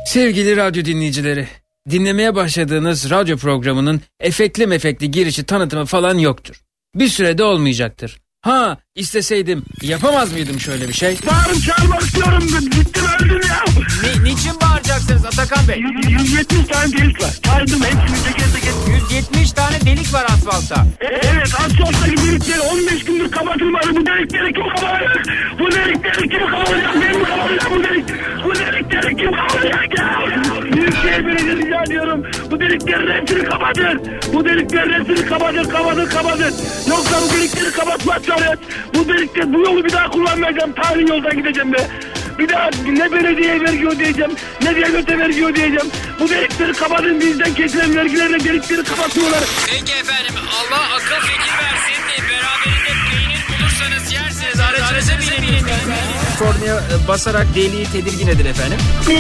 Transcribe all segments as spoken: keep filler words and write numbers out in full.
Sevgili radyo dinleyicileri, dinlemeye başladığınız radyo programının efektli mefekli girişi tanıtımı falan yoktur. Bir sürede olmayacaktır. Ha, isteseydim yapamaz mıydım şöyle bir şey? Bağırıp çağırmak istiyorum. Bittim, öldüm ya. Ne, niçin bağıracaksınız Atakan Bey? yüz yetmiş tane delik var. Saydım hepsini teker teker. yüz yetmiş tane delik var asfaltta. E, evet, asfalttaki delikleri on beş gündür kapatılmadı. Bu delikleri kim kapatacak? Bu delikleri kim kapatacak? Ben mi kapatacağım bu delik? Bu delikleri kim kapatacak ya? Büyükşehir Belediyesi rica ediyorum. Bu deliklerin hepsini kapatın. Bu deliklerin hepsini kapatın, kapatın, kapatın. Yoksa bu delikleri kapatmazsanız bu delikte bu yolu bir daha kullanmayacağım. Tarihi yoldan gideceğim be. Bir daha ne belediyeye vergi ödeyeceğim, ne devlete vergi ödeyeceğim. Bu delikleri kapatın, bizden kesilen vergilerle delikleri kapatıyorlar. Peki efendim, Allah akıl fikir versin. Beraberinde peynir bulursanız yersiniz. Aracınıza binin. Kornaya basarak deliği tedirgin edin efendim.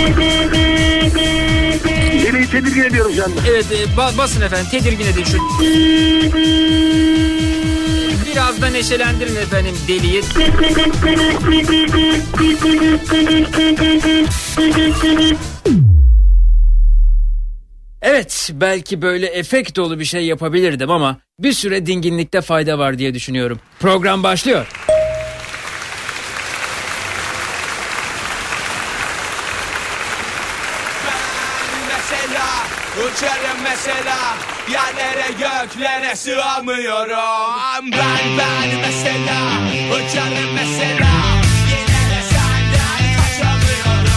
Deliği tedirgin ediyorum şu anda. Evet, ba- basın efendim, tedirgin edin şu. Biraz da neşelendirin efendim deliği. Evet, belki böyle efekt dolu bir şey yapabilirdim ama bir süre dinginlikte fayda var diye düşünüyorum. Program başlıyor. Uçarım mesela, yerlere göklere sığamıyorum. Ben ben mesela, uçarım mesela, yine de senden kaçamıyorum.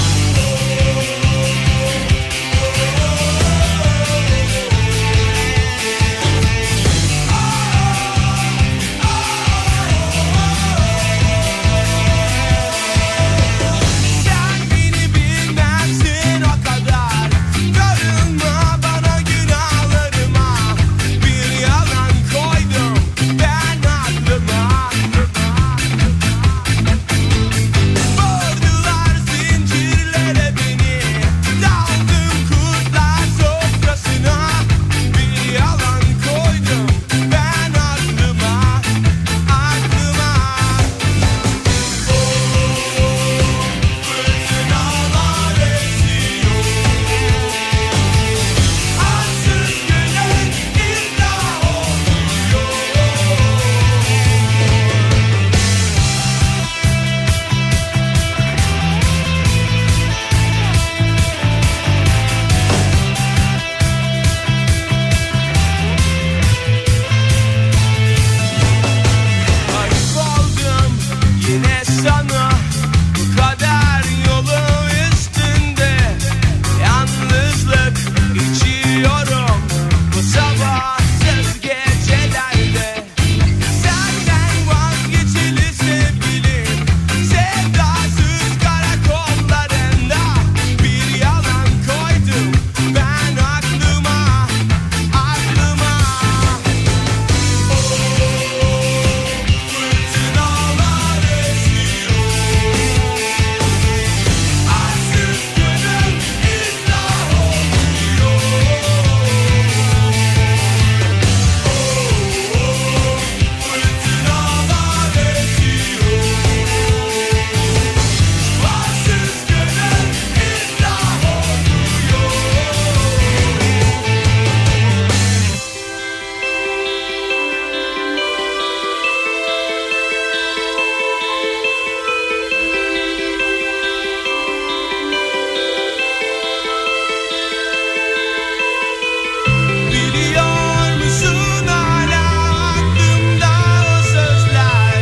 Sen beni bilmezsin o kadar. Bana günahlarıma bir yalan koydum ben aklıma. Vurdular zincirlere beni, daldım kurtlar sofrasına. Bir yalan koydum ben aklıma, aklıma. Fırtınalar esiyor. Ansız gülen iddia oluyor. Ayıp oldum yine sana, bu kadar yolun üstünde. Yalnızlık içiyorum bu sabahsız gecelerde. Senden vazgeçili sevgilim, sevdasız karakollarında. Bir yalan koydum ben aklıma, aklıma. Fırtınalar esiyor. Ansız gönül iddia oluyor. Fırtınalar esiyor. Ansız gönül iddia oluyor. Biliyor musun hala aklımda o sözler?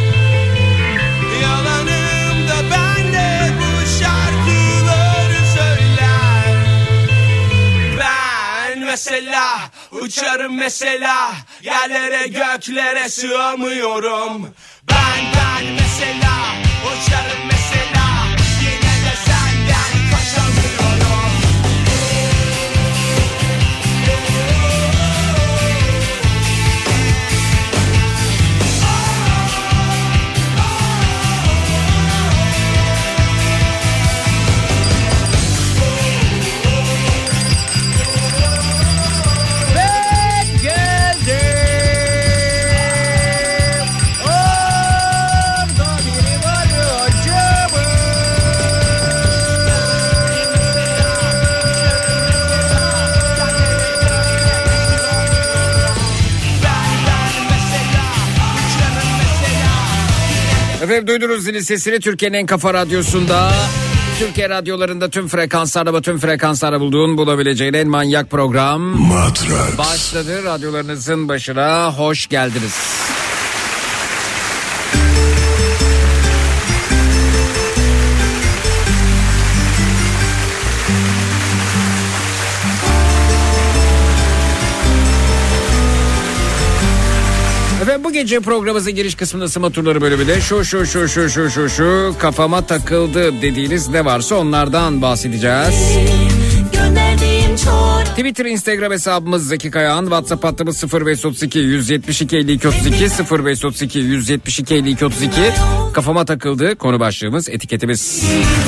Yalanım da ben de bu şarkıları söyler. Ben mesela uçarım mesela, yerlere göklere sığamıyorum. Ben ben mesela uçarım mesela, yine de senden kaçamıyorum. Ben geldim. Orada biri var hocam. Efendim duydunuz zilin sesini Türkiye'nin en kafa radyosunda. Türkiye radyolarında tüm frekanslarda ve tüm frekanslarda bulduğun bulabileceğin en manyak program Matrax başladı. Radyolarınızın başına hoş geldiniz. Efendim bu gece programımızın giriş kısmında ısınma turları bölümünde şu şu şu şu şu şu şu kafama takıldı dediğiniz ne varsa onlardan bahsedeceğiz. Twitter, Instagram hesabımız Zeki Kayağan, WhatsApp hattımız sıfır beş otuz iki yüz yetmiş iki elli iki otuz iki sıfır beş otuz iki yüz yetmiş iki elli iki otuz iki kafama takıldı konu başlığımız, etiketimiz.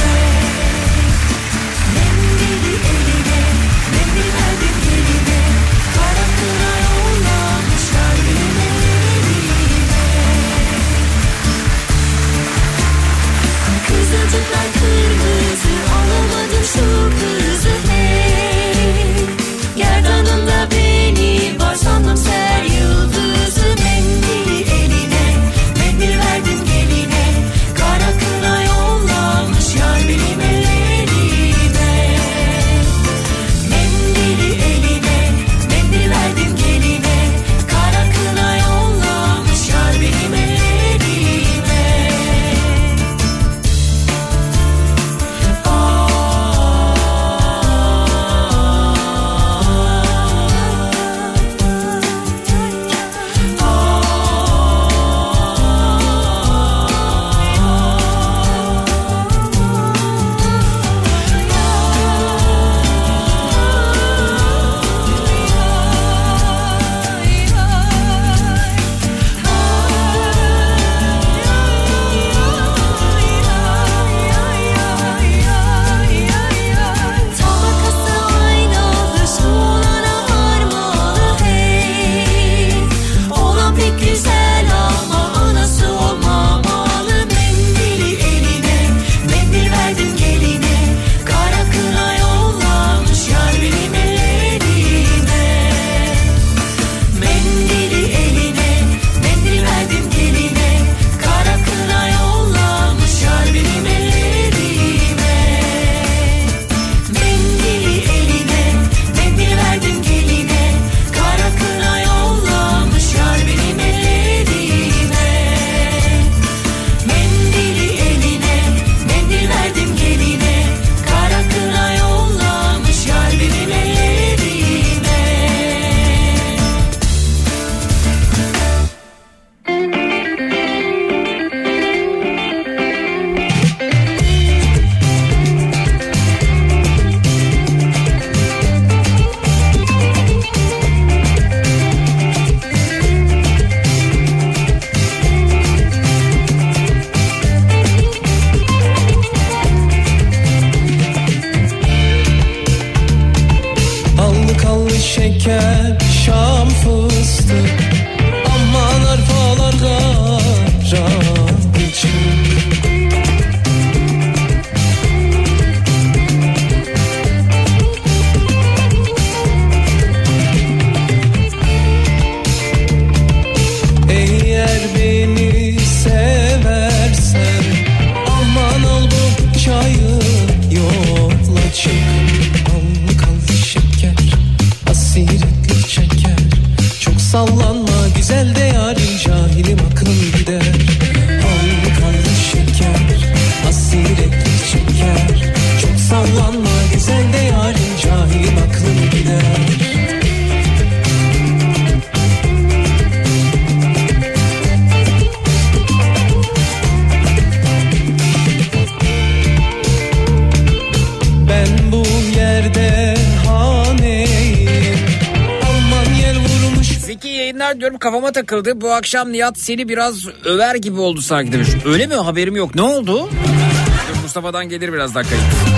Kafama takıldı. Bu akşam Nihat seni biraz över gibi oldu sanki demiş. Öyle mi? Haberim yok. Ne oldu? Mustafa'dan gelir biraz dakika.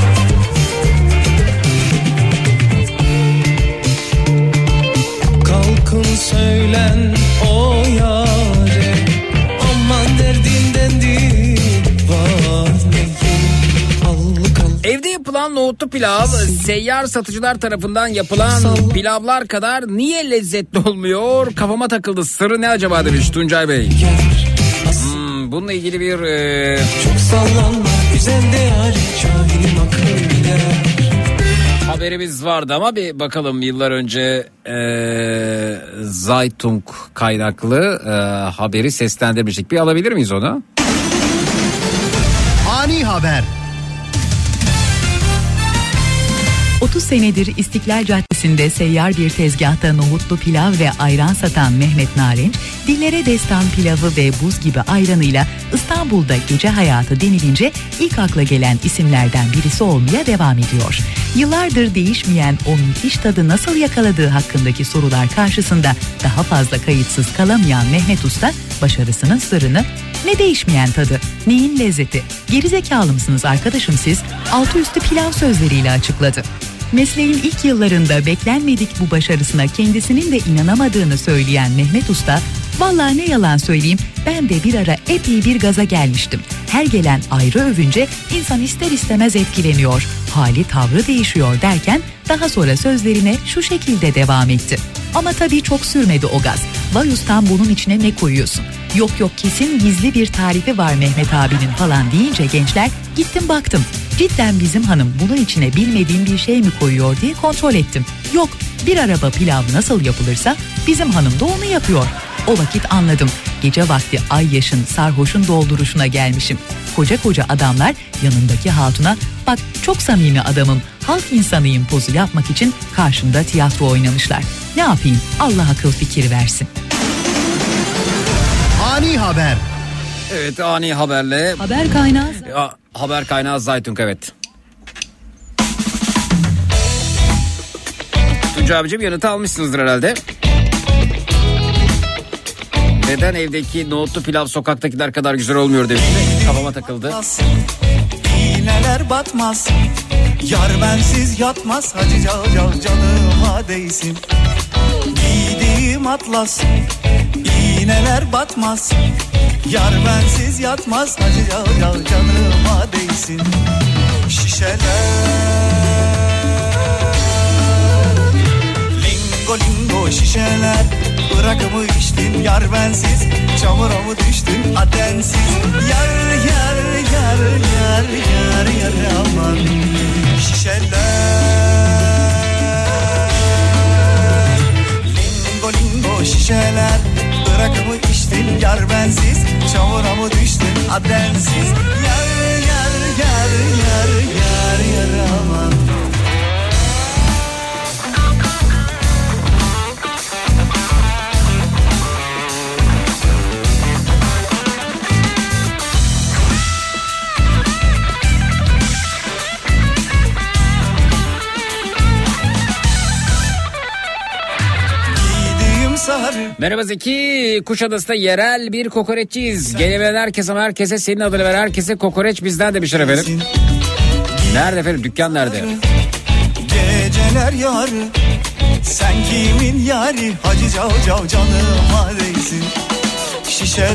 Kalkın söylen o yâre, aman derdinden divaneyim. Evde yapılan nohutlu pilav seyyar satıcılar tarafından yapılan pilavlar kadar niye lezzetli olmuyor? Kafama takıldı. Sırrı ne acaba demiş Tuncay Bey. Hmm, efendim bununla ilgili bir e... Çok sallanma güzel de yarim, cahilim aklım gider. Haberimiz vardı ama bir bakalım, yıllar önce e, Zeitung kaynaklı e, haberi seslendirmiştik. Bir alabilir miyiz onu? Ani haber. otuz senedir İstiklal Caddesi'nde seyyar bir tezgahta nohutlu pilav ve ayran satan Mehmet Narenç, dillere destan pilavı ve buz gibi ayranıyla İstanbul'da gece hayatı denilince ilk akla gelen isimlerden birisi olmaya devam ediyor. Yıllardır değişmeyen o müthiş tadı nasıl yakaladığı hakkındaki sorular karşısında daha fazla kayıtsız kalamayan Mehmet Usta, başarısının sırrını "Ne değişmeyen tadı, neyin lezzeti, gerizekalı mısınız arkadaşım siz?" altı üstü pilav sözleriyle açıkladı. Mesleğin ilk yıllarında beklenmedik bu başarısına kendisinin de inanamadığını söyleyen Mehmet Usta, "Vallahi ne yalan söyleyeyim, ben de bir ara epey bir gaza gelmiştim. Her gelen ayrı övünce insan ister istemez etkileniyor, hali tavrı değişiyor" derken daha sonra sözlerine şu şekilde devam etti. "Ama tabii çok sürmedi o gaz. Vay ustam bunun içine ne koyuyorsun? Yok yok kesin gizli bir tarifi var Mehmet abinin" falan deyince gençler, gittim baktım. Cidden bizim hanım bunun içine bilmediğim bir şey mi koyuyor diye kontrol ettim. Yok, bir araba pilav nasıl yapılırsa bizim hanım da onu yapıyor. O vakit anladım. Gece vakti ay yaşın sarhoşun dolduruşuna gelmişim. Koca koca adamlar yanındaki hatuna "Bak çok samimi adamım, halk insanıyım" pozu yapmak için karşımda tiyatro oynamışlar. Ne yapayım, Allah akıl fikir versin. Ani haber. Evet, ani haberle. Haber kaynağı. Ya, haber kaynağı Zeitung, evet. Tunca abicim yanıtı almışsınızdır herhalde. Neden evdeki nohutlu pilav sokaktakiler kadar güzel olmuyor demişti. Kafama takıldı. İğneler batmaz, yar bensiz yatmaz, hacı cal cal canıma değsin. Giydiğim atlas, iğneler batmaz, yar bensiz yatmaz, hacı cal cal canıma değsin. Şişeler, lingo lingo şişeler, bırakımı içtin yar bensiz, çamura mı düştün adensiz. Yar yar yar yar yar yar aman. Şişeler, lingo lingo şişeler, bırakımı içtin yar bensiz, çamura mı düştün adensiz. Yar yar yar yar yar yar aman. Merhaba Zeki, Kuşadası'da yerel bir kokoreççiyiz. Gelemeyen herkese ama herkese senin adını ver, herkese kokoreç bizden demişler efendim. Nerede efendim, dükkan nerede? Geceler yarı, sen kimin yari, hacı cav cav canıma değsin. Şişeler,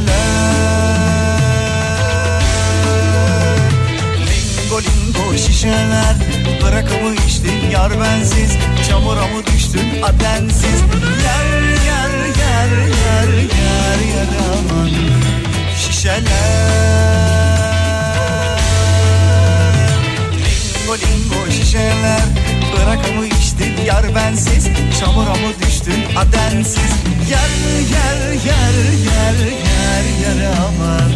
lingo lingo şişeler, bırakımı içtin yar bensiz, çamura mı düştün adensiz. Yer yer yer yer yer yer aman. Şişeler, lingo lingo şişeler, bırakımı içtin yar bensiz, çamura mı düştün adensiz. Yer yer yer yer yer yer aman.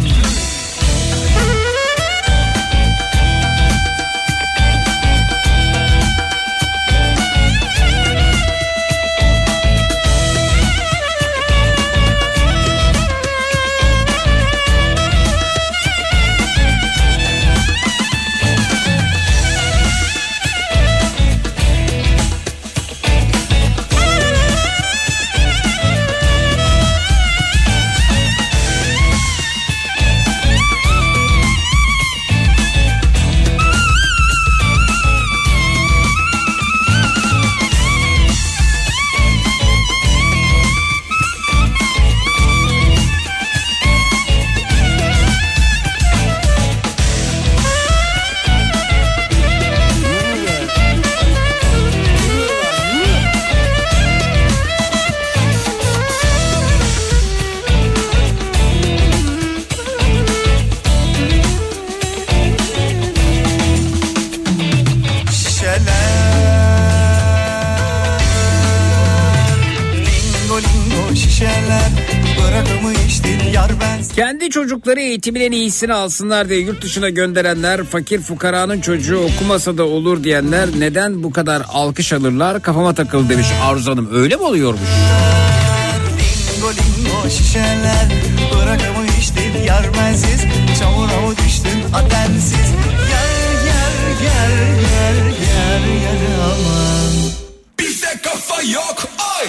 Kendi çocukları eğitimin en iyisini alsınlar diye yurt dışına gönderenler, fakir fukaranın çocuğu okumasa da olur diyenler neden bu kadar alkış alırlar, kafama takıldı demiş Arzu Hanım. Öyle mi oluyormuş? Lingo lingo şişeler, bırakamı içtin yar bensiz, çamura mı düştün adensiz. Gel gel gel gel gel gel aman. Bizde kafa yok ay.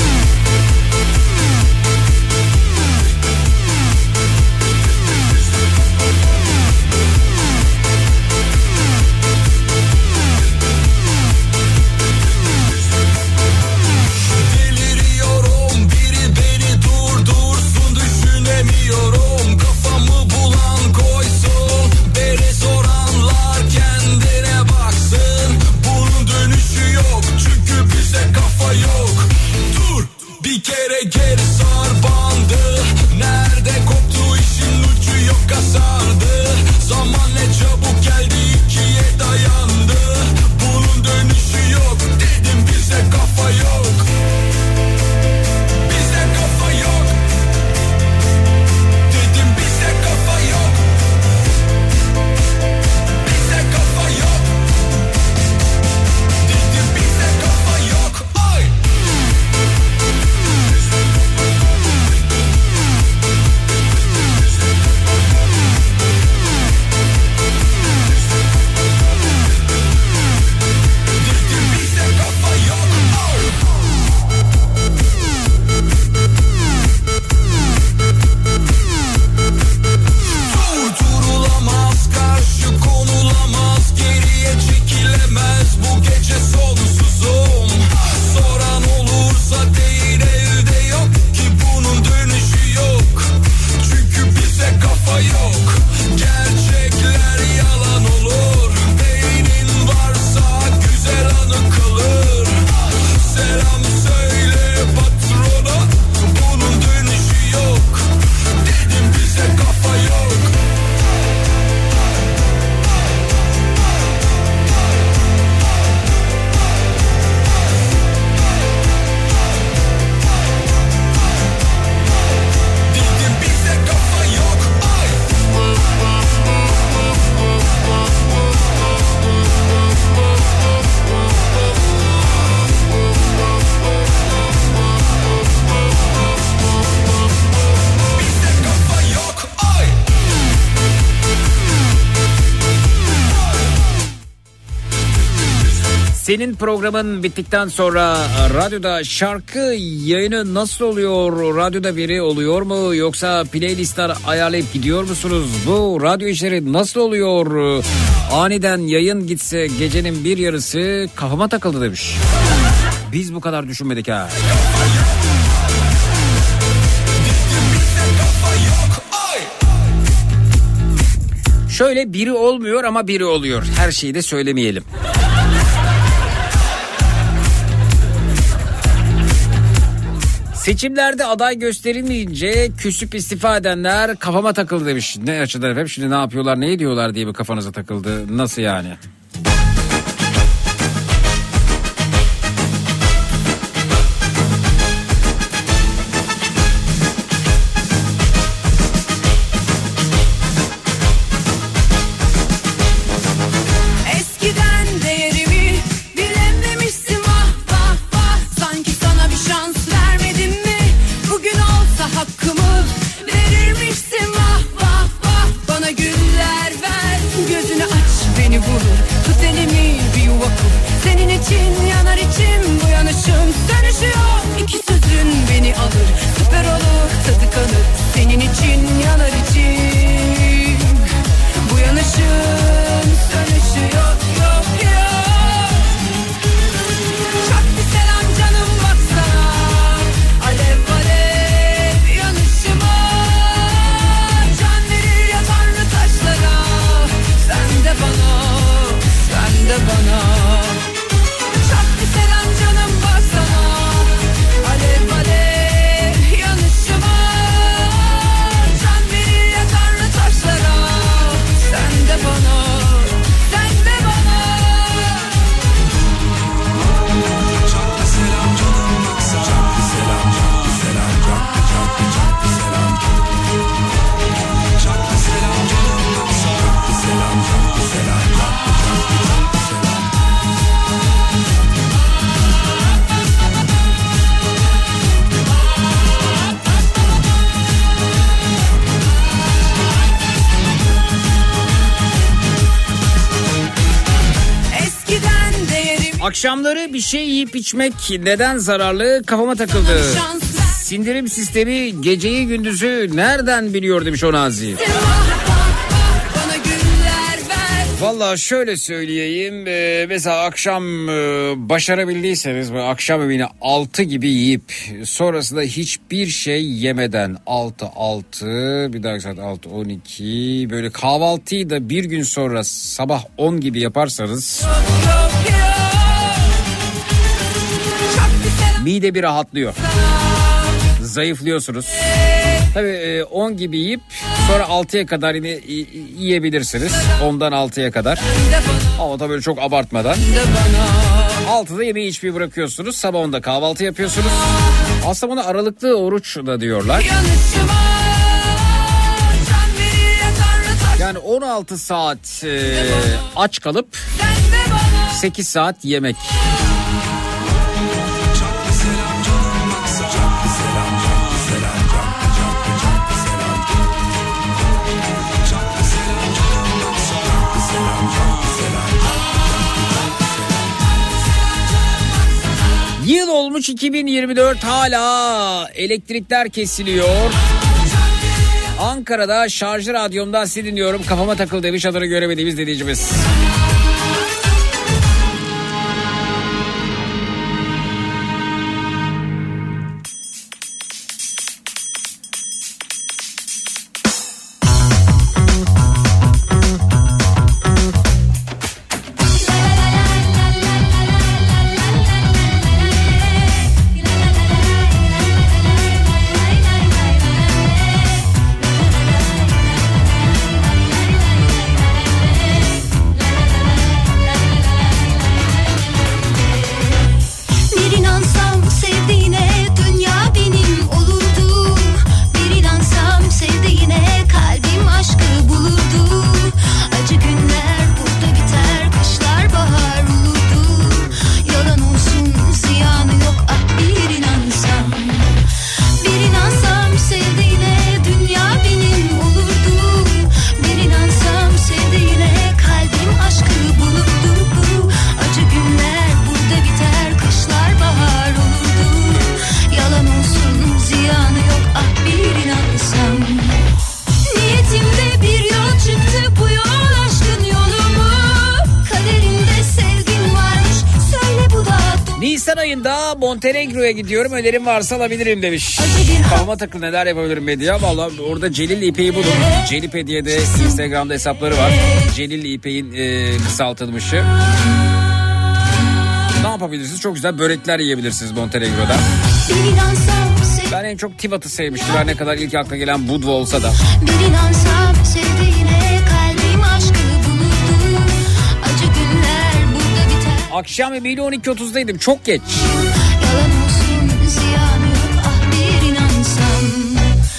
Kafamı bulan koysun, beni soranlar kendine baksın. Bunun dönüşü yok çünkü bize kafa yok. Dur bir kere geri sar bandı. Nerede koptu işin ucu yok kasardı. Zaman ne çabuk geldi ikiye dayandı. Bunun dönüşü yok dedim bize kafa yok. Bizde kafa yok. Dedim bizde kafa yok. Bizde kafa yok. Dedim bizde kafa yok. Ay. Dedim bizde kafa yok. Ay. Durdurulamaz, karşı konulamaz, geriye çekilemez, bu gece sonsuzum. Soran olursa değil elde yok ki bunun dönüşü yok. Çünkü bize kafa yok. Gerçekler yalan olur. Beynin varsa güzel anı kalır. Selam söyle patrona, bunun dönüşü yok. Dedim bize kafa yok. Dedim bize kafa yok. Ay. Bizde kafa yok. Ay. Senin programın bittikten sonra radyoda şarkı yayını nasıl oluyor? Radyoda biri oluyor mu? Yoksa playlistler ayarlayıp gidiyor musunuz? Bu radyo işleri nasıl oluyor? Aniden yayın gitse gecenin bir yarısı kafama takıldı demiş. Biz bu kadar düşünmedik ha. Ay. Şöyle biri olmuyor ama biri oluyor. Her şeyi de söylemeyelim. Seçimlerde aday gösterilmeyince küsüp istifa edenler kafama takıldı demiş. Ne açıdan efendim, şimdi ne yapıyorlar, ne ediyorlar diye bir kafanıza takıldı. Nasıl yani? Eskiden değerimi bilememişsin, vah vah vah. Sanki sana bir şans vermedim mi? Bugün olsa hakkımı verirmişsin, vah vah vah. Bana güller ver, gözünü aç, beni vurur. Tut elimi, bir yuva kur. Senin için yanar içim, bu yanışım sönüşüyor. İki sözün beni alır, süper olur, tadı kalır. Senin için yanar içim, bu yanışım sönüşüyor. Yok yok. Çok bir selam canım, baksana. Alev alev yanışıma. Can verir ya Tanrı taşlara. Sen de bana, sen de bana. Çok bir selam canım. Akşamları bir şey yiyip içmek neden zararlı? Kafama takıldı. Sindirim sistemi geceyi gündüzü nereden biliyor demiş o Nazi. Valla şöyle söyleyeyim, ee, mesela akşam e, başarabildiyseniz akşam yemeğini altı gibi yiyip sonrasında hiçbir şey yemeden altı altı bir dahaki saat altı on iki böyle kahvaltıyı da bir gün sonra sabah on gibi yaparsanız mide bir rahatlıyor, zayıflıyorsunuz. Tabii on gibi yiyip sonra altıya kadar yine yiyebilirsiniz. ondan altıya kadar. Ama tabii böyle çok abartmadan. altıda yemeği içmeyi bırakıyorsunuz. Sabah onda kahvaltı yapıyorsunuz. Aslında buna aralıklı oruç da diyorlar. Yani on altı saat e, aç kalıp sekiz saat yemek. Yıl olmuş iki bin yirmi dört, hala elektrikler kesiliyor. Ankara'da şarjı radyomdan sizi dinliyorum. Kafama takıldı demiş adını göremediğimiz dinleyicimiz. Montenegro'ya gidiyorum, önerim varsa alabilirim demiş. Kafama takıl neler yapabilirim medya. Valla orada Celil İpek'i bulun. Celipe diye de Instagram'da hesapları var. Celil İpek'in e, kısaltılmışı. Ne yapabilirsiniz? Çok güzel börekler yiyebilirsiniz Montenegro'da. Ben en çok Tivat'ı sevmiştim. Her ne kadar ilk akla gelen Budva olsa da. Bir inansam sevdiğine kalbim aşkını bulurdu. Acı günler burada biter. Akşam yemeğiyle on iki otuzdaydım. Çok geç. Yalan olsun ziyanı yok ah bir inansam.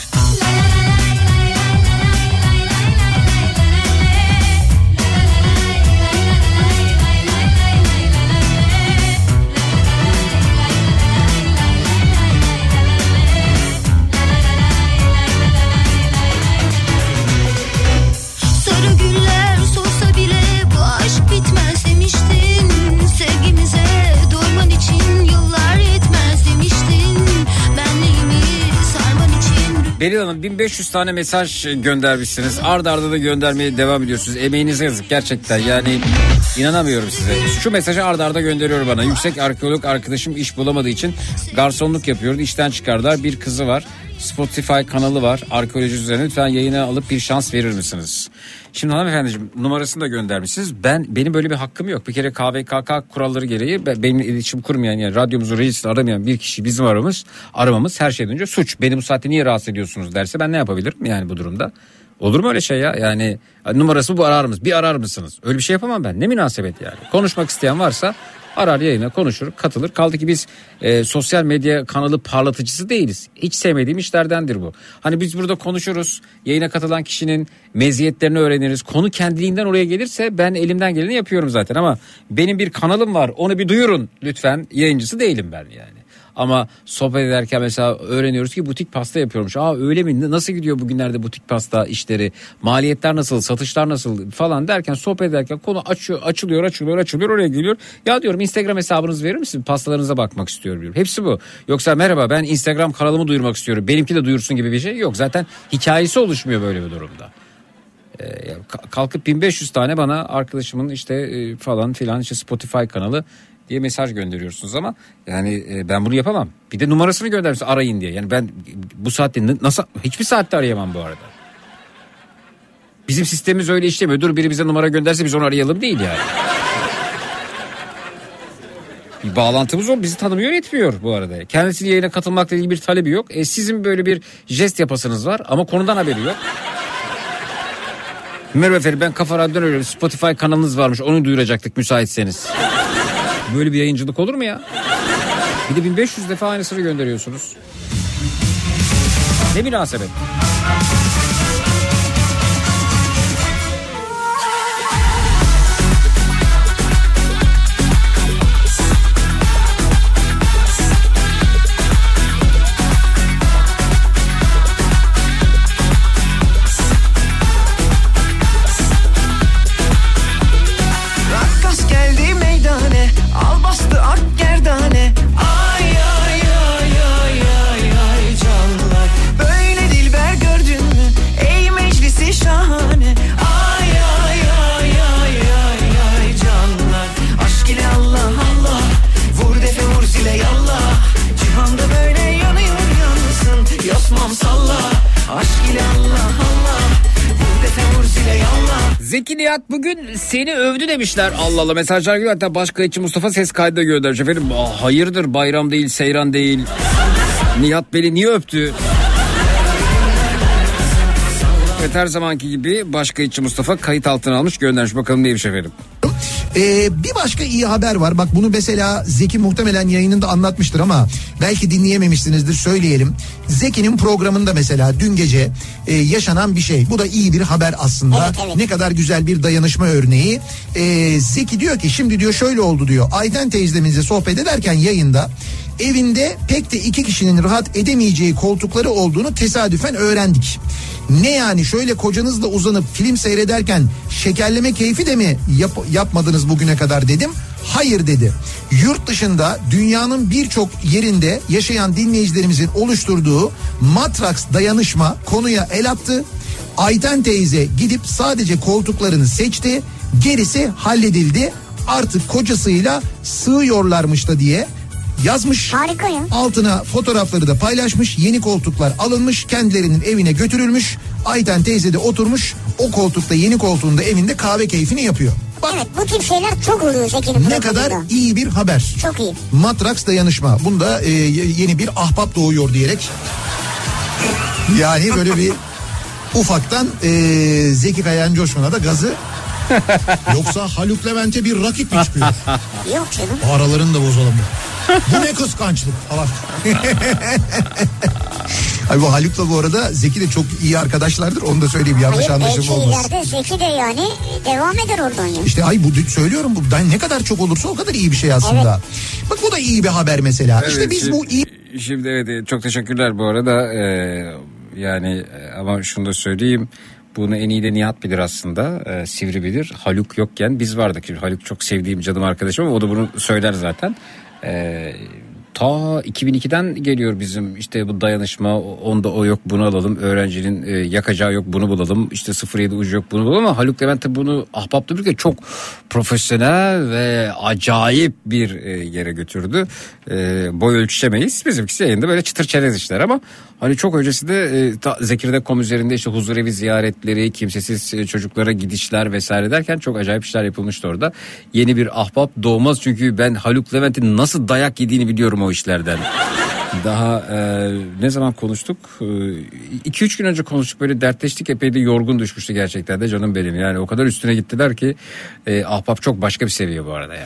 Sarı güller solsa bile bu aşk bitmez demiştin. Sevgimize doyman için yıllar yetmez demiştin. Benliğimi sarman için. Beril Hanım bin beş yüz tane mesaj göndermişsiniz. Arda arda da göndermeye devam ediyorsunuz. Emeğinize yazık gerçekten, yani inanamıyorum size. Şu mesajı arda arda gönderiyor bana. Yüksek arkeolog arkadaşım iş bulamadığı için garsonluk yapıyor. İşten çıkardılar. Bir kızı var. Spotify kanalı var. Arkeoloji üzerine lütfen yayına alıp bir şans verir misiniz? Şimdi hanımefendiciğim numarasını da göndermişsiniz. Ben benim böyle bir hakkım yok. Bir kere K V K K kuralları gereği benimle iletişim kurmayan, yani radyomuzu reisle aramayan bir kişi bizim aramamız, aramamız her şeyden önce suç. Beni bu saatte niye rahatsız ediyorsunuz derse ben ne yapabilirim yani bu durumda? Olur mu öyle şey ya? Yani numarası bu, arar mısınız? Bir arar mısınız? Öyle bir şey yapamam ben. Ne münasebet yani. Konuşmak isteyen varsa arar, yayına konuşur, katılır. Kaldı ki biz e, sosyal medya kanalı parlatıcısı değiliz. Hiç sevmediğim işlerdendir bu. Hani biz burada konuşuruz. Yayına katılan kişinin meziyetlerini öğreniriz. Konu kendiliğinden oraya gelirse ben elimden geleni yapıyorum zaten. Ama benim bir kanalım var. Onu bir duyurun lütfen. Yayıncısı değilim ben yani. Ama sohbet ederken mesela öğreniyoruz ki butik pasta yapıyormuş. Aa öyle mi? Nasıl gidiyor bugünlerde butik pasta işleri? Maliyetler nasıl? Satışlar nasıl? Falan derken sohbet ederken konu açıyor, açılıyor, açılıyor, açılıyor. Oraya geliyor. Ya diyorum Instagram hesabınızı verir misiniz? Pastalarınıza bakmak istiyorum diyorum. Hepsi bu. Yoksa merhaba ben Instagram kanalımı duyurmak istiyorum. Benimki de duyursun gibi bir şey yok. Zaten hikayesi oluşmuyor böyle bir durumda. Ee, kalkıp bin beş yüz tane bana arkadaşımın işte e, falan filan işte Spotify kanalı diye mesaj gönderiyorsunuz ama yani e, ben bunu yapamam. Bir de numarasını göndermişsin arayın diye. Yani ben bu saatte nasıl hiçbir saatte arayamam bu arada. Bizim sistemimiz öyle işlemiyor. Dur biri bize numara gönderse biz onu arayalım değil yani. Bir bağlantımız o bizi tanımıyor etmiyor bu arada. Kendisinin yayına katılmakla ilgili bir talebi yok. E, sizin böyle bir jest yapasınız var ama konudan haberi yok. Merhaba efendim ben Kafa Radyo'dan arıyorum. Spotify kanalınız varmış onu duyuracaktık müsaitseniz. Böyle bir yayıncılık olur mu ya? Bir de bin beş yüz defa aynısını gönderiyorsunuz. Ne münasebet. Zeki Nihat bugün seni övdü demişler. Allah Allah mesajlar geliyor. Hatta başka için Mustafa ses kaydı da göndermiş. Efendim hayırdır bayram değil seyran değil. Nihat beni niye öptü? Evet her zamanki gibi başka için Mustafa kayıt altına almış göndermiş. Bakalım neymiş efendim. Ee, bir başka iyi haber var. Bak bunu mesela Zeki muhtemelen yayınında anlatmıştır ama belki dinleyememişsinizdir söyleyelim. Zeki'nin programında mesela dün gece e, yaşanan bir şey. Bu da iyi bir haber aslında. Evet, evet. Ne kadar güzel bir dayanışma örneği. Ee, Zeki diyor ki şimdi diyor şöyle oldu diyor. Ayten teyzemizle sohbet ederken yayında evinde pek de iki kişinin rahat edemeyeceği koltukları olduğunu tesadüfen öğrendik. Ne yani şöyle kocanızla uzanıp film seyrederken şekerleme keyfi de mi yap, yapmadınız bugüne kadar dedim. Hayır dedi. Yurt dışında dünyanın birçok yerinde yaşayan dinleyicilerimizin oluşturduğu Matrax dayanışma konuya el attı. Ayten teyze gidip sadece koltuklarını seçti. Gerisi halledildi. Artık kocasıyla sığıyorlarmış da diye yazmış. Harika ya. Altına fotoğrafları da paylaşmış. Yeni koltuklar alınmış. Kendilerinin evine götürülmüş. Ayten teyze de oturmuş. O koltukta yeni koltuğunda evinde kahve keyfini yapıyor. Bak, evet bu tip şeyler çok oluyor Zeki'nin. Ne kadar iyi bir haber. Çok iyi. Matrax dayanışma. Bunda e, yeni bir ahbap doğuyor diyerek. Yani böyle bir ufaktan e, Zeki Kayan Coşkun'a da gazı. Yoksa Haluk Levent'e bir rakip mi çıkıyor? Yok canım. Aralarını da bozalım. Bu ne kıskançlık falan. Ay bu Haluk'la bu arada Zeki de çok iyi arkadaşlardır. Onu da söyleyeyim yanlış Hayır, anlaşılma olmasın. Hayır belki ileride Zeki de yani devam eder oradan ya. İşte ay bu söylüyorum bu ben ne kadar çok olursa o kadar iyi bir şey aslında. Evet. Bak bu da iyi bir haber mesela. Evet, işte biz şimdi, bu iyi... Şimdi evet çok teşekkürler bu arada. Ee, yani ama şunu da söyleyeyim. Bunu en iyi de Nihat bilir aslında. Ee, Sivri bilir. Haluk yokken biz vardık. Şimdi Haluk çok sevdiğim canım arkadaşım ama o da bunu söyler zaten. Ee, ta iki bin ikiden geliyor bizim işte bu dayanışma. Onda o yok bunu alalım. Öğrencinin e, yakacağı yok bunu bulalım. İşte sıfır yedi ucu yok bunu bulalım ama Haluk Levent de bunu ahbapla birlikte çok profesyonel ve acayip bir e, yere götürdü. E, boy ölçüşemeyiz. Bizimkisi yayında böyle çıtır çerez işler ama hani çok öncesinde e, Zekirde nokta com üzerinde işte huzurevi ziyaretleri, kimsesiz e, çocuklara gidişler vesaire derken çok acayip işler yapılmıştı orada. Yeni bir ahbap doğmaz çünkü ben Haluk Levent'in nasıl dayak yediğini biliyorum o işlerden. Daha e, ne zaman konuştuk? iki üç gün önce konuştuk böyle dertleştik epey de yorgun düşmüştü gerçekten de canım benim. Yani o kadar üstüne gittiler ki e, ahbap çok başka bir seviye bu arada yani.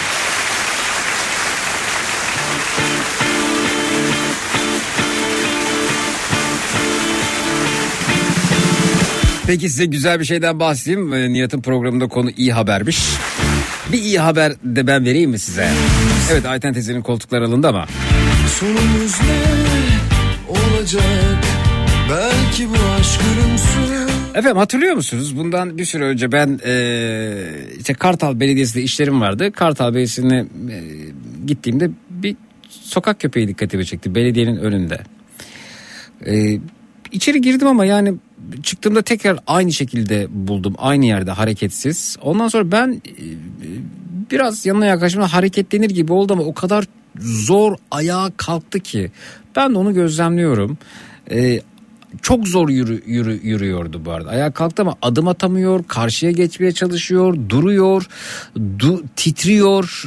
Peki size güzel bir şeyden bahsedeyim. Nihat'ın programında konu iyi habermiş. Bir iyi haber de ben vereyim mi size? Evet Ayten teyzenin koltukları alındı ama Sonumuz ne olacak? Belki bu aşk ölümsüz. Efendim hatırlıyor musunuz? Bundan bir süre önce ben e, işte Kartal Belediyesi'nde işlerim vardı. Kartal Belediyesi'ne e, gittiğimde bir sokak köpeği dikkatimi çekti belediyenin önünde. E, içeri girdim ama yani çıktığımda tekrar aynı şekilde buldum. Aynı yerde hareketsiz. Ondan sonra ben e, biraz yanına yaklaşımda hareketlenir gibi oldu ama o kadar zor ayağa kalktı ki. Ben de onu gözlemliyorum. E, Çok zor yürü, yürü, yürüyordu bu arada. Ayağa kalktı ama adım atamıyor, karşıya geçmeye çalışıyor, duruyor, du, titriyor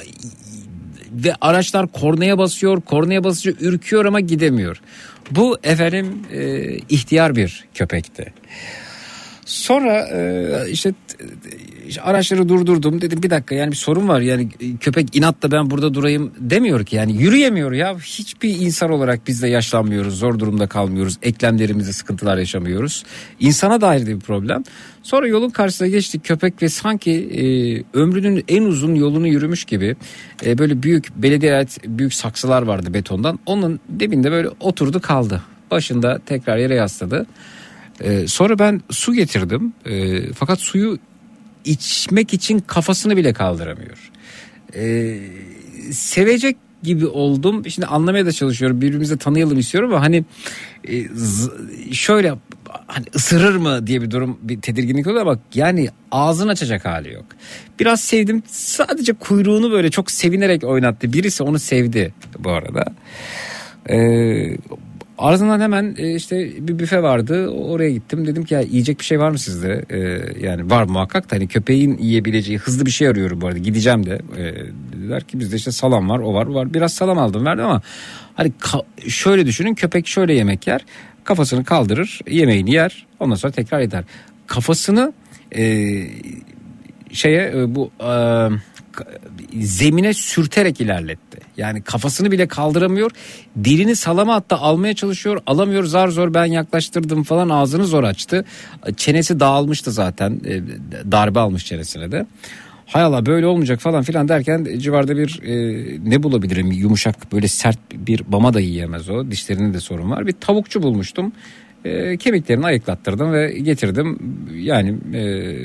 ve araçlar kornaya basıyor, kornaya basınca ürküyor ama gidemiyor. Bu efendim e, ihtiyar bir köpekti. Sonra e, işte, işte araçları durdurdum, dedim bir dakika yani bir sorun var, yani köpek inatla ben burada durayım demiyor ki, yani yürüyemiyor ya. Hiçbir insan olarak biz de yaşlanmıyoruz, zor durumda kalmıyoruz, eklemlerimizde sıkıntılar yaşamıyoruz, insana dair de bir problem. Sonra yolun karşısına geçtik, köpek ve sanki e, ömrünün en uzun yolunu yürümüş gibi e, böyle büyük belediyeye ait büyük saksılar vardı betondan, onun dibinde böyle oturdu kaldı, başında tekrar yere yasladı. Ee, sonra ben su getirdim ee, fakat suyu içmek için kafasını bile kaldıramıyor. Ee, sevecek gibi oldum. Şimdi anlamaya da çalışıyorum, birbirimizi tanıyalım istiyorum ama hani e, z- şöyle hani ısırır mı diye bir durum, bir tedirginlik oluyor ama yani ağzını açacak hali yok. Biraz sevdim, sadece kuyruğunu böyle çok sevinerek oynattı. Birisi onu sevdi bu arada. Eee Ardından hemen işte bir büfe vardı, oraya gittim, dedim ki ya yiyecek bir şey var mı sizde? Ee, yani var muhakkak da hani köpeğin yiyebileceği hızlı bir şey arıyorum bu arada, gideceğim de. Ee, dediler ki bizde işte salam var, o var, o var. Biraz salam aldım verdim ama hani ka- şöyle düşünün, köpek şöyle yemek yer, kafasını kaldırır, yemeğini yer, ondan sonra tekrar eder. Kafasını e, şeye bu e, zemine sürterek ilerletti. Yani kafasını bile kaldıramıyor. Dilini salama hatta almaya çalışıyor. Alamıyor, zar zor ben yaklaştırdım falan, ağzını zor açtı. Çenesi dağılmıştı zaten. Darbe almış çenesine de. Hay Allah böyle olmayacak falan filan derken civarda bir e, ne bulabilirim, yumuşak böyle sert bir mama da yiyemez o. Dişlerinde de sorun var. Bir tavukçu bulmuştum. E, kemiklerini ayıklattırdım ve getirdim. Yani e,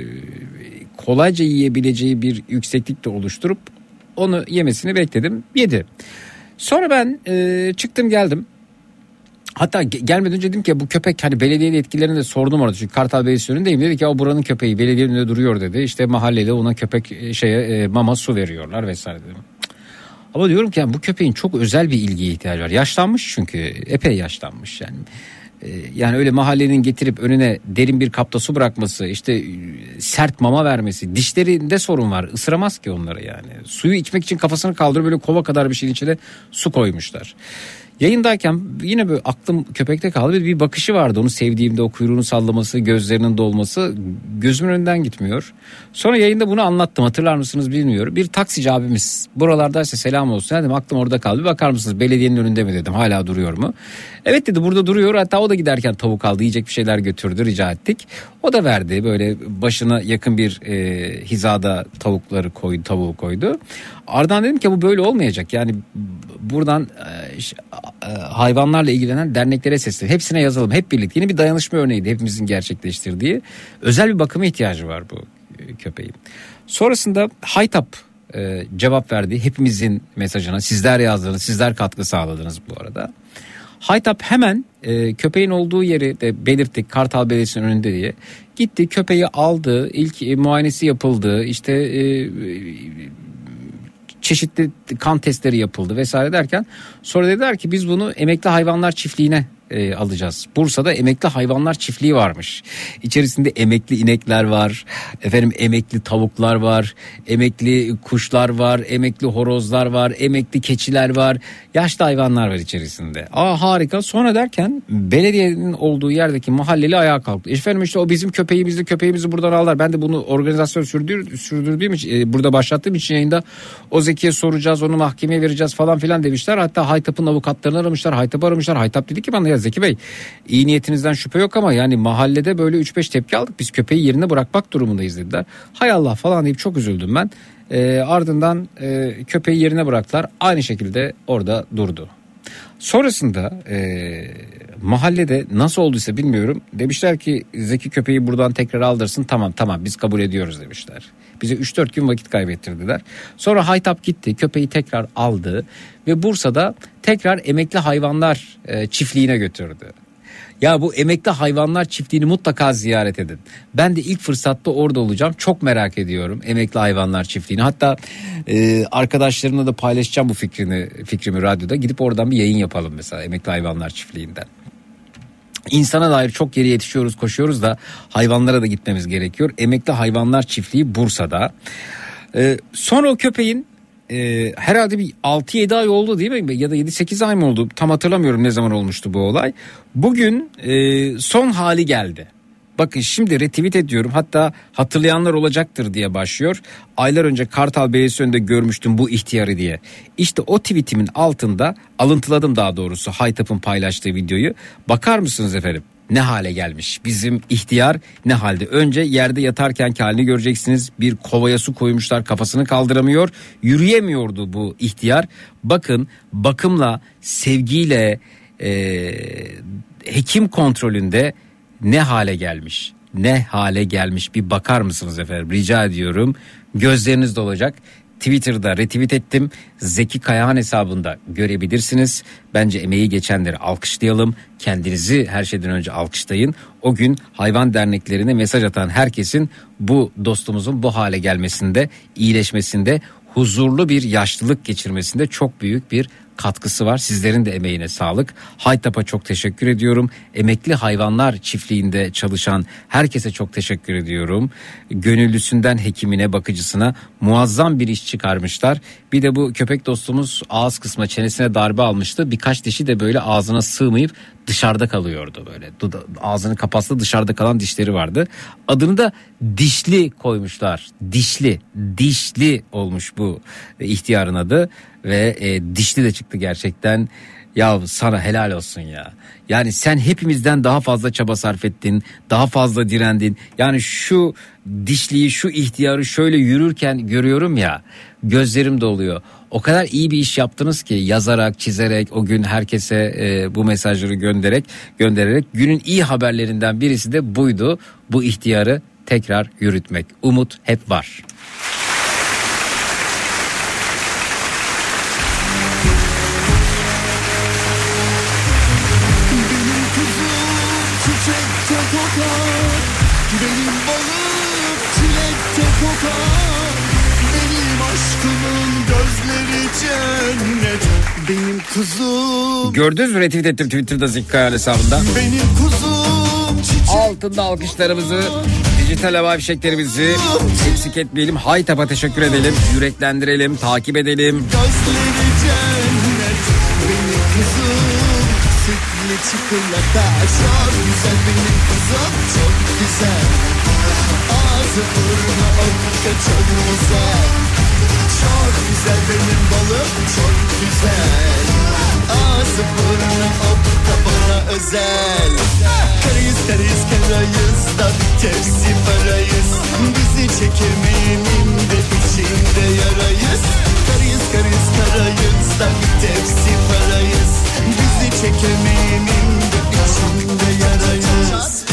kolayca yiyebileceği bir yükseklikte oluşturup onu yemesini bekledim. Yedi. Sonra ben e, çıktım geldim. Hatta gelmeden önce dedim ki bu köpek hani belediye yetkililerine de sordum orada. Çünkü Kartal Belediyesi önündeyim. Dedi ki ya buranın köpeği belediyenin önünde duruyor dedi. İşte mahallede ona köpek şeye e, mama su veriyorlar vesaire dedim. Ama diyorum ki yani bu köpeğin çok özel bir ilgiye ihtiyacı var. Yaşlanmış çünkü, epey yaşlanmış yani. Yani öyle mahallenin getirip önüne derin bir kapta su bırakması, işte sert mama vermesi, dişlerinde sorun var, ısıramaz ki onları yani. Suyu içmek için kafasını kaldırıp böyle kova kadar bir şeyin içine su koymuşlar. Yayındayken yine böyle aklım köpekte kaldı. Bir bakışı vardı onu sevdiğimde, o kuyruğunu sallaması, gözlerinin dolması gözümün önünden gitmiyor. Sonra yayında bunu anlattım, hatırlar mısınız bilmiyorum. Bir taksici abimiz buralardaysa selam olsun dedim, aklım orada kaldı. Bir bakar mısınız belediyenin önünde mi dedim, hala duruyor mu? Evet dedi, burada duruyor, hatta o da giderken tavuk aldı, yiyecek bir şeyler götürdü, rica ettik. O da verdi, böyle başına yakın bir e, hizada tavukları koydu, tavuğu koydu. Ardından dedim ki bu böyle olmayacak yani, buradan e, hayvanlarla ilgilenen derneklere seslenelim. Hepsine yazalım hep birlikte. Yeni bir dayanışma örneğiydi hepimizin gerçekleştirdiği. Özel bir bakıma ihtiyacı var bu köpeğin. Sonrasında Haytap e, cevap verdi hepimizin mesajına. Sizler yazdınız, sizler katkı sağladınız bu arada. Haytap hemen e, köpeğin olduğu yeri de belirttik, Kartal Belediyesi'nin önünde diye. Gitti, köpeği aldı, ilk e, muayenesi yapıldı, işte e, çeşitli kan testleri yapıldı vesaire derken sonra dediler ki biz bunu emekli hayvanlar çiftliğine e, alacağız. Bursa'da emekli hayvanlar çiftliği varmış. İçerisinde emekli inekler var, efendim emekli tavuklar var, emekli kuşlar var, emekli horozlar var, emekli keçiler var, yaşlı hayvanlar var içerisinde. Aa harika. Sonra derken belediyenin olduğu yerdeki mahalleli ayağa kalktı. Efendim işte o bizim köpeğimizi köpeğimizi buradan aldılar. Ben de bunu organizasyon sürdür, sürdürdüğüm için e, burada başlattığım için yayında o Zeki'ye soracağız, onu mahkemeye vereceğiz falan filan demişler. Hatta Haytap'ın avukatlarını aramışlar, Haytap'ı aramışlar. Haytap dedi ki bana ya Zeki Bey, iyi niyetinizden şüphe yok ama yani mahallede böyle üç beş tepki aldık, biz köpeği yerine bırakmak durumundayız dediler. Hay Allah falan deyip çok üzüldüm ben. E, ardından e, köpeği yerine bıraktılar, aynı şekilde orada durdu. Sonrasında e, mahallede nasıl olduysa bilmiyorum. Demişler ki Zeki köpeği buradan tekrar aldırsın. Tamam tamam biz kabul ediyoruz demişler. Bize üç dört gün vakit kaybettirdiler. Sonra Haytap gitti, köpeği tekrar aldı ve Bursa'da tekrar emekli hayvanlar e, çiftliğine götürdü. Ya bu emekli hayvanlar çiftliğini mutlaka ziyaret edin. Ben de ilk fırsatta orada olacağım. Çok merak ediyorum emekli hayvanlar çiftliğini. Hatta e, arkadaşlarımla da paylaşacağım bu fikrini, fikrimi radyoda. Gidip oradan bir yayın yapalım mesela emekli hayvanlar çiftliğinden. İnsana dair çok geri yetişiyoruz, koşuyoruz da hayvanlara da gitmemiz gerekiyor. Emekli hayvanlar çiftliği Bursa'da. E, sonra o köpeğin e, herhalde bir altı yedi ay oldu değil mi? Ya da yedi sekiz ay mı oldu? Tam hatırlamıyorum ne zaman olmuştu bu olay. Bugün e, son hali geldi. Bakın şimdi retweet ediyorum, hatta hatırlayanlar olacaktır diye başlıyor. Aylar önce Kartal Belediyesi önünde görmüştüm bu ihtiyarı diye. İşte o tweetimin altında alıntıladım daha doğrusu Haytap'ın paylaştığı videoyu. Bakar mısınız efendim? Ne hale gelmiş bizim ihtiyar, ne halde? Önce yerde yatarkenki halini göreceksiniz. Bir kovaya su koymuşlar, kafasını kaldıramıyor, yürüyemiyordu bu ihtiyar. Bakın bakımla, sevgiyle, e, hekim kontrolünde ne hale gelmiş, ne hale gelmiş, bir bakar mısınız efendim, rica ediyorum. Gözleriniz dolacak. Twitter'da retweet ettim. Zeki Kayahan hesabında görebilirsiniz. Bence emeği geçenleri alkışlayalım. Kendinizi her şeyden önce alkışlayın. O gün hayvan derneklerine mesaj atan herkesin bu dostumuzun bu hale gelmesinde, iyileşmesinde, huzurlu bir yaşlılık geçirmesinde çok büyük bir katkısı var. Sizlerin de emeğine sağlık. Haytap'a çok teşekkür ediyorum. Emekli hayvanlar çiftliğinde çalışan herkese çok teşekkür ediyorum. Gönüllüsünden hekimine, bakıcısına muazzam bir iş çıkarmışlar. Bir de bu köpek dostumuz ağız kısmına, çenesine darbe almıştı. Birkaç dişi de böyle ağzına sığmayıp dışarıda kalıyordu böyle. Ağzını kapatsa dışarıda kalan dişleri vardı. Adını da Dişli koymuşlar. Dişli, dişli olmuş bu ihtiyarın adı ve e, dişli de çıktı gerçekten. Ya sana helal olsun ya. Yani sen hepimizden daha fazla çaba sarf ettin, daha fazla direndin. Yani şu dişliyi, şu ihtiyarı şöyle yürürken görüyorum ya, gözlerim doluyor. O kadar iyi bir iş yaptınız ki, yazarak, çizerek, o gün herkese e, bu mesajları göndererek, göndererek günün iyi haberlerinden birisi de buydu. Bu ihtiyarı tekrar yürütmek. Umut hep var. Benim balım çilekte kokar, benim aşkımın gözleri cennet, benim kuzum. Gördünüz mü, retweet ettim Twitter'da Zeki Kayahan hesabında. Benim kuzum çiçek. Altında alkışlarımızı, dijital hava fişeklerimizi eksik etmeyelim. Haytap'a teşekkür edelim, yüreklendirelim, takip edelim. Gözleri cennet, benim kuzum sütlü çikolata, çok güzel benim kuzum, çok güzel. Ağzı burnu okka çok güzel, çok güzel benim balım, çok güzel. Ağzı burnu okka bana özel. Karayız karayız karayız da bir tepsi parayız. Bizi çekemeyenin de içinde yarayız. Karayız karayız karayız da bir tepsi parayız. Bizi çekemeyenin de içinde yarayız.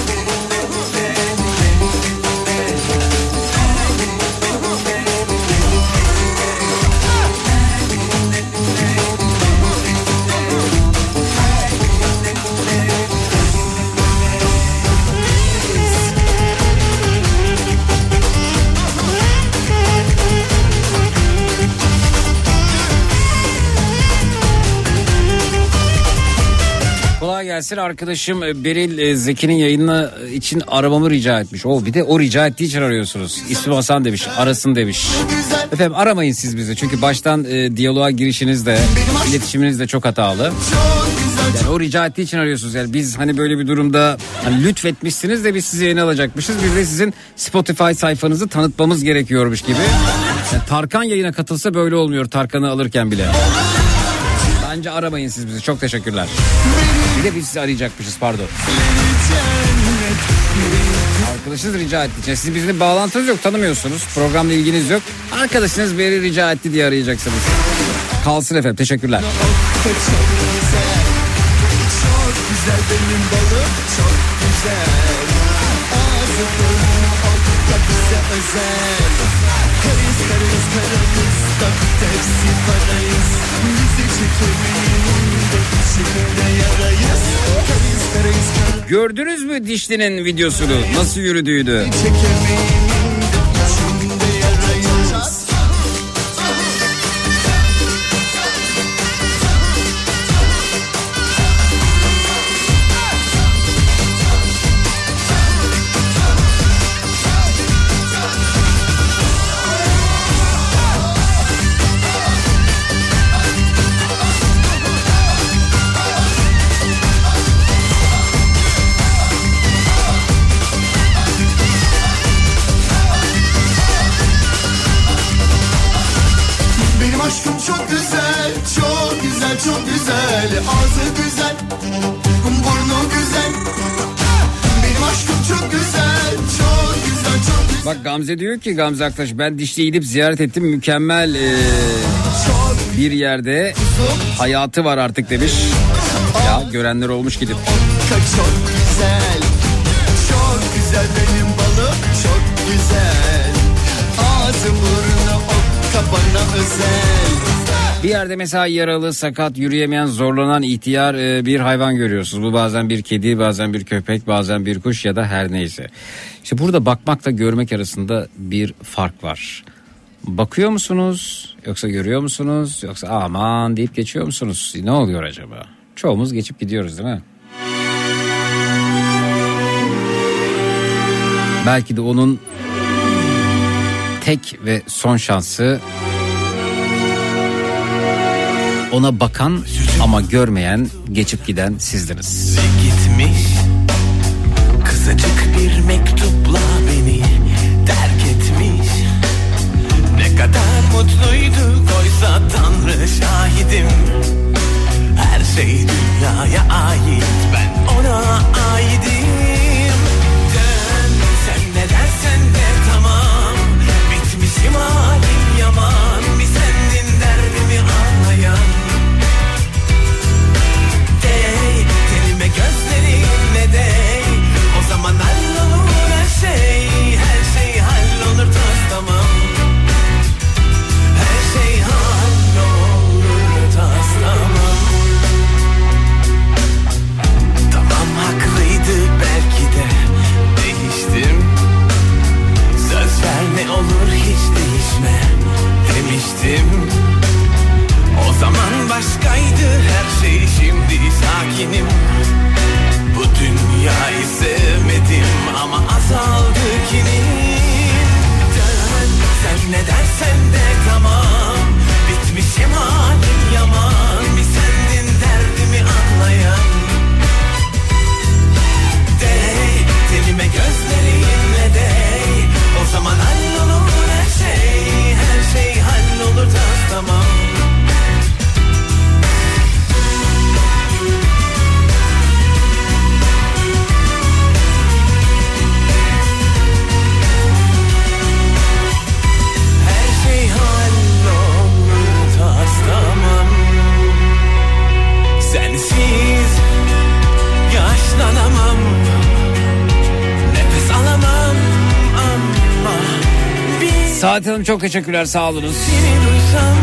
Kolay gelsin arkadaşım Beril, Zeki'nin yayını için aramamı rica etmiş. O bir de o rica ettiği için arıyorsunuz. İsmi Hasan demiş, arasın demiş. Efendim aramayın siz bizi, çünkü baştan e, diyaloğa girişiniz de, iletişiminiz de çok hatalı. Yani o rica ettiği için arıyorsunuz. Yani biz hani böyle bir durumda hani lütfetmişsiniz de biz sizi yayına alacakmışız. Biz de sizin Spotify sayfanızı tanıtmamız gerekiyormuş gibi. Yani Tarkan yayına katılsa böyle olmuyor, Tarkan'ı alırken bile. Bence aramayın siz bizi. Çok teşekkürler. Bir de biz sizi arayacakmışız, pardon. arkadaşınız rica etti. Sizin bizimle bağlantınız yok, tanımıyorsunuz. Programla ilginiz yok. Arkadaşınız biri rica etti diye arayacaksınız. Kalsın efendim, teşekkürler. Çok güzel, çok güzel benim balım, çok güzel. Ağzı burnu oldukça bize özel. Karız karız kararız da bir tepsi parayız. Bizi çekemeyin de içimde yarayız. Karız karız kararız. Gördünüz mü Dişli'nin videosunu? Nasıl yürüdüğünü? Çekemeyin de içimde yarayız. Aşkım çok güzel, çok güzel, çok güzel. Ağzı güzel, burnu güzel. Benim aşkım çok güzel, çok güzel, çok güzel. Bak Gamze diyor ki, Gamze arkadaş, ben Dişli'ye gidip ziyaret ettim. Mükemmel ee, bir yerde hayatı var artık demiş. Ya görenler olmuş gidip. Çok güzel, çok güzel benim balım, çok güzel. Ağzı burnu okka bana özel. Bir yerde mesela yaralı, sakat, yürüyemeyen, zorlanan, ihtiyar e, bir hayvan görüyorsunuz. Bu bazen bir kedi, bazen bir köpek, bazen bir kuş ya da her neyse. İşte burada bakmakla görmek arasında bir fark var. Bakıyor musunuz yoksa görüyor musunuz yoksa aman deyip geçiyor musunuz? Ne oluyor acaba? Çoğumuz geçip gidiyoruz değil mi? Belki de onun tek ve son şansı ona bakan ama görmeyen, geçip giden sizdiniz. Gitmiş, kısacık bir mektupla beni terk etmiş. Ne kadar mutluyduk oysa Tanrı şahidim. Her şey dünyaya ait, ben ona aidim. Dön, sen ne dersen de tamam. Bitmişim halim yaman, bir sendin derdimi anlayan. Gözlerinle değ, o zaman hallolur her şey. Her şey hallolur tas tamam. Her şey hallolur tas tamam. Tamam haklıydı belki de, değiştim. Söz ver ne olur hiç değişme demiştim. O zaman başkaydı her şey, şimdi sakinim. Bu dünyayı sevmedim ama azaldı kinim. Dön, sen ne dersen de tamam. Bitmişim halim yaman, bir sendin derdimi anlayan. Değ, tenime gözlerinle değ, o zaman hallolur her şey. Her şey hallolur tas tamam. Sensiz yaşlanamam, nefes alamam ama bir... Saat Hanım çok teşekkürler, sağ olunuz. Seni duysam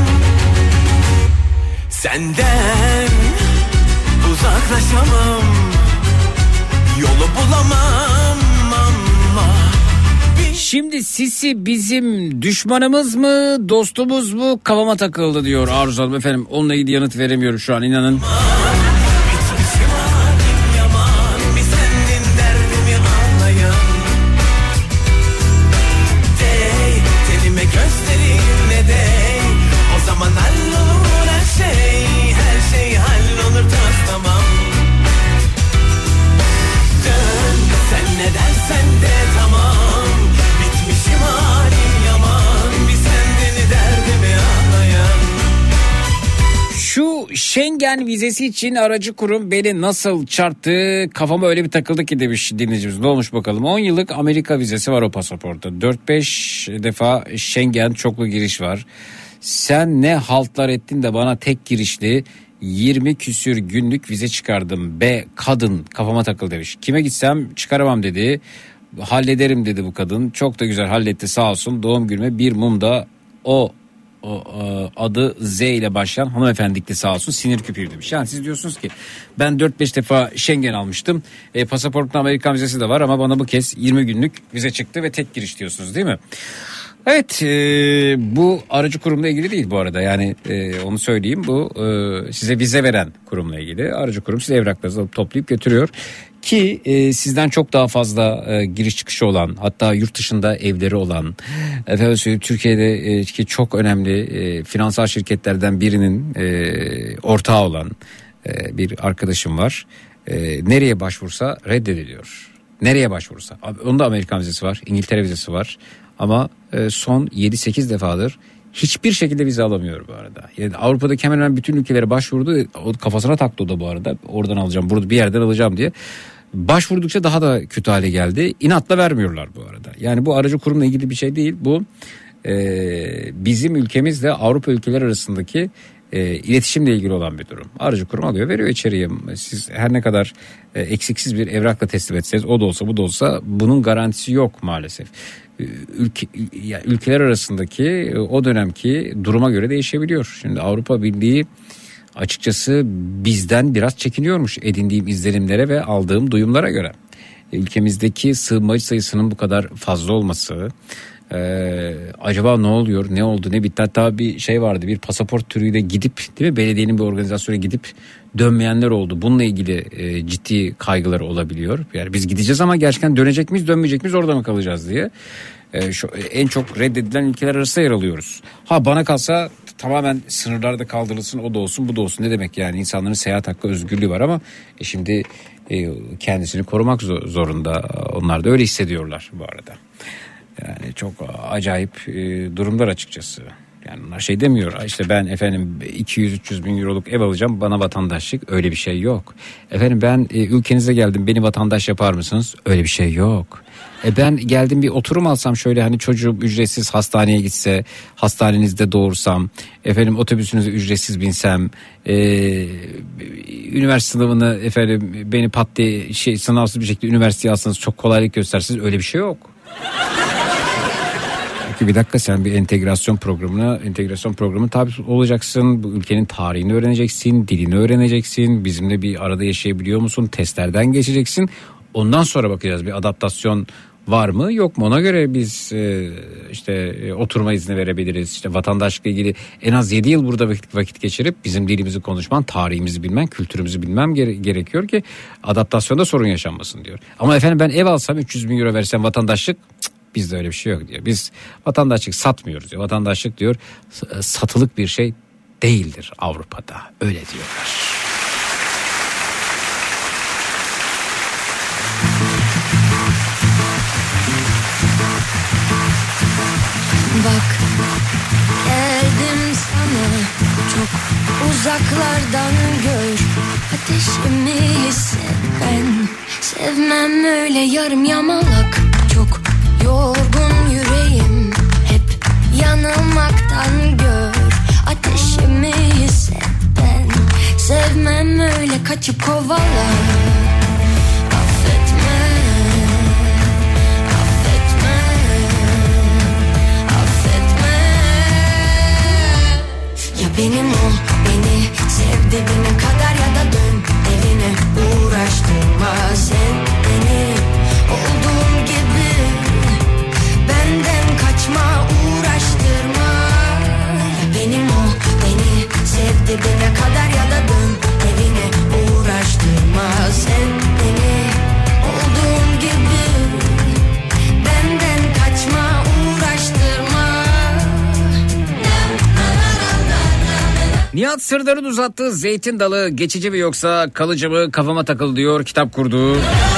senden uzaklaşamam, yolu bulamam ama bir... Şimdi Sisi bizim düşmanımız mı, dostumuz mu, kafama takıldı diyor Arzu Hanım. Efendim onunla ilgili yanıt veremiyorum şu an, inanın. Schengen vizesi için aracı kurum beni nasıl çarptı, kafama öyle bir takıldı ki demiş dinleyicimiz. Ne olmuş bakalım. on yıllık Amerika vizesi var o pasaportta. dört beş defa Schengen çoklu giriş var. Sen ne haltlar ettin de bana tek girişli yirmi küsür günlük vize çıkardım be kadın, kafama takıl demiş. Kime gitsem çıkaramam dedi. Hallederim dedi bu kadın. Çok da güzel halletti sağ olsun. Doğum günüme bir mum da o, o adı Z ile başlayan hanımefendikti sağ olsun, sinir küpüğü demiş. Yani siz diyorsunuz ki ben dört beş defa Schengen almıştım. E, pasaportun Amerikan vizesi de var ama bana bu kez yirmi günlük vize çıktı ve tek giriş diyorsunuz değil mi? Evet, e, bu aracı kurumla ilgili değil bu arada, yani e, onu söyleyeyim, bu e, size vize veren kurumla ilgili. Aracı kurum size evraklarınızı alıp toplayıp götürüyor ki e, sizden çok daha fazla e, giriş çıkışı olan, hatta yurt dışında evleri olan, efendim söyleyeyim Türkiye'de e, ki çok önemli e, finansal şirketlerden birinin e, ortağı olan e, bir arkadaşım var. E, nereye başvursa reddediliyor. Nereye başvursa. Onun da Amerikan vizesi var, İngiltere vizesi var. Ama son yedi sekiz defadır hiçbir şekilde vize alamıyor bu arada. Yani Avrupa'daki hemen hemen bütün ülkelere başvurdu. O kafasına taktı o da bu arada. Oradan alacağım, burada bir yerden alacağım diye. Başvurdukça daha da kötü hale geldi. İnatla vermiyorlar bu arada. Yani bu aracı kurumla ilgili bir şey değil. Bu e, bizim ülkemizle Avrupa ülkeleri arasındaki e, iletişimle ilgili olan bir durum. Aracı kurum alıyor, veriyor içeriye. Siz her ne kadar e, eksiksiz bir evrakla teslim etseniz, o da olsa bu da olsa, bunun garantisi yok maalesef. Ülke, yani ülkeler arasındaki o dönemki duruma göre değişebiliyor. Şimdi Avrupa Birliği açıkçası bizden biraz çekiniyormuş edindiğim izlenimlere ve aldığım duyumlara göre. Ülkemizdeki sığınmacı sayısının bu kadar fazla olması, Ee, acaba ne oluyor, ne oldu, ne bitti? Hatta bir şey vardı, bir pasaport türüyle gidip, değil mi, belediyenin bir organizasyona gidip dönmeyenler oldu. Bununla ilgili e, ciddi kaygıları olabiliyor. Yani biz gideceğiz ama gerçekten dönecek miyiz, dönmeyecek miyiz, orada mı kalacağız diye. E, şu, en çok reddedilen ülkeler arasında yer alıyoruz. Ha bana kalsa tamamen sınırlarda kaldırılsın, o da olsun bu da olsun, ne demek yani, insanların seyahat hakkı, özgürlüğü var ama e, şimdi e, kendisini korumak zorunda, onlar da öyle hissediyorlar bu arada. Yani çok acayip e, durumlar açıkçası. Yani onlar şey demiyor, işte ben efendim iki yüz üç yüz bin euroluk ev alacağım, bana vatandaşlık, öyle bir şey yok. Efendim ben e, ülkenize geldim, beni vatandaş yapar mısınız? Öyle bir şey yok. E ben geldim bir oturum alsam şöyle, hani çocuğum ücretsiz hastaneye gitse, hastanenizde doğursam, efendim otobüsünüze ücretsiz binsem, e, üniversite sınavını efendim beni pat diye şey, sınavsız bir şekilde üniversiteye alsanız, çok kolaylık göstersiniz, öyle bir şey yok. Bir dakika, sen bir entegrasyon programına, entegrasyon programı tabi olacaksın. Bu ülkenin tarihini öğreneceksin, dilini öğreneceksin. Bizimle bir arada yaşayabiliyor musun? Testlerden geçeceksin. Ondan sonra bakacağız bir adaptasyon var mı yok mu? Ona göre biz e, işte e, oturma izni verebiliriz. İşte vatandaşlıkla ilgili en az yedi yıl burada vakit, vakit geçirip bizim dilimizi konuşman, tarihimizi bilmen, kültürümüzü bilmem gere- gerekiyor ki adaptasyonda sorun yaşanmasın diyor. Ama efendim ben ev alsam üç yüz bin euro versem vatandaşlık, cık, bizde öyle bir şey yok diyor. Biz vatandaşlık satmıyoruz diyor. Vatandaşlık diyor satılık bir şey değildir Avrupa'da. Öyle diyorlar. Bak geldim sana çok uzaklardan, gör ateşimi hisset, ben sevmem öyle yarım yamalak. Çok yorgun yüreğim hep yanılmaktan, gör ateşimi hisset, ben sevmem öyle kaçıp kovala. Benim ol, beni sev dibine kadar ya da dön evine, uğraştırma sen beni olduğum gibi, benden kaçma, uğraştırma. Ya benim ol, beni sev dibine kadar ya da dön evine, uğraştırma sen beni olduğum gibi, benden kaçma, uğraştırma. Nihat Sırdar'ın uzattığı zeytin dalı geçici mi yoksa kalıcı mı, kafama takıl diyor kitap kurdu.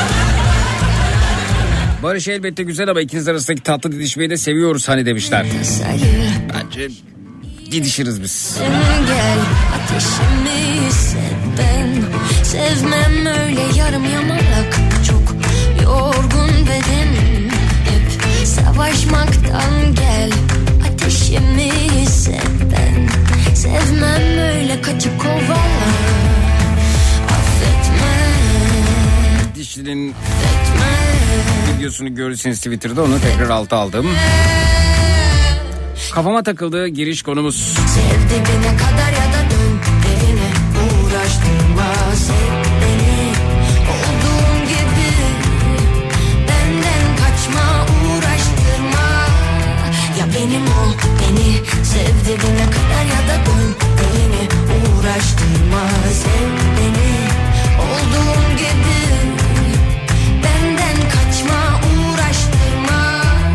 Barış elbette güzel ama ikiniz arasındaki tatlı didişmeyi de seviyoruz hani demişler. Bence didişiriz biz. Gel ateşimi hissetten, sevmem öyle yarım yamalak, çok yorgun bedenim hep savaşmaktan. Gel ateşimi hissetten, sevmem öyle kaçıp kovala, affetme. Dişli'nin videosunu görürseniz Twitter'da, onu tekrar alta aldım. Kafama takıldığı giriş konumuz. Sev dibine kadar ya da dön evine, uğraştırma sev beni olduğum gibi, benden kaçma uğraştırma. Ya benim ol beni, sev dibine kadar ya da dön evine, uğraştırma sev beni olduğum gibi, benden kaçma uğraştırma.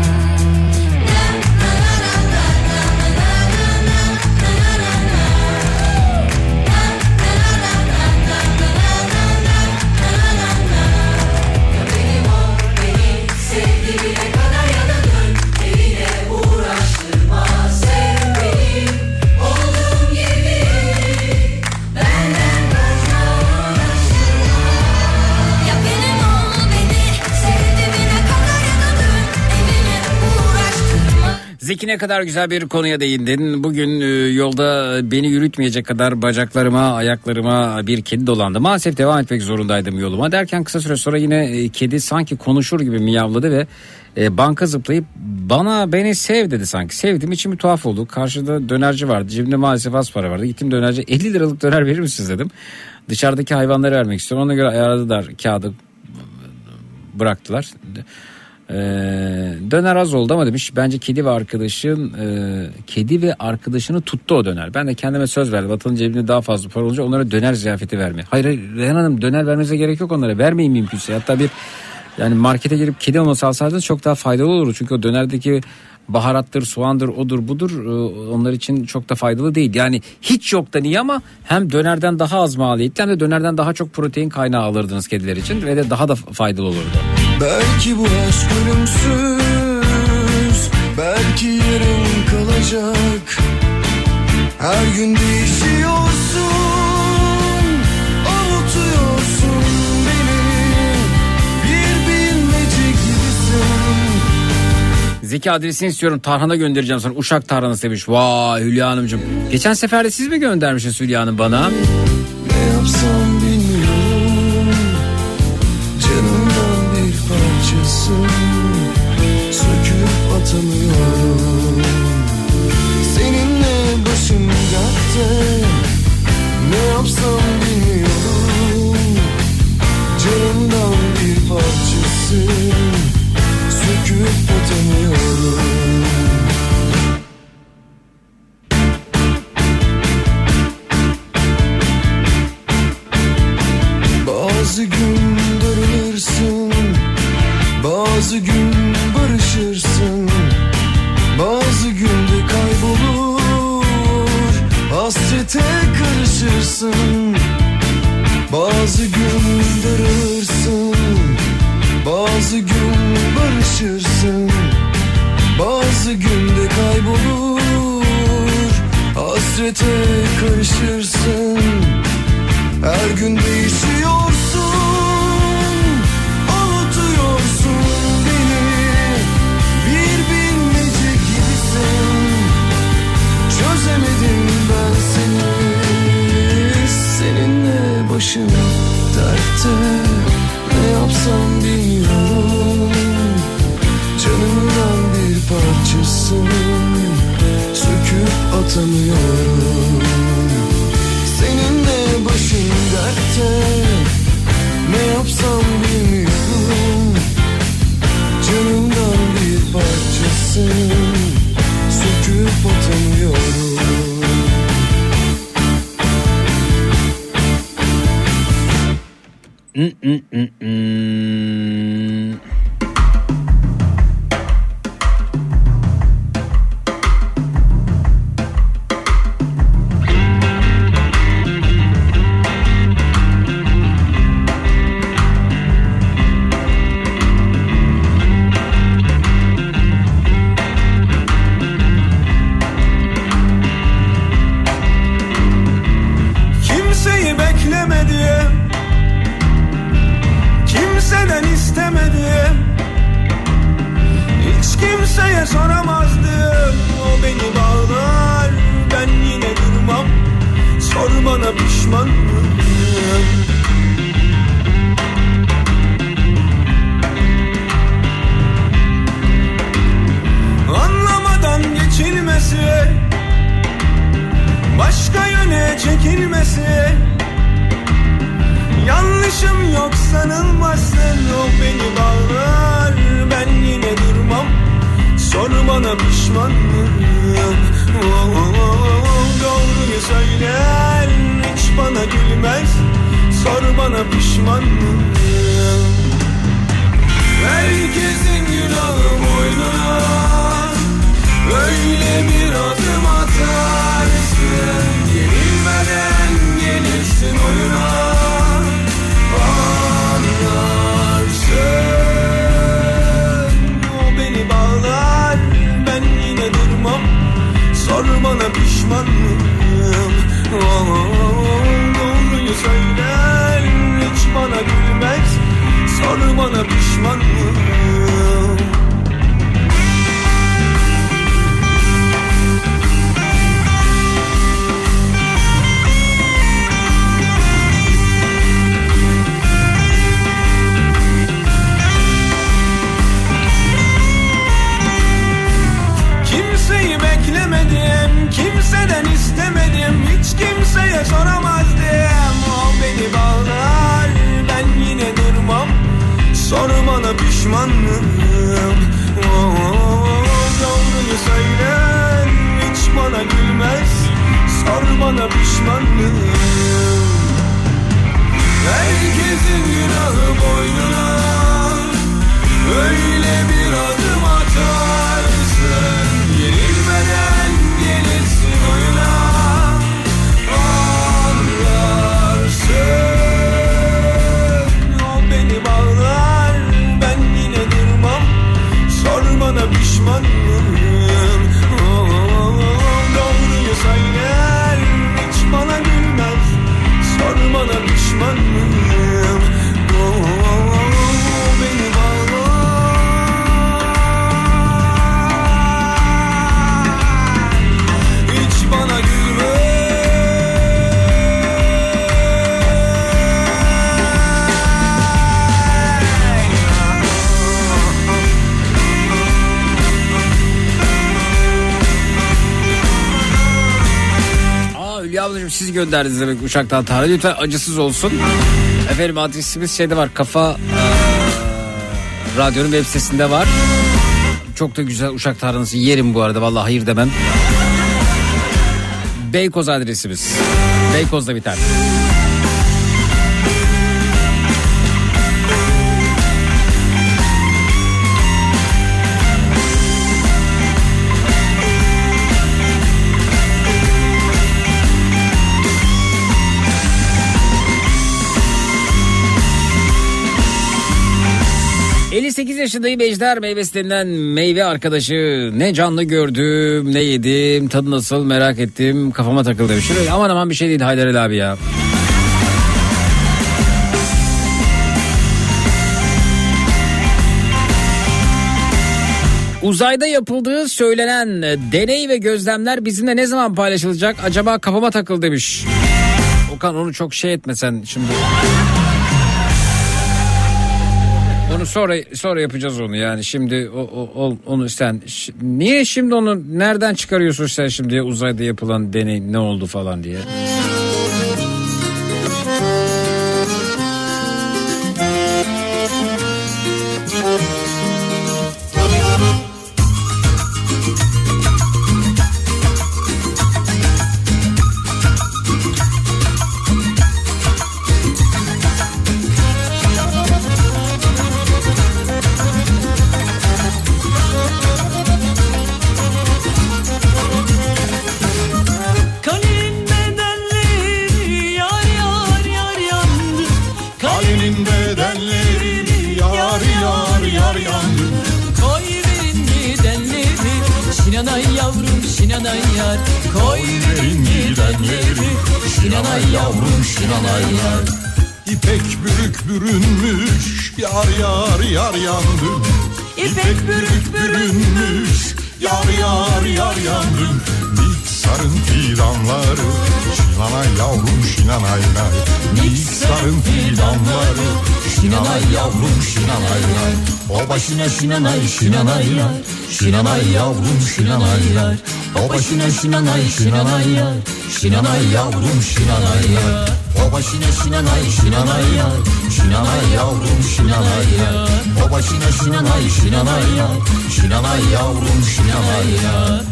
Zeki, ne kadar güzel bir konuya değindin. Bugün e, yolda beni yürütmeyecek kadar bacaklarıma, ayaklarıma bir kedi dolandı. Maalesef devam etmek zorundaydım yoluma. Derken kısa süre sonra yine e, kedi sanki konuşur gibi miyavladı ve e, banka zıplayıp bana beni sev dedi sanki. Sevdim, içim bir tuhaf oldu. Karşıda dönerci vardı. Cebimde maalesef az para vardı. Gittim dönerci, elli liralık döner verir misiniz dedim. Dışarıdaki hayvanları vermek istiyorum. Ona göre ayarladılar, kağıdı bıraktılar. Ee, döner az oldu ama demiş, bence kedi ve arkadaşın e, kedi ve arkadaşını tuttu o döner. Ben de kendime söz verdim, Vatan'ın cebinde daha fazla para olunca onlara döner ziyafeti vermeye. Hayır hayır Reyhan Hanım, döner vermenize gerek yok onlara, vermeyin mümkünse. Hatta bir yani markete girip kedi olması alsaydınız çok daha faydalı olur. Çünkü o dönerdeki baharattır, soğandır, odur budur, onlar için çok da faydalı değil. Yani hiç yoktan iyi ama hem dönerden daha az maliyetli hem de dönerden daha çok protein kaynağı alırdınız kediler için ve de daha da faydalı olurdu. Belki bu aşk ölümsüz, belki yarım kalacak. Her gün değişiyorsun, avutuyorsun beni, bir bilmece gibisin. Zeki, adresini istiyorum, tarhana göndereceğim sana. Uşak tarhanası demiş. Vay Hülya Hanımcığım. Geçen sefer de siz mi göndermişsiniz Hülya Hanım bana? Ne yapsam bilmiyorum, canımdan bir parçasın, söküp atamıyorum. Seninle başım dertte, ne yapsam bilmiyorum, canımdan bir parçasın, söküp atamıyorum. Bazı gün darılırsın, bazı gün barışırsın, bazı günde kaybolur, hasrete karışırsın. Bazı gün darılırsın, bazı gün barışırsın, bazı günde kaybolur, hasrete karışırsın. Her gün değişiyorsun, avutuyorsun beni, bir bilmece gibisin. Çözemedim ben seni, seninle başım dertte, ne yapsam bilmiyorum, canımdan bir parçasın, söküp atamıyorum. Seninle başım dertte, ne yapsam bilmiyorum, canımdan bir parçasın, söküp atamıyorum. Mm, mm, mm, mm. beklemedim, hiç kimseye soramazdım. O beni bağlar, ben yine durmam. Sor bana pişman mıyım? Anlamadan geçilmesi, başka yöne çekilmesi, yanlışım yok sanılmasın. O beni bağlar, ben yine durmam. Sor bana pişman mıyım? Oh, oh, oh, doğruyu söyler, hiç bana gülmez. Sor bana pişman mıyım? Herkesin günahı boynuna, öyle bir adım atarsın, yenilmeden gelirsin oyuna, anlarsın. O beni bağlar, ben yine durmam. Sor bana pişman mıyım? Oh, doğruyu söyler, hiç bana gülmez. Sor bana pişman mıyım? Kimseyi beklemedim, kimseden istemedim, hiç kimseye soramazdım. O beni bağlar, ben yine durmam. Sor bana pişman mıyım? Oh, doğruyu söyler, hiç bana gülmez. Sor bana pişman mıyım? Herkesin günahı boynuna, öyle bir adım atarsın, yenilmeden gelirsin oyuna, anlarsın. O beni bağlar, ben yine durmam. Sor bana pişman mıyım? Oh, doğruyu söyler, hiç bana gülmez. Sor bana pişman mıyım? Oh, beni Hülya ablacığım siz gönderdiniz demek uçaktan tarih. Lütfen acısız olsun. Efendim adresimiz şeyde var. Kafa e, Radyo'nun web sitesinde var. Çok da güzel uçak tarhanası yerim bu arada. Vallahi hayır demem. Beykoz adresimiz. Beykoz'da biter. elli sekiz yaşındayım, ejder meyvesi denilen meyve arkadaşı. Ne canlı gördüm, ne yedim, tadı nasıl merak ettim, kafama takıldı bir şey. Aman aman bir şey değil Haydar Ali abi ya. Uzayda yapıldığı söylenen deney ve gözlemler bizimle ne zaman paylaşılacak? Acaba kafama takıldı demiş. Okan onu çok şey etmesen şimdi. Onu sonra sonra yapacağız onu yani şimdi o, o onu sen niye şimdi onu nereden çıkarıyorsun sen şimdi uzayda yapılan deney ne oldu falan diye. Şinanay yavrum şinanay yar, koy verin gidenleri. Şinanay yavrum şinanay yar. İpek bürük bürünmüş yar yar yar yandım. İpek bürük bürünmüş yar yar yar yandım. Niksarın fidanları şinanay yavrum şinanay nay. Niksarın fidanları şinanay yavrum şinanay nay. O başına şinanay şinanay yar. Şinanay yavrum şinanay yar. O başına şinanay şinanay yar. Şinanay yavrum şinanay yar. O başına şinanay şinanay yar. Şinanay yavrum şinanay yar. O başına şinanay şinanay yar. Şinanay yavrum şinanay yar.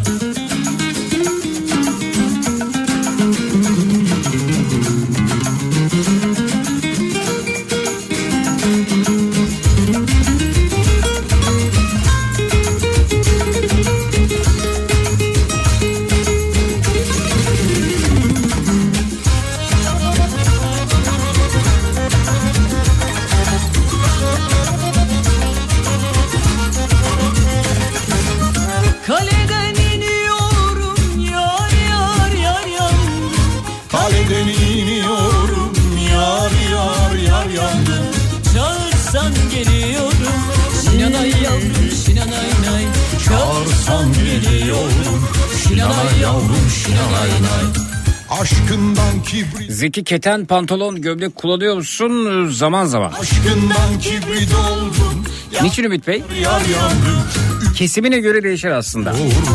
Aşkından kibrit. Zeki keten pantolon gömlek kullanıyor musun? Zaman zaman. Aşkından kibrit oldum. Niçin Ümit Bey? Yar yandım. Kesimine göre değişir aslında.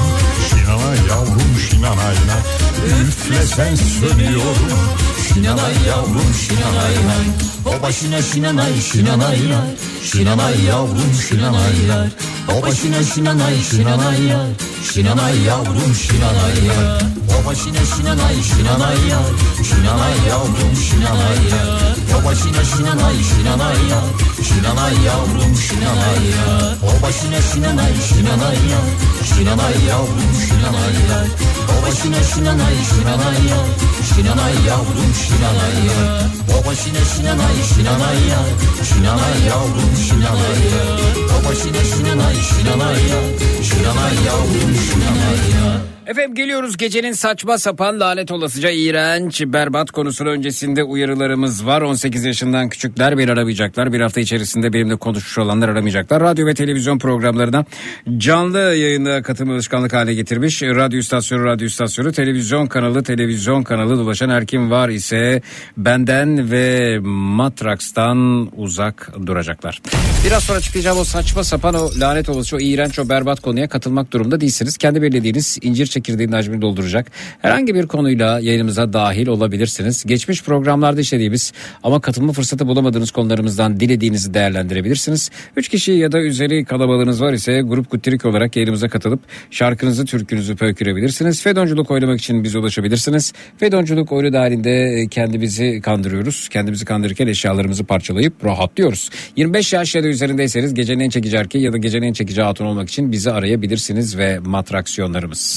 Şinanay yavrum şinanay nay. Üflesen sönüyorum. Şinanay yavrum şinanay nay. O başına şinanay şinanay yar. Şinanay yavrum şinanay yar. O başına şinanay şinanay yar. Şinanay yavrum şinanay yar. O başına şinanay şinanay yar. Şinanay yavrum şinanay yar. O başına şinanay şinanay yar. Şinanay yavrum şinanay yar. O başına şinanay şinanay yar. Şinanay yavrum şinanay yar. O başına şinanay şinanay yar. Şinanay yavrum şinanay yar. O başına şinanay şinanay yar. Şinanay yavrum şinanay yar. O başına şinanay şinanay yar. Şinanay yavrum şinanay yar. Efendim geliyoruz gecenin saçma sapan lanet olasıca iğrenç berbat konusunu öncesinde uyarılarımız var. on sekiz yaşından küçükler beni aramayacaklar. Bir hafta içerisinde benimle konuşmuş olanlar aramayacaklar. Radyo ve televizyon programlarına canlı yayına katılma alışkanlık haline getirmiş. Radyo istasyonu, radyo istasyonu, televizyon kanalı, televizyon kanalı dolaşan her kim var ise benden ve Matraks'tan uzak duracaklar. Biraz sonra çıkacağım o saçma sapan o lanet olası o iğrenç o berbat konuya katılmak durumunda değilsiniz. Kendi belirlediğiniz incir çekirdeğinin hacmini dolduracak herhangi bir konuyla yayınımıza dahil olabilirsiniz. Geçmiş programlarda işlediğimiz ama katılma fırsatı bulamadığınız konularımızdan dilediğinizi değerlendirebilirsiniz. üç kişi ya da üzeri kalabalığınız var ise grup kuttirik olarak yayınımıza katılıp şarkınızı, türkünüzü pöykürebilirsiniz. Fedonculuk oynamak için bize ulaşabilirsiniz. Fedonculuk oyunu dahilinde kendimizi kandırıyoruz. Kendimizi kandırırken eşyalarımızı parçalayıp rahatlıyoruz. yirmi beş yaş ya da üzerindeyseniz gecenin en çekici erkeği ya da gecenin en çekici hatun olmak için bizi arayabilirsiniz ve matraksiyonlarımız.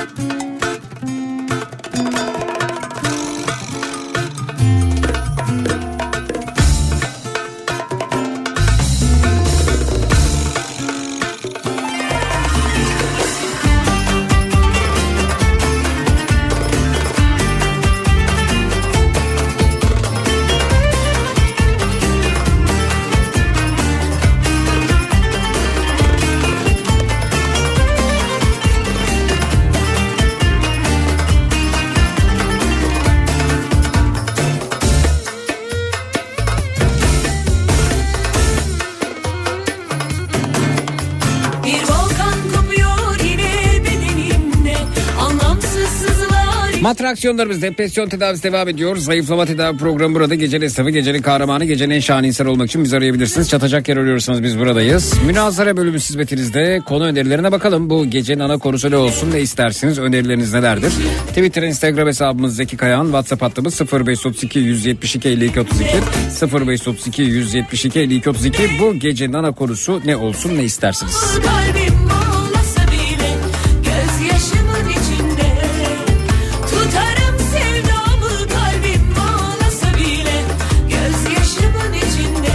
Matraksiyonlarımız depresyon tedavisi devam ediyor. Zayıflama tedavi programı burada. Gecenin esnafı, gecenin kahramanı, gecenin en şahane insan olmak için bizi arayabilirsiniz. Çatacak yer arıyorsanız biz buradayız. Münazara bölümü hizmetinizde. Konu önerilerine bakalım. Bu gecenin ana konusu ne olsun, ne istersiniz? Önerileriniz nelerdir? Twitter, Instagram hesabımız Zeki Kayağan. WhatsApp hattımız sıfır beş otuz iki yüz yetmiş iki elli iki otuz iki sıfır beş otuz iki yüz yetmiş iki elli iki otuz iki. Bu gecenin ana konusu ne olsun, ne istersiniz? Kalbim ağlasa bile gözyaşımın içinde tutarım sevdamı, kalbim ağlasa bile gözyaşımın içinde.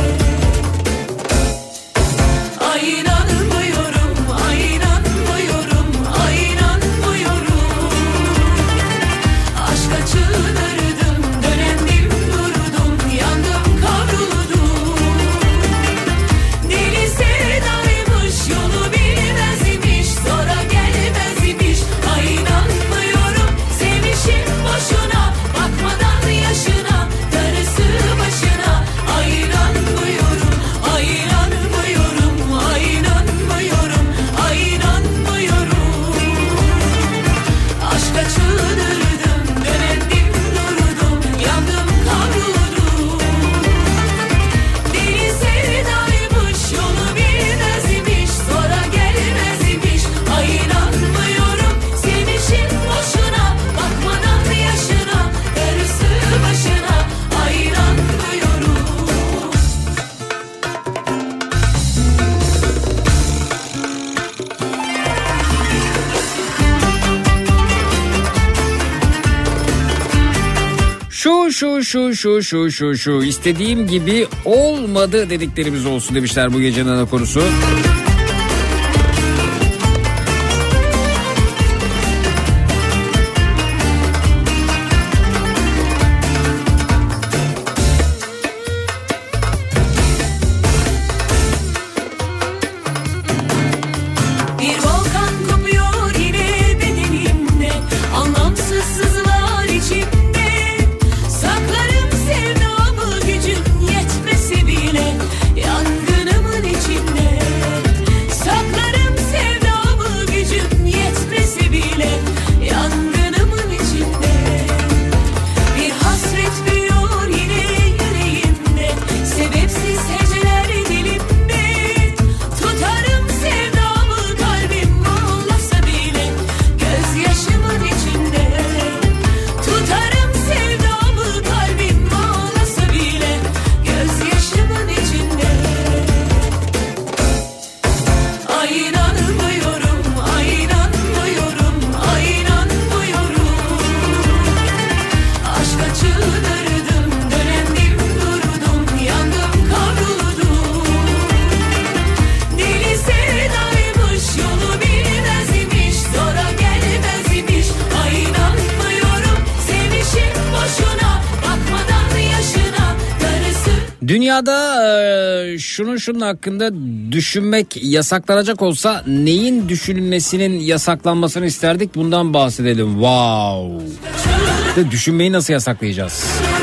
Ay inanmıyorum, ay inanmıyorum, ay inanmıyorum. Aşka çıldırdım, dönemdim durdum, yandım Şu şu şu şu şu şu şu istediğim gibi olmadı dediklerimiz olsun demişler bu gecenin ana konusu. Dünyada e, şunun şunun hakkında düşünmek yasaklanacak olsa neyin düşünülmesinin yasaklanmasını isterdik, bundan bahsedelim. Wow. De düşünmeyi nasıl yasaklayacağız?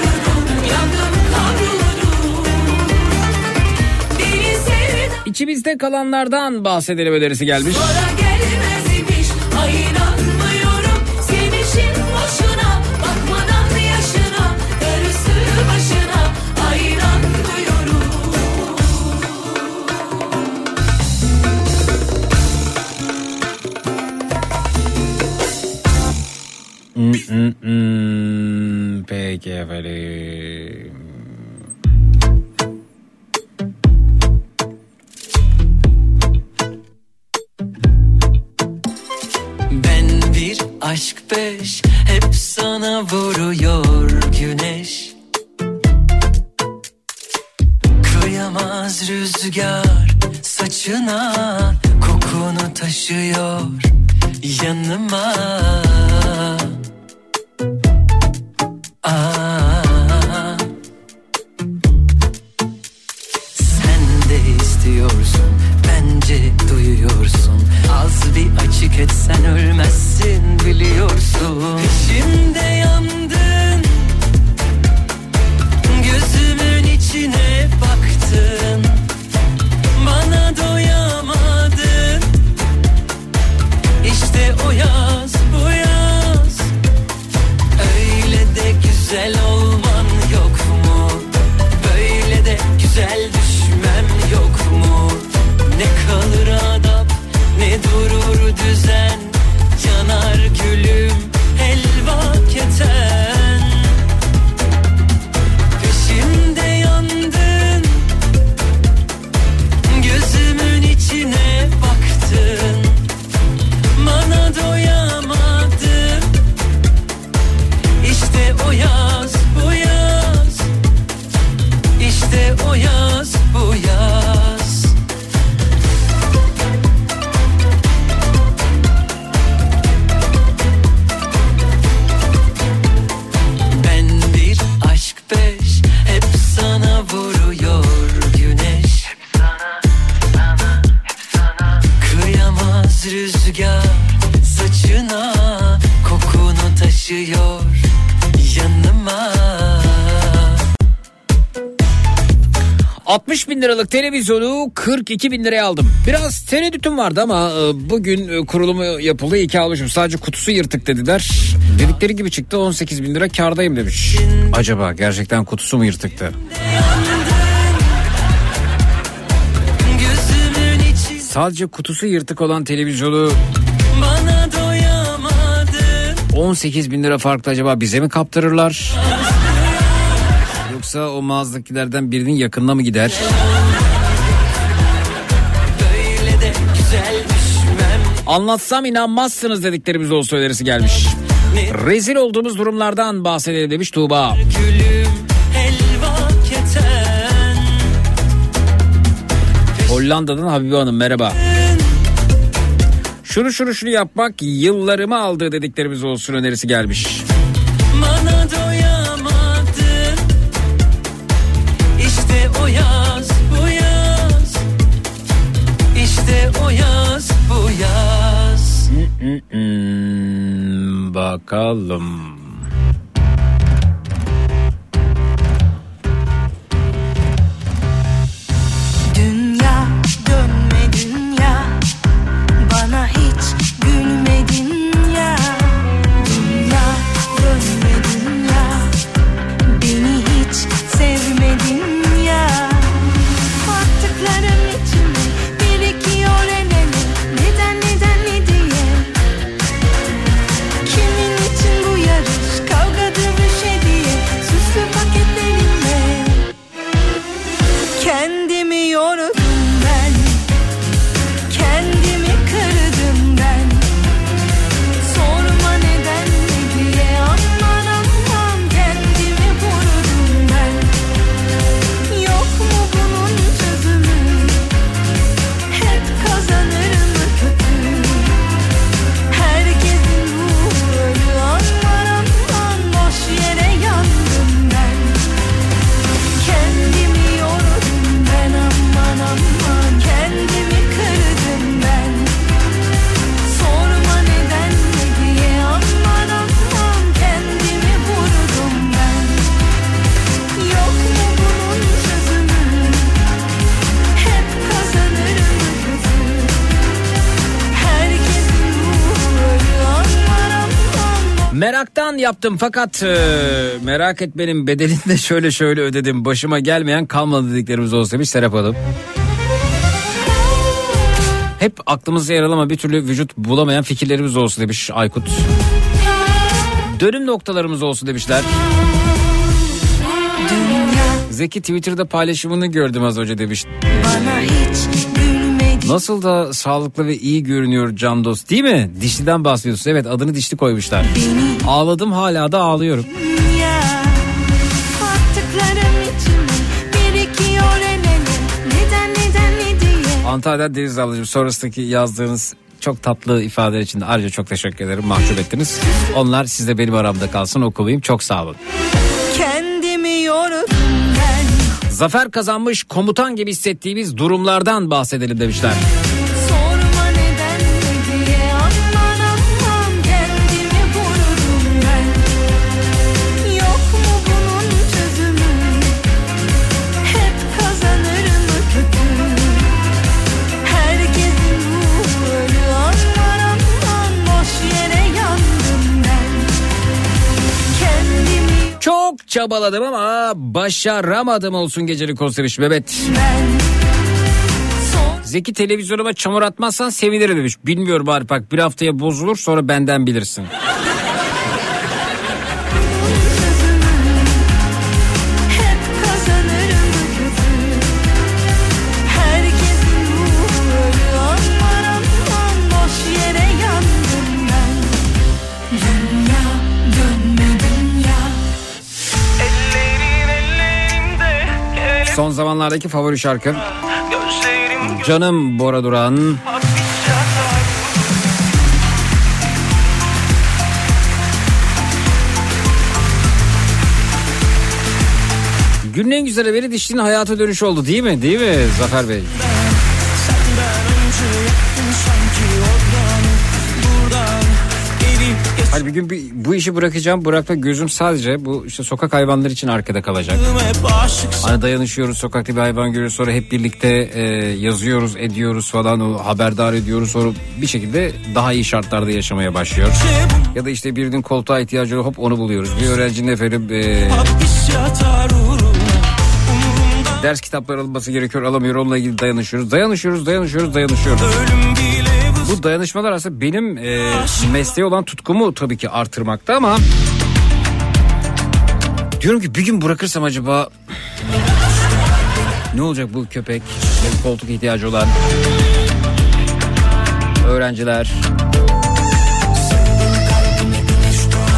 İçimizde kalanlardan bahsedelim önerisi gelmiş. Hmm, hmm, hmm. Peki efendim. Ben bir aşk beş, hep sana vuruyor güneş. Kıyamaz rüzgar saçına, kokunu taşıyor yanıma. Aa, sen de istiyorsun, bence duyuyorsun. Az bir açık etsen ölmezsin biliyorsun. Şimdi yandın, gözümün içine baktın, bana doyamadın. İşte o yaz, bu yaz, öyle de güzel olman yok mu? Böyle de güzel düşmem yok mu? Ne kalır adap, ne durur düzen, yanar gülüm helva keten. Peşimde yandın, gözümün içine baktın, bana doyamadın. İşte o yaz, bu yaz, işte o yaz, bu yaz. Ben bir aşk beş, hep sana vuruyor güneş. Hep sana, sana, hep sana. Kıyamaz rüzgar saçına, kokunu taşıyor yanıma. altmış bin liralık televizyonu kırk iki bin liraya aldım. Biraz tereddütüm vardı ama bugün kurulumu yapıldı, iki almışım. Sadece kutusu yırtık dediler. Dedikleri gibi çıktı, on sekiz bin lira kârdayım demiş. Acaba gerçekten kutusu mu yırtıktı? Sadece kutusu yırtık olan televizyonu on sekiz bin lira farklı acaba bize mi kaptırırlar? Yoksa o mağazadakilerden birinin yakınına mı gider? Anlatsam inanmazsınız dediklerimiz olsa önerisi gelmiş. Rezil olduğumuz durumlardan bahsedelim demiş Tuğba. Gülüm helva keten. Hollanda'dan Habibe Hanım merhaba. Şunu şunu şunu yapmak yıllarımı aldı dediklerimiz olsun önerisi gelmiş. Bana doyamadın. İşte o yaz bu yaz. İşte o yaz bu yaz. Hmm, bakalım. Dünya dönme dünya, bana hiç gülmedin ya. Dünya dönme dünya, beni hiç sevmedin ya. Baktıklarım içime birikiyor el ele, neden neden ne diye. Kimin için bu yarış, kavga dövüş hediye, süslü paketlerimle. Kendimi yordum ben, kendimi kırdım ben. Sorma neden ne diye, aman aman kendimi vurdum ben. Yok mu bunun çözümü, hep kazanır mı kötü? Herkesin ruhu ölü, aman aman boş yere yandım ben. Kendimi yordum ben, aman aman kendimi kırdım ben. Sorma neden ne diye, aman aman kendimi vurdum ben. Yok mu bunun çözümü, hep kazanır mı kötü? Herkesin ruhu ölü, aman aman. Meraktan yaptım fakat e, merak etmenin bedelini de şöyle şöyle ödedim. Başıma gelmeyen kalmadı dediklerimiz olsa demiş Serap Hanım. Hep aklımızda yer alan bir türlü vücut bulamayan fikirlerimiz olsun demiş Aykut. Dönüm noktalarımız olsun demişler. Zeki Twitter'da paylaşımını gördüm az önce demiş. Bana hiç gülmedin Nasıl da sağlıklı ve iyi görünüyor can dost değil mi? Dişliden bahsediyorsun. Evet adını dişli koymuşlar. Ağladım hala da ağlıyorum. ya. Baktıklarım içime birikiyor el ele, neden neden ne diye. Antalya'dan Deniz ablacığım sonrasındaki yazdığınız çok tatlı ifadeler için de ayrıca çok teşekkür ederim. Mahcup ettiniz. Onlar sizde benim aramda kalsın okumayayım. Çok sağ olun. Kendimi yordum ben. Zafer kazanmış komutan gibi hissettiğimiz durumlardan bahsedelim demişler. Sorma neden ne diye, aman aman kendimi vurdum ben. Yok mu bunun çözümü, hep kazanır mı kötü? Herkesin ruhu ölü, aman aman boş yere yandım ben. Kendimi Çok çabaladım ama başaramadım olsun gecelik konseriş Mehmet. Zeki televizyonuma çamur atmazsan sevinirim demiş. Bilmiyorum bari bak bir haftaya bozulur sonra benden bilirsin. hep kazanır mı kötü? Herkesin ruhu ölü, aman aman boş yere yandım ben. Dünya dönme dünya. Son zamanlardaki favori şarkım Canım Bora Duran. Günün en güzel haberi dişlinin hayata dönüşü oldu değil mi? Değil mi Zafer Bey? Hani bir gün bir, bu işi bırakacağım. Bırakma gözüm sadece bu işte sokak hayvanları için arkada kalacak. Hani dayanışıyoruz, sokakta bir hayvan görüyoruz, sonra hep birlikte e, yazıyoruz, ediyoruz falan, o haberdar ediyoruz, sonra bir şekilde daha iyi şartlarda yaşamaya başlıyor. Ya da işte birinin koltuğa ihtiyacı var, hop onu buluyoruz. Bir öğrencinin efendim e, ders kitapları alınması gerekiyor, alamıyor, onunla ilgili dayanışıyoruz. Dayanışıyoruz, dayanışıyoruz, dayanışıyoruz. Bu dayanışmalar aslında benim e, mesleğe olan tutkumu tabii ki artırmakta ama diyorum ki bir gün bırakırsam acaba ne olacak bu köpek, koltuk ihtiyacı olan öğrenciler.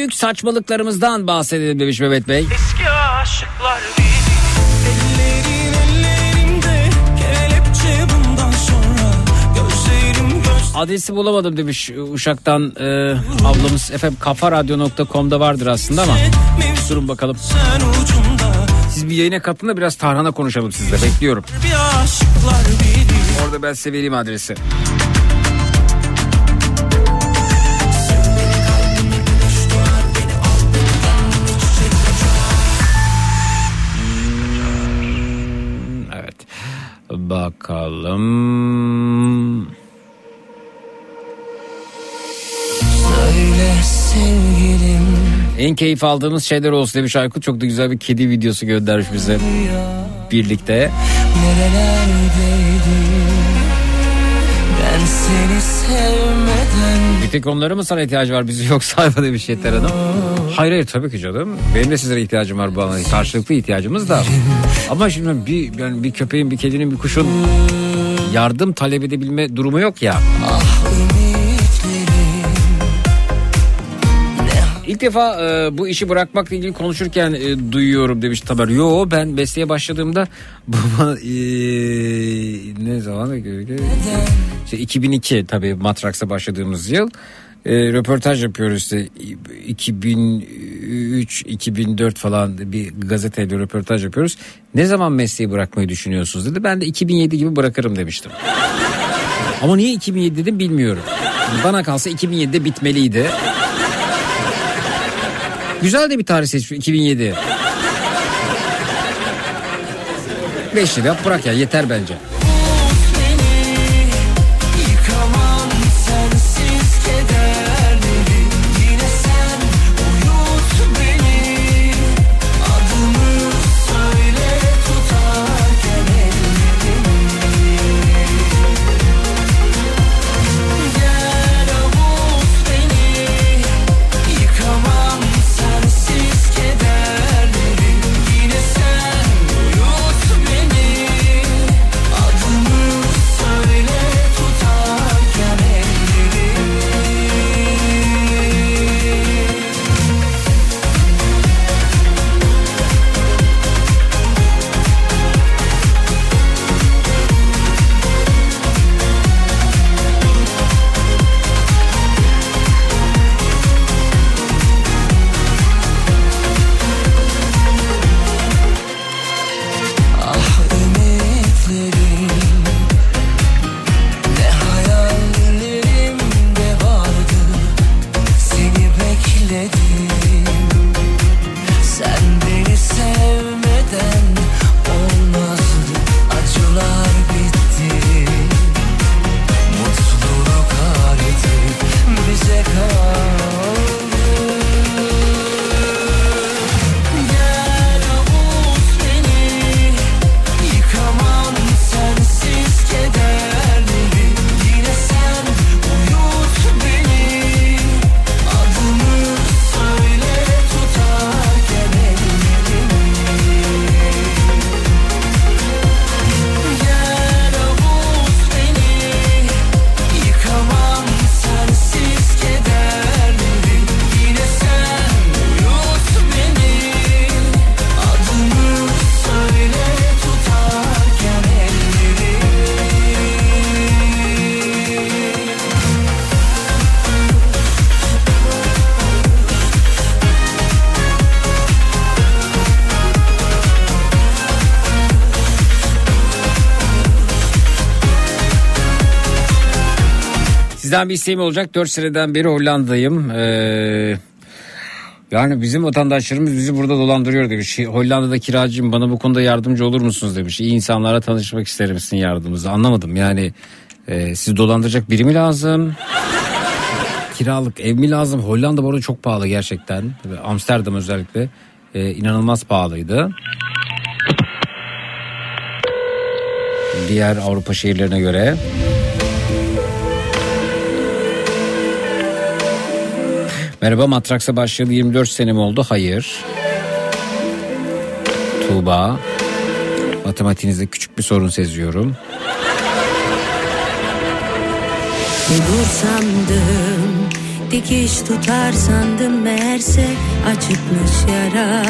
büyük saçmalıklarımızdan bahsedelim demiş Mehmet Bey. Eski aşıklar ellerin ellerimde kelepçe bundan sonra gözlerim göz... Adresi bulamadım demiş Uşak'tan e, ablamız. Efendim kafaradyo nokta com'da vardır aslında ama durun bakalım. Siz bir yayına katılın da biraz tarhana konuşalım sizle, bekliyorum. Orada ben size vereyim adresi. Evet. Bakalım. Söyle sevgilim. En keyif aldığımız şeyler olsun demiş Aykut. Çok da güzel bir kedi videosu göndermiş bize birlikte. Nerelerdeydim ben seni sevmeden. Bir tek onlara mı sana ihtiyacı var, bizi yok sayfa demiş Yeter Hanım. Hayır hayır tabii ki canım. Benim de sizlere ihtiyacım var, bu alana karşılıklı ihtiyacımız da. Ama şimdi bir, yani bir köpeğin, bir kedinin, bir kuşun yardım talep edebilme durumu yok ya. İlk defa e, bu işi bırakmakla ilgili konuşurken e, duyuyorum demiş Tamer. Yo, ben mesleğe başladığımda baba e, ne zaman işte iki bin iki tabii Matraks'a başladığımız yıl e, röportaj yapıyoruz işte iki bin üç iki bin dört falan bir gazeteyle röportaj yapıyoruz. Ne zaman mesleği bırakmayı düşünüyorsunuz dedi. Ben de iki bin yedi gibi bırakırım demiştim. Ama niye iki bin yedi dedim bilmiyorum. Bana kalsa iki bin yedide bitmeliydi. Güzel de bir tarih seçmiş iki bin yedi. beş yıl yap bırak ya, yeter bence. Yıkamam sensiz kederleri. Yine sen uyut beni. Adımı söyle tutarken ellerimi. Gel avut beni. Yıkamam sensiz kederleri. Yine sen uyut beni. Adımı söyle tutarken ellerimi. Ah ümitlerim, ne hayallerim de vardı. Seni bekledim. Sen beni sevmeden olmazdı. Acılar bitti. Mutluluk artık bize kaldı. Gel avut beni. Yıkamam sensiz kederleri. Yine sen uyut beni. Adımı söyle tutarken ellerimi. Gel avut beni. Yıkamam sensiz kederleri. Yine sen uyut beni. Adımı söyle tutarken ellerimi. Sizden bir isteğim olacak. dört seneden beri Hollanda'dayım. Ee, yani bizim vatandaşlarımız bizi burada dolandırıyor demiş. Hollanda'da kiracıyım, bana bu konuda yardımcı olur musunuz demiş. İyi insanlarla tanışmak isterim sizin yardımınızı. Anlamadım yani e, sizi dolandıracak biri mi lazım? Kiralık ev mi lazım? Hollanda bu arada çok pahalı gerçekten. Amsterdam özellikle e, inanılmaz pahalıydı. Diğer Avrupa şehirlerine göre. Merhaba, Matraks'a başlayalı yirmi dört senem oldu. Hayır. Tuğba. Matematiğinizde küçük bir sorun seziyorum. Dur sandım dikiş tutar sandım meğerse açıkmış yara.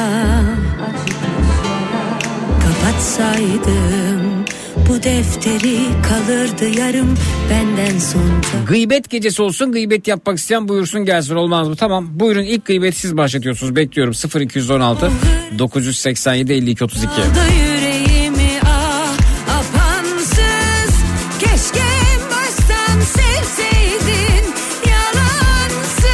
Kapatsaydım bu defteri kalırdı yarım benden sonra. Gıybet gecesi olsun, gıybet yapmak isteyen buyursun gelsin, olmaz mı? Tamam, buyurun, ilk gıybeti siz başlatıyorsunuz, bekliyorum. sıfır iki on altı dokuz seksen yedi elli iki otuz iki. Yüreğimi ah apansız, keşke en baştan sevseydin yalansız.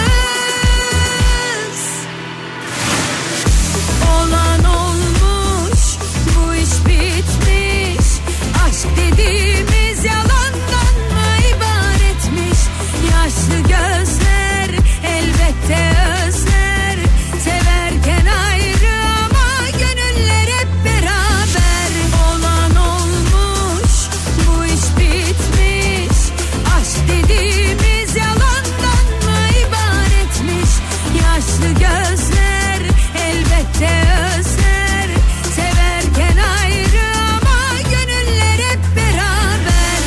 Olan olmuş, bu iş bitmiş. Aşk dediğimiz yalandan mı ibaretmiş? Yaşlı gözler elbette özler, severken ayrı ama gönüller hep beraber. Olan olmuş, bu iş bitmiş. Aşk dediğimiz yalandan mı ibaretmiş? Yaşlı gözler elbette özler, severken ayrı ama gönüller hep beraber.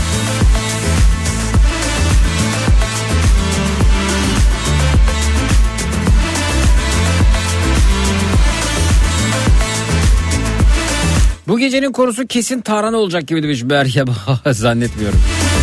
Bu gecenin konusu kesin tarhana olacak gibi demiş Meryem. Zannetmiyorum.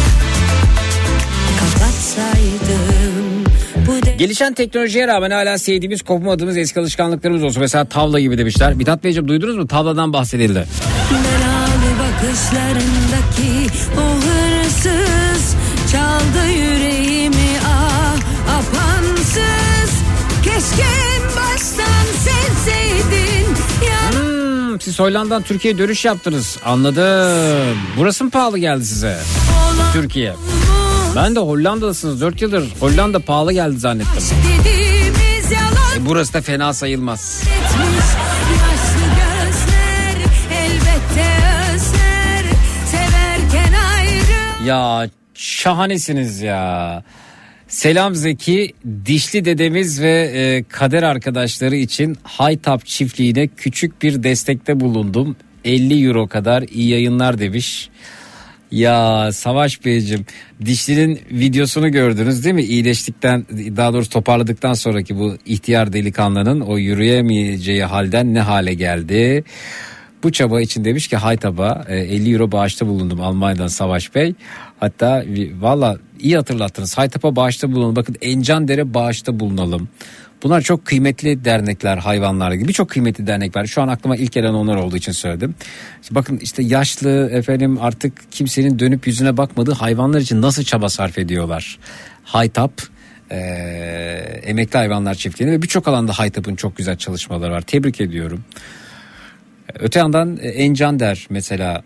Kapatsaydım bu de- Gelişen teknolojiye rağmen hala sevdiğimiz, kopmadığımız eski alışkanlıklarımız olsun. Mesela tavla gibi demişler. Mithat Beyciğim, duydunuz mu? Tavladan bahsedildi. belalı bakışlarındaki o hırsız çaldı yüreğimi ah apansız. Keşke en baştan sevseydin ya. Hmm, siz Hollanda'dan Türkiye'ye dönüş yaptınız. Anladım. Burası mı pahalı geldi size? Türkiye. Ben de Hollanda'dasınız. dört yıldır Hollanda pahalı geldi zannettim. Dediğimiz yalan E, burası da fena sayılmaz. etmiş. Yaşlı gözler elbette özler, severken ayrı. Ya şahanesiniz ya. Selam Zeki, Dişli dedemiz ve e, kader arkadaşları için Haytap çiftliğine küçük bir destekte bulundum. elli euro kadar, iyi yayınlar demiş. Ya Savaş Beyciğim, Dişli'nin videosunu gördünüz değil mi? İyileştikten, daha doğrusu toparladıktan sonraki bu ihtiyar delikanlının o yürüyemeyeceği halden ne hale geldi. Bu çaba için demiş ki Haytap'a elli euro bağışta bulundum Almanya'dan Savaş Bey. Hatta valla iyi hatırlattınız, Haytap'a bağışta bulunalım. Bakın Encandere bağışta bulunalım. Bunlar çok kıymetli dernekler, hayvanlar gibi. Birçok kıymetli dernek var. Şu an aklıma ilk gelen onlar olduğu için söyledim. İşte bakın işte yaşlı efendim, artık kimsenin dönüp yüzüne bakmadığı hayvanlar için nasıl çaba sarf ediyorlar. Haytap e, emekli hayvanlar çiftliğinde ve birçok alanda Haytap'ın çok güzel çalışmaları var. Tebrik ediyorum. Öte yandan Encander mesela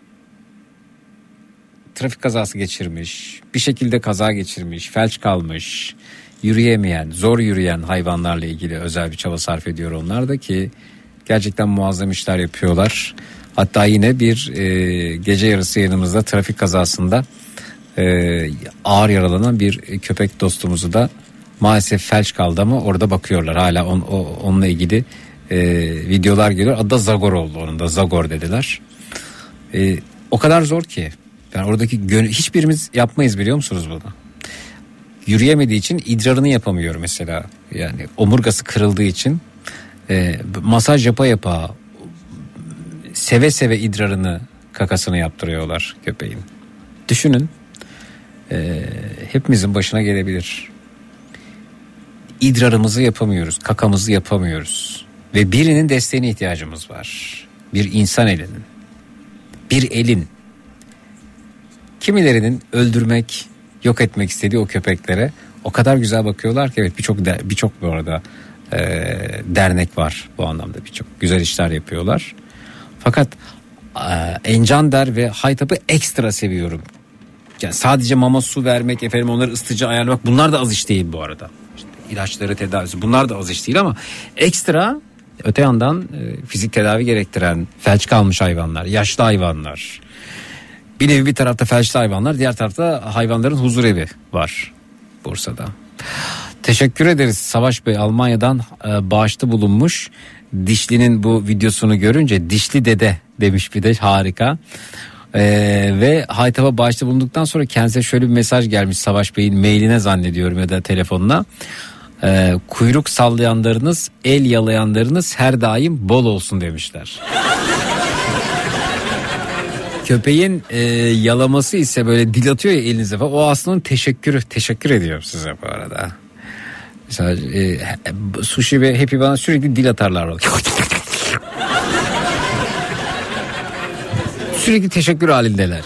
trafik kazası geçirmiş, bir şekilde kaza geçirmiş, felç kalmış, yürüyemeyen, zor yürüyen hayvanlarla ilgili özel bir çaba sarf ediyor onlar da ki gerçekten muazzam işler yapıyorlar. Hatta yine bir e, gece yarısı yanımızda trafik kazasında e, ağır yaralanan bir köpek dostumuzu da maalesef felç kaldı ama orada bakıyorlar. Hala on, o, onunla ilgili e, videolar geliyor. Adı da Zagor oldu, onun da Zagor dediler. E, o kadar zor ki. Yani oradaki gönül, hiçbirimiz yapmayız biliyor musunuz bunu? Yürüyemediği için idrarını yapamıyor mesela. Yani omurgası kırıldığı için e, masaj yapa yapa seve seve idrarını, kakasını yaptırıyorlar köpeğin. Düşünün, e, hepimizin başına gelebilir. İdrarımızı yapamıyoruz, kakamızı yapamıyoruz ve birinin desteğine ihtiyacımız var. Bir insan elinin, bir elin. Kimilerinin öldürmek, yok etmek istediği o köpeklere o kadar güzel bakıyorlar ki, evet, birçok birçok bu arada e, dernek var bu anlamda, birçok güzel işler yapıyorlar. Fakat e, Encander ve Haytap'ı ekstra seviyorum. Yani sadece mama, su vermek, efendim onları ısıtıcı ayarlamak, bunlar da az iş değil bu arada. İşte ilaçları, tedavisi, bunlar da az iş değil ama ekstra öte yandan e, fizik tedavi gerektiren felç kalmış hayvanlar, yaşlı hayvanlar. Bir nevi bir tarafta felçli hayvanlar, diğer tarafta hayvanların huzurevi var Bursa'da. Teşekkür ederiz Savaş Bey, Almanya'dan e, bağışta bulunmuş. Dişli'nin bu videosunu görünce Dişli dede demiş bir de, harika. Ee, ve Haytap'a bağışta bulunduktan sonra kendisine şöyle bir mesaj gelmiş Savaş Bey'in mailine zannediyorum ya da telefonuna. Ee, kuyruk sallayanlarınız, el yalayanlarınız her daim bol olsun demişler. Köpeğin e, yalaması ise böyle dil atıyor ya elinize falan. O aslında teşekkür teşekkür ediyor size bu arada. Mesela e, Sushi ve Happy bana sürekli dil atarlar. Sürekli teşekkür halindeler.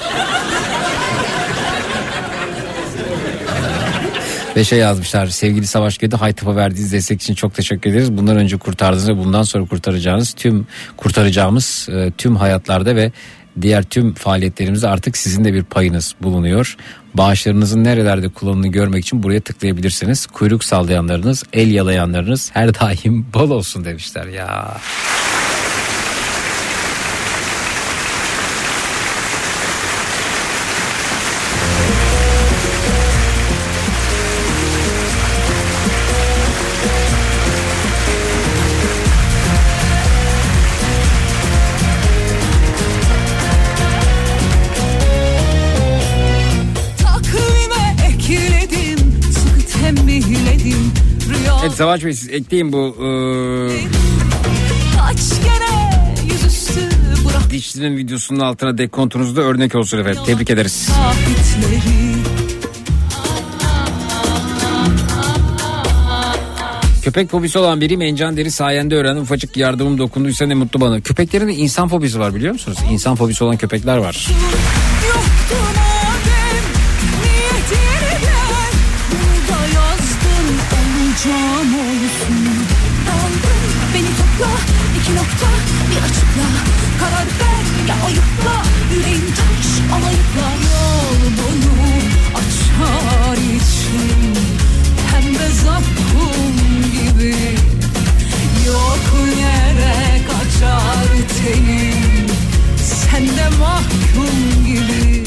Ve şey yazmışlar, sevgili Savaş Gödü, Haytap'a verdiğiniz destek için çok teşekkür ederiz. Bundan önce kurtardığınız ve bundan sonra kurtaracağınız tüm kurtaracağımız e, tüm hayatlarda ve diğer tüm faaliyetlerimizde artık sizin de bir payınız bulunuyor. Bağışlarınızın nerelerde kullanımını görmek için buraya tıklayabilirsiniz. Kuyruk sallayanlarınız, el yalayanlarınız her daim bol olsun demişler ya. Evet Savaş Bey, siz ekleyin bu e, dişlinin videosunun altına dekontunuzda örnek olsun efendim. Tebrik ederiz. Köpek fobisi olan biriyim, Encan Deri sayende öğrendim, ufacık yardımım dokunduysa ne mutlu bana. Köpeklerin de insan fobisi var, biliyor musunuz? İnsan fobisi olan köpekler var. Cam olsun. Daldım, beni topla, iki nokta bir açıkla. Karar ver ya ayıpla, yüreğin taş alayıpla. Yol boyu açar için pembe zakkum gibi. Yok yere kaçar tenim, sen de mahkum gibi.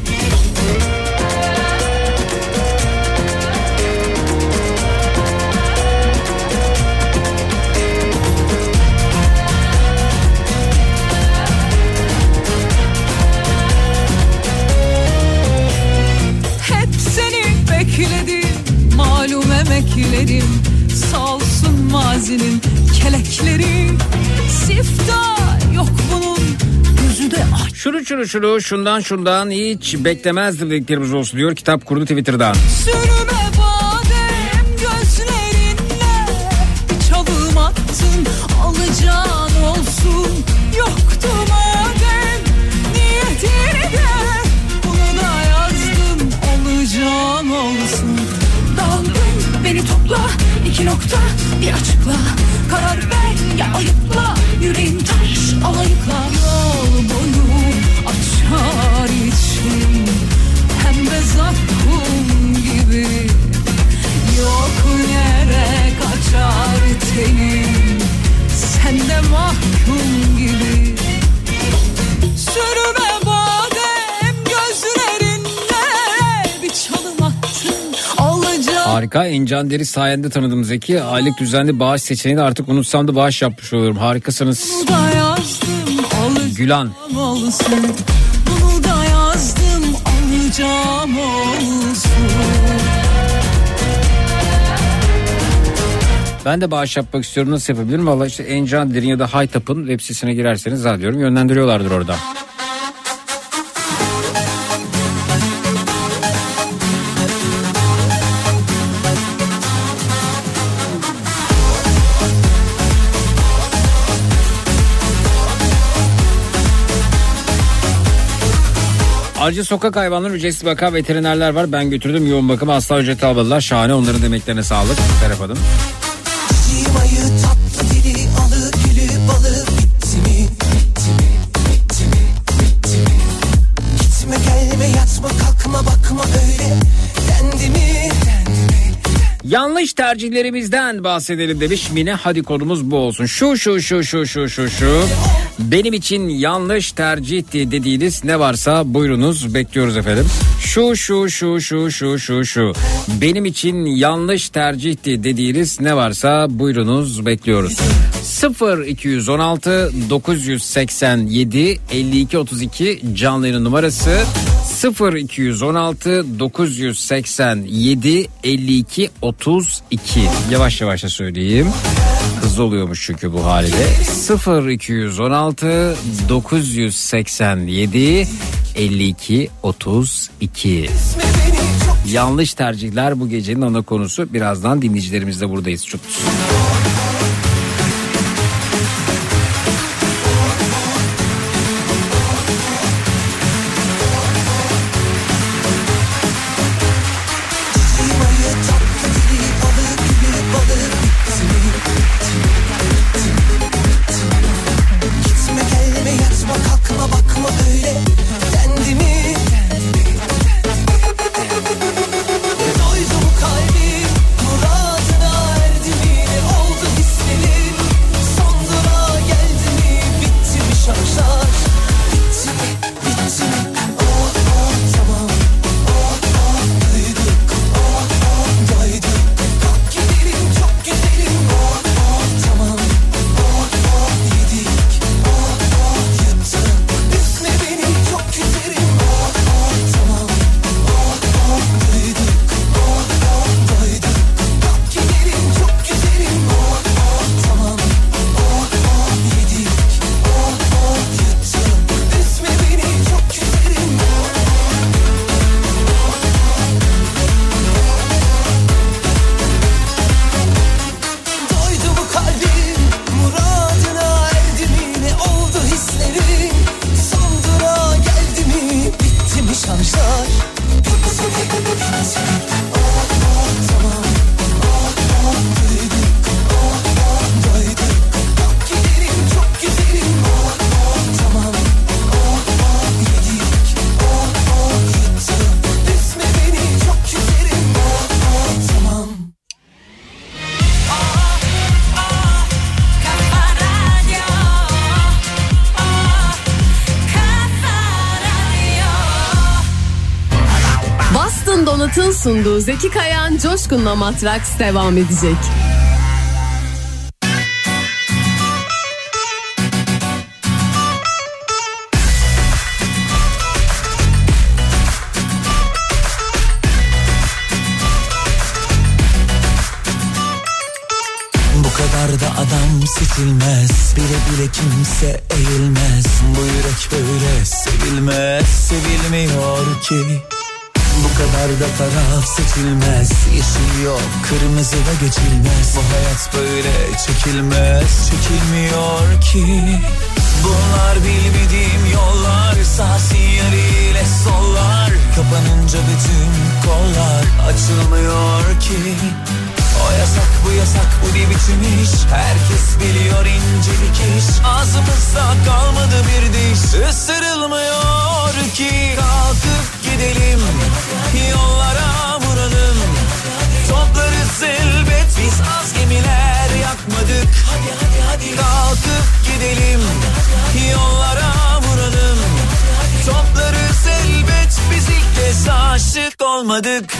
Bekledim, malum emeklerim, sağ olsun mazinin kelekleri. Siftah yok bunun, gözü de aç. Şunu şunu şunu şundan şundan hiç beklemezdim dediklerimiz olsun diyor Kitap Kurdu Twitter'dan. Sürüme badem gözlerinle, bir çalım attın alacağın olsun. Yoktu madem niyetini de, bunu da yazdım olacağım olsun. Daldım, beni topla, iki nokta bir açıkla. Karar ver ya ayıpla, yüreğin taş alayıkla. Yol boyu açar için pembe zakkum gibi. Yok yere kaçar tenim, sen de mahkum gibi. Sürüme badem gözlerinle, bir çalım attın alacağım. Harika, Encan Deri sayende tanıdım Zeki. Aylık düzenli bağış seçeneğini artık unutsam da bağış yapmış olurum. Harikasınız. Bunu da yazdım alacağım Gülan. olsun. Bunu da yazdım alacağım olsun. Ben de bağış yapmak istiyorum, nasıl yapabilirim? Valla işte Encan Deri'nin ya da Haytap'ın web sitesine girerseniz zannediyorum yönlendiriyorlardır orada. Ayrıca sokak hayvanları ücretsiz bakan veterinerler var. Ben götürdüm, yoğun bakıma, asla ücret almadılar. Şahane, onların demeklerine sağlık. Serap Hanım. Cimayı tatlı dili alı gülü balı bitti mi? Bitti mi? Bitti mi? Bitti mi? Gitme gelme yatma kalkma bakma öyle dendi mi? Dendi mi? Yanlış tercihlerimizden bahsedelim demiş Mine. Hadi konumuz bu olsun. Şu şu şu şu şu şu şu. Benim için yanlış tercihti dediğiniz ne varsa buyurunuz, bekliyoruz efendim. Şu şu şu şu şu şu şu. Benim için yanlış tercihti dediğiniz ne varsa buyurunuz, bekliyoruz. sıfır iki on altı dokuz seksen yedi elli iki otuz iki canlı yayın numarası. sıfır iki on altı dokuz seksen yedi elli iki otuz iki. Yavaş yavaş da söyleyeyim. Hızlı oluyormuş çünkü bu haliyle. sıfır iki on altı dokuz seksen yedi elli iki otuz iki. Yanlış tercihler bu gecenin ana konusu. Birazdan dinleyicilerimizle buradayız. Çok Donat'ın sunduğu Zeki Kayan Coşkun'la Matraks devam edecek. Bu kadar da adam seçilmez, bile bile kimse eğilmez. Bu yürek böyle sevilmez, sevilmiyor ki. Bu kadar da taraf seçilmez. Yeşil yok, kırmızı da geçilmez. Bu hayat böyle çekilmez, çekilmiyor ki. Bunlar bilmediğim yollar, sağ sinyaliyle sollar. Kapanınca bütün kollar açılmıyor ki. O yasak, bu yasak, bu ne biçim iş? Herkes biliyor incelik iş. Ağzımızda kalmadı bir diş, ısırılmıyor ki. Kalkıp gidelim, yollara vuralım. Toplarız elbet, biz az gemiler yakmadık. Hadi hadi hadi. Kalkıp gidelim, yollara vuralım. Toplarız elbet, biz ilk kez aşık olmadık.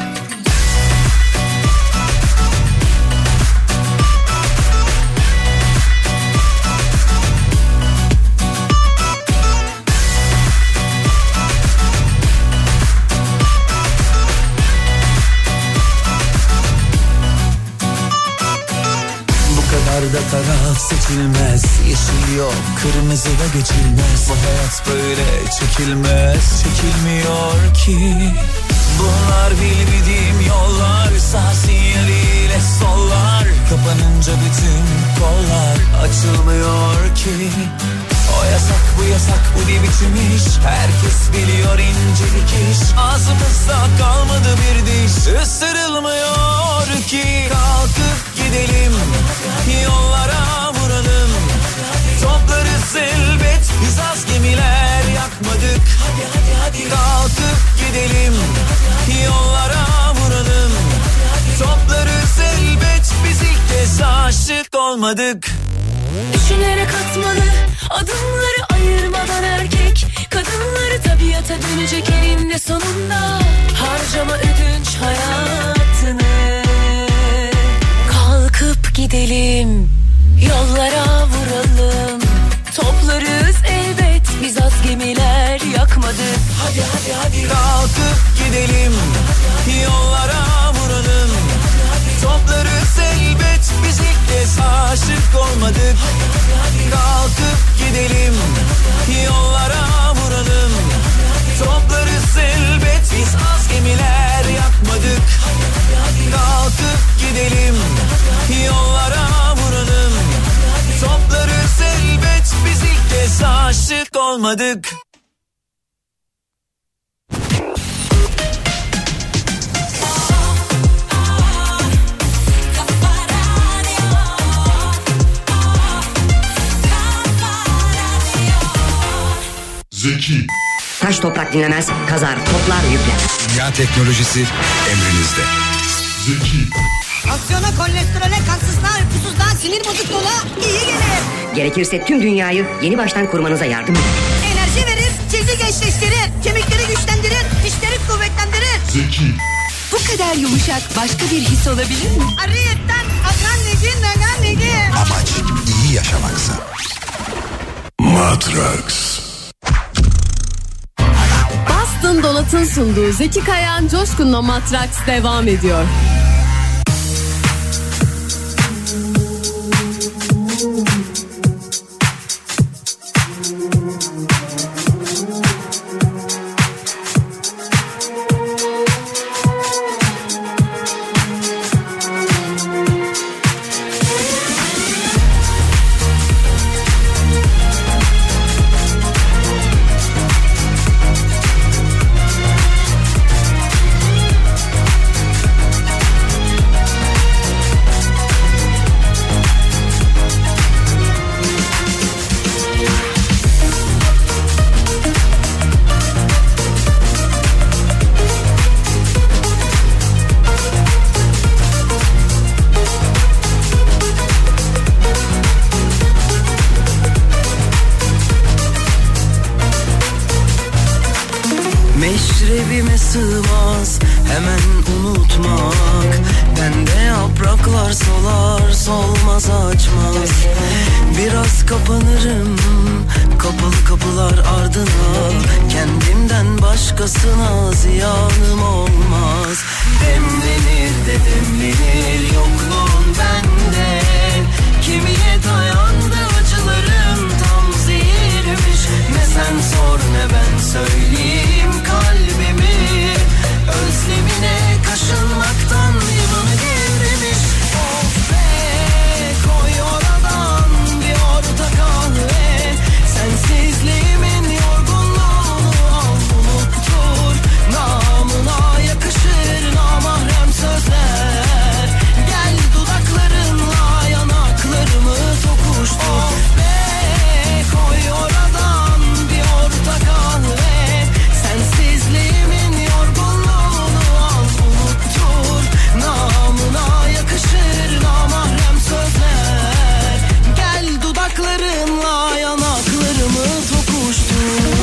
Da taraf seçilmez, yeşil yok, kırmızı da geçilmez. Bu hayat böyle çekilmez, çekilmiyor ki. Bunlar bilmediğim yollar, sağ sinyaliyle sollar. Kapanınca bütün kollar açılmıyor ki. O yasak, bu yasak, bu ne biçim iş? Herkes biliyor incelik iş. Ağzımızda kalmadı bir diş, ısırılmıyor ki. Kalkıp gidelim, yollara vuralım. Toplarız elbet, biz az gemiler yakmadık. Kalkıp gidelim, yollara vuralım. Toplarız olmadık. Düşünerek atmalı adımları ayırmadan erkek. Kadınları tabiata dönecek eninde sonunda. Harcama ödünç hayatını. Kalkıp gidelim, yollara vuralım. Toplarız elbet, biz az gemiler yakmadık. Hadi hadi hadi. Kalkıp gidelim, yollara vuralım. Toplarız elbet, biz ilk kez aşık olmadık. Kalkıp gidelim, yollara vuralım. Toplarız elbet, biz az gemiler yakmadık. Kalkıp gidelim, yollara vuralım. Toplarız elbet, biz ilk kez aşık olmadık. Zeki. Taş toprak dinlemez, kazar, toplar, yükler. Dünya teknolojisi emrinizde. Zeki. Aksiyona, kolesterole, kansızlığa, uykusuzluğa, sinir bozukluğuna iyi gelir. Gerekirse tüm dünyayı yeni baştan kurmanıza yardım eder. Enerji verir, cildi gençleştirir, kemikleri güçlendirir, dişleri kuvvetlendirir. Zeki. Bu kadar yumuşak başka bir his olabilir mi? Ariyetten akan negi, nagan negi. Amaç iyi yaşamaksa. Matrax. Boston Donat'ın sunduğu Zeki Kayan Coşkun'la Matrax devam ediyor. Meşrebime sığmaz hemen unutmak. Bende yapraklar solar solmaz açmaz. Biraz kapanırım kapalı kapılar ardına. Kendimden başkasına ziyanım olmaz. Demlenir de demlenir yokluğun bende. Kimiye dayandı acılarım tam zehirmiş. Ne sen sor ne ben söyleyeyim kalbimi. Özlemine kaşınmaktan yılanı girmiş. Of be koy oradan bir orta kahve. Sensizliğimin yorgunluğunu al unuttur. Namına yakışır namahrem sözler. Gel dudaklarınla yanaklarımı tokuştur. Of be koy oradan bir orta kahve. Sensizliğimin yorgunluğunu al unuttur. Namına yakışır namahrem sözler. Gel dudaklarınla yanaklarımı tokuştur.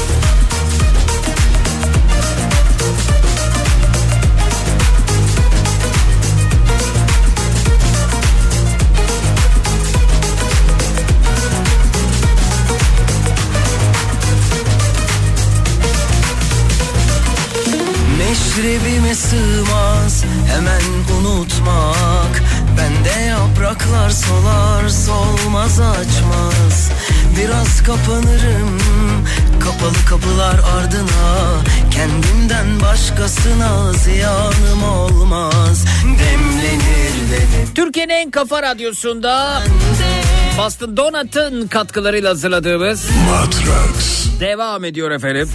Meşrebime sığmaz hemen unutmak. Bende yapraklar solar solmaz açmaz. Biraz kapanırım kapalı kapılar ardına. Kendimden başkasına ziyanım olmaz. Demlenir dedim. Türkiye'nin en kafa radyosunda Boston Donat'ın katkılarıyla hazırladığımız Matrax devam ediyor efendim.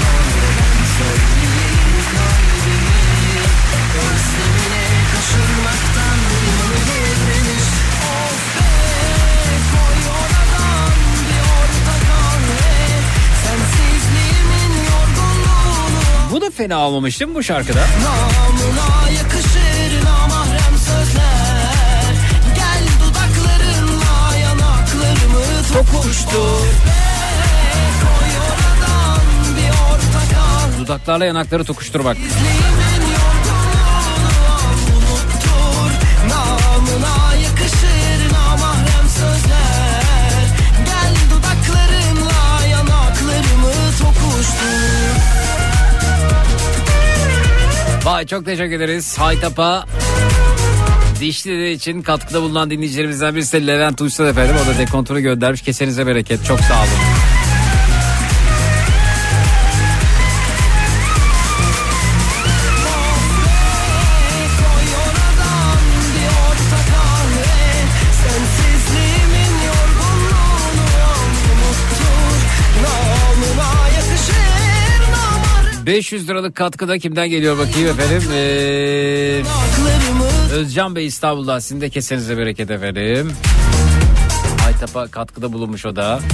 Bu da fena olmamış değil mi bu şarkıda? Namına yakışır namahrem sözler. Gel dudakların Yanaklarla yanakları tokuşturmak. Namına yakışır namahrem sözler. Gel dudaklarınla yanaklarımı tokuştur. Vay, çok teşekkür ederiz Haytap'a. Dişli için katkıda bulunan dinleyicilerimizden birisi Levent Uysal efendim. O da dekontunu göndermiş. Kesenize bereket. Çok sağ olun. beş yüz liralık katkıda kimden geliyor bakayım efendim. Ee, Özcan Bey İstanbul'dan, sizin de kesenize bereket efendim. Aytap'a katkıda bulunmuş o da.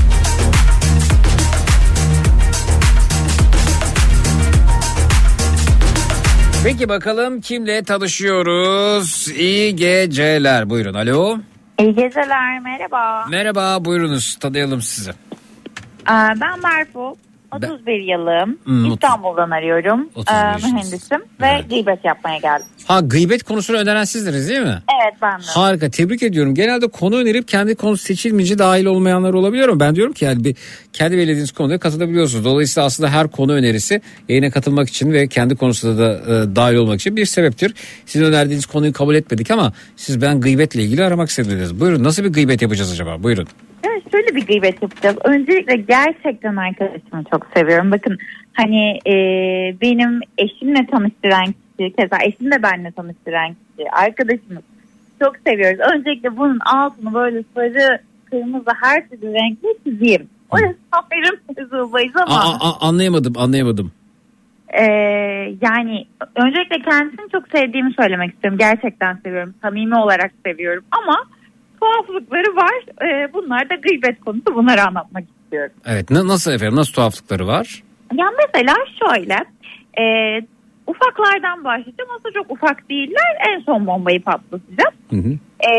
Peki bakalım kimle tanışıyoruz? İyi geceler, buyurun. Alo. İyi geceler, merhaba. Merhaba, buyurunuz, tanıyalım sizi. Ee, ben Berfu, otuz bir yılım. Hmm, İstanbul'dan arıyorum. Ee, mühendisim ve gıybet yapmaya geldim. Ha, gıybet konusunu öneren sizdiniz değil mi? Evet, ben de. Harika, tebrik ediyorum. Genelde konu önerip kendi konusu seçilmeyince dahil olmayanlar olabiliyor ama ben diyorum ki yani bir kendi belirlediğiniz konuya katılabiliyorsunuz. Dolayısıyla aslında her konu önerisi yayına katılmak için ve kendi konusunda da e, dahil olmak için bir sebeptir. Sizin önerdiğiniz konuyu kabul etmedik ama siz ben gıybetle ilgili aramak istediniz. Buyurun, nasıl bir gıybet yapacağız acaba? Buyurun. Evet, şöyle bir gıybet yapacağız. Öncelikle gerçekten arkadaşımı çok seviyorum. Bakın hani e, benim eşimle tanıştıran kişi, keza eşim de benimle tanıştıran kişi, arkadaşımız çok seviyoruz. Öncelikle bunun altını böyle sarı, kırmızı, her türlü renkli çizeyim. Orası ayrı mevzudayız ama. A- a- anlayamadım, anlayamadım. Ee, yani öncelikle kendisini çok sevdiğimi söylemek istiyorum. Gerçekten seviyorum. Samimi olarak seviyorum ama tuhaflıkları var. Ee, bunlar da gıybet konusu. Bunları anlatmak istiyorum. Evet, n- nasıl efendim? Nasıl tuhaflıkları var? Ya mesela şöyle. E, ufaklardan başlayacağım. Aslında çok ufak değiller. En son bombayı patlatacağım. Hı hı. E,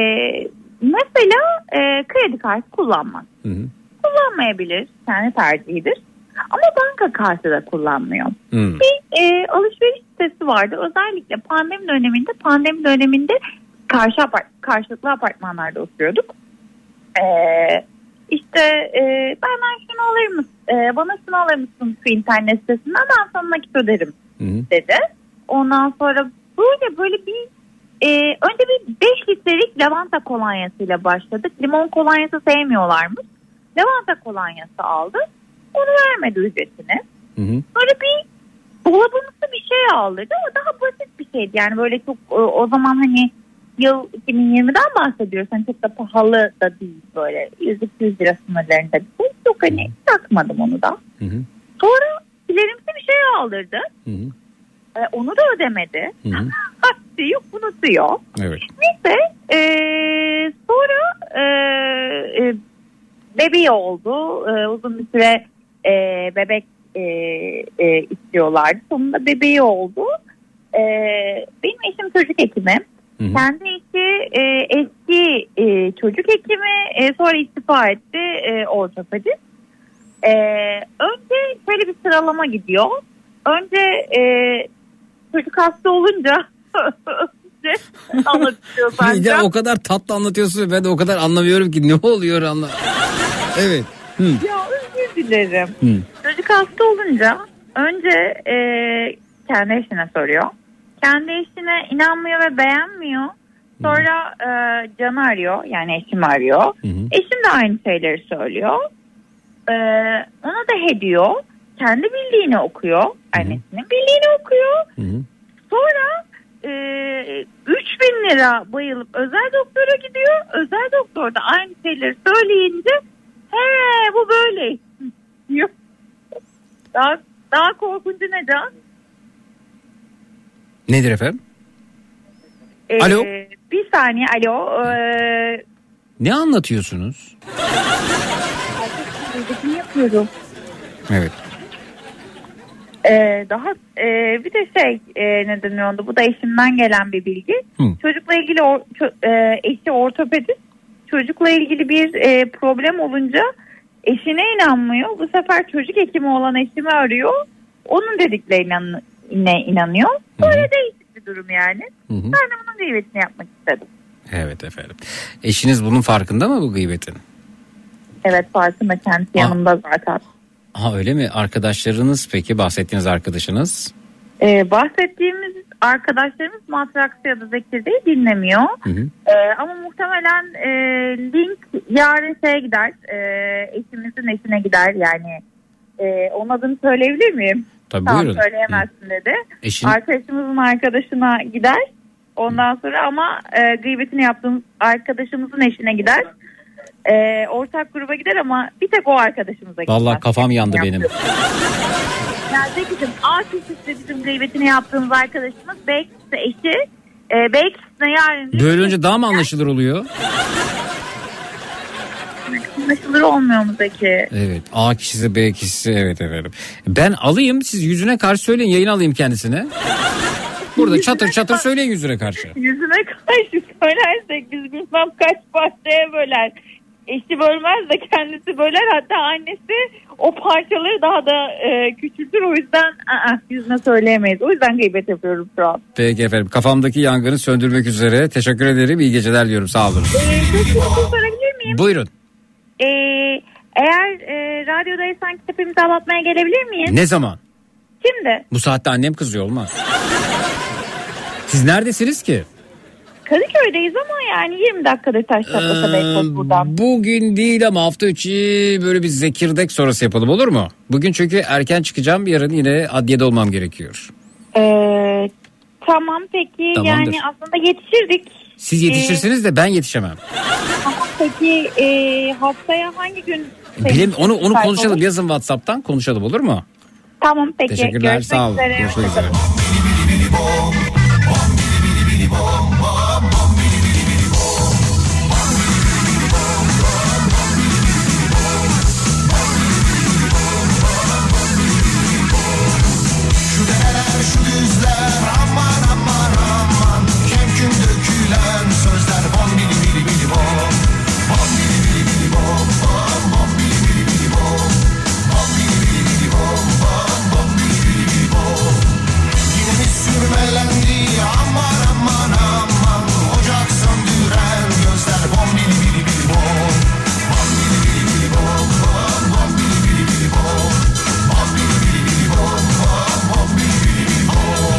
mesela e, kredi kartı kullanmaz. Hı hı. Kullanmayabilir. Kendi tercihidir. Ama banka kartı da kullanmıyor. Hmm. Bir e, alışveriş sitesi vardı. Özellikle pandemi döneminde pandemi döneminde karşı apart karşılıklı apartmanlarda oturuyorduk. E, işte e, benden şunu alır mısın? E, bana şunu alır mısın şu internet sitesinden, ben sana nakit öderim Hmm. dedi. Ondan sonra böyle böyle bir e, önce bir beş litrelik lavanta kolonyasıyla başladık. Limon kolonyası sevmiyorlarmış. Lavanta kolonyası aldı. Onu vermedi ücretini. Hı hı. Sonra bir dolabımsı bir şey aldırdı ama daha basit bir şeydi. Yani böyle çok o zaman hani yıl iki bin yirmiden bahsediyoruz. Hani çok da pahalı da değil, böyle yüz iki yüz lira sınırlarında bir şey. Çok hani takmadım onu da. Hı hı. Sonra ilerimsi bir şey aldırdı. Hı hı. Ee, onu da ödemedi. Hı hı. Diyor, unutuyor. Evet. Neyse ee, sonra ee, e, bebeği oldu. Ee, uzun bir süre e, bebek e, e, istiyorlardı. Sonunda bebeği oldu. E, benim eşim çocuk hekimi. Hı hı. Kendi iki e, eski e, çocuk hekimi, e, sonra istifa etti, e, ortopedist. E, önce şöyle bir sıralama gidiyor. Önce e, çocuk hasta olunca anlatıyor Bir de o kadar tatlı anlatıyorsun, ben de o kadar anlamıyorum ki ne oluyor anla. Evet. Hı. Ya özür dilerim. Hı. Çocuk hasta olunca önce e, kendi eşine soruyor. Kendi eşine inanmıyor ve beğenmiyor. Sonra e, Can'ı arıyor, yani eşimi arıyor. Hı hı. Eşim de aynı şeyleri söylüyor. E, ona da he diyor. Kendi bildiğini okuyor. Annesinin bildiğini okuyor. Hı hı. Sonra e, üç bin lira bayılıp özel doktora gidiyor. Özel doktor da aynı şeyleri söyleyince he bu böyle diyor. Daha, daha korkuncu ne Can? Nedir efendim? Ee, Alo. Bir saniye alo. Ee, Ne anlatıyorsunuz? ne yapıyorum? Evet. Ee, daha e, bir de şey e, ne deniyordu? Bu da eşimden gelen bir bilgi. Hı. Çocukla ilgili or, ço- e, eşi ortopedist. Çocukla ilgili bir e, problem olunca eşine inanmıyor. Bu sefer çocuk hekimi olan eşimi arıyor. onun dediklerine inan- inanıyor. Böyle değişik bir durum yani. Hı hı. Ben de bunun gıybetini yapmak istedim. Evet efendim. Eşiniz bunun farkında mı, bu gıybetin? Evet, farkında, kendisi yanımda zaten. Ha öyle mi? Arkadaşlarınız peki, bahsettiğiniz arkadaşınız? Ee, bahsettiğimiz arkadaşlarımız Matrax ya da Zekirde'yi dinlemiyor. Hı hı. Ee, ama muhtemelen e, link yarın şeye gider. E, eşimizin eşine gider yani. E, onun adını söyleyebilir miyim? Tabii, tamam, buyurun. söyleyemezsin Hı. dedi. Eşin... Arkadaşımızın arkadaşına gider. Ondan sonra ama e, gıybetini yaptığımız arkadaşımızın eşine gider. E, ortak gruba gider ama bir tek o arkadaşımıza gider. Vallahi kafam yandı benim. Ya Zeki'cim, A kişisi bizim gıybetini yaptığımız arkadaşımız, B kişisi eşi, e, B kişisine yarın... Böyle önce daha mı anlaşılır oluyor? Anlaşılır olmuyor mu Zeki? Evet, A kişisi, B kişisi, evet efendim. Ben alayım, siz yüzüne karşı söyleyin, yayın alayım kendisine. Burada yüzüne çatır çatır kar- söyleyin yüzüne karşı. Yüzüne karşı söylersek biz bilmem kaç parçaya böler. Eşi bölmez de kendisi böler, hatta annesi o parçaları daha da e, küçültür, o yüzden aa, yüzüne söyleyemeyiz. O yüzden gıybet yapıyorum şu an. Peki efendim, kafamdaki yangını söndürmek üzere teşekkür ederim, iyi geceler diyorum, sağ olun. Ee, çok bir şey sorabilir miyim? Buyurun. Ee, eğer e, radyodaysan kitap imzalatmaya gelebilir miyiz? Ne zaman? Şimdi. Bu saatte annem kızıyor, olmaz. Siz neredesiniz ki? Kadıköy'deyiz ama yani yirmi dakikada taş taklasa ee, Beykoz buradan. Bugün değil ama hafta içi böyle bir Zekirdek sonrası yapalım, olur mu? Bugün çünkü erken çıkacağım, yarın yine adliyede olmam gerekiyor. Ee, tamam peki. Tamamdır. Yani aslında yetişirdik. Siz yetişirsiniz ee, de ben yetişemem. Tamam peki e, haftaya hangi gün? Bilim, onu onu konuşalım, olur? Yazın WhatsApp'tan konuşalım, olur mu? Tamam peki. Teşekkürler, görüşmek sağ olun. Üzere. Görüşmek üzere. Şu düzler aman aman aman, kemküm dökülen sözler bom bili bili bili bom, bom bili bili bili bom, bom bom bili bili bili bom, bom bili bili bili bom, bom bom bili bili bili bom. Yine mi sürmelendi aman aman aman, ocak söndüren gözler bom bili bili bili bom, bom bili bili bili bom, bom bom bili bili bili bom, bom bili bili bili bom, bom bom bili bili bili bom.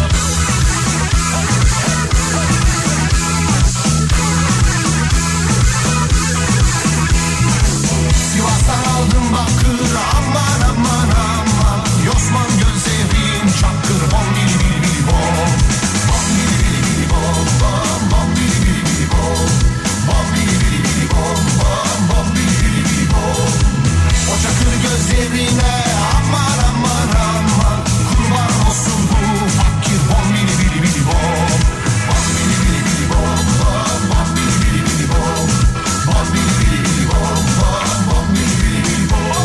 Sivas'tan aldım bakır aman aman aman, Yosman gözlerin çakır bom bili bili bili bom, bom bili bili bili bom, bom bom bili bili bili bom, bom bili bili bili bom, bom bom bili bili bili bom. O çakır gözlerine aman aman aman, kurban olsun bu fakir bom bili bili bili bom, bom bili bili bili bom, bom bom bili bili bili bom, bom bili bili bili bom, bom bom bili bili bili bom.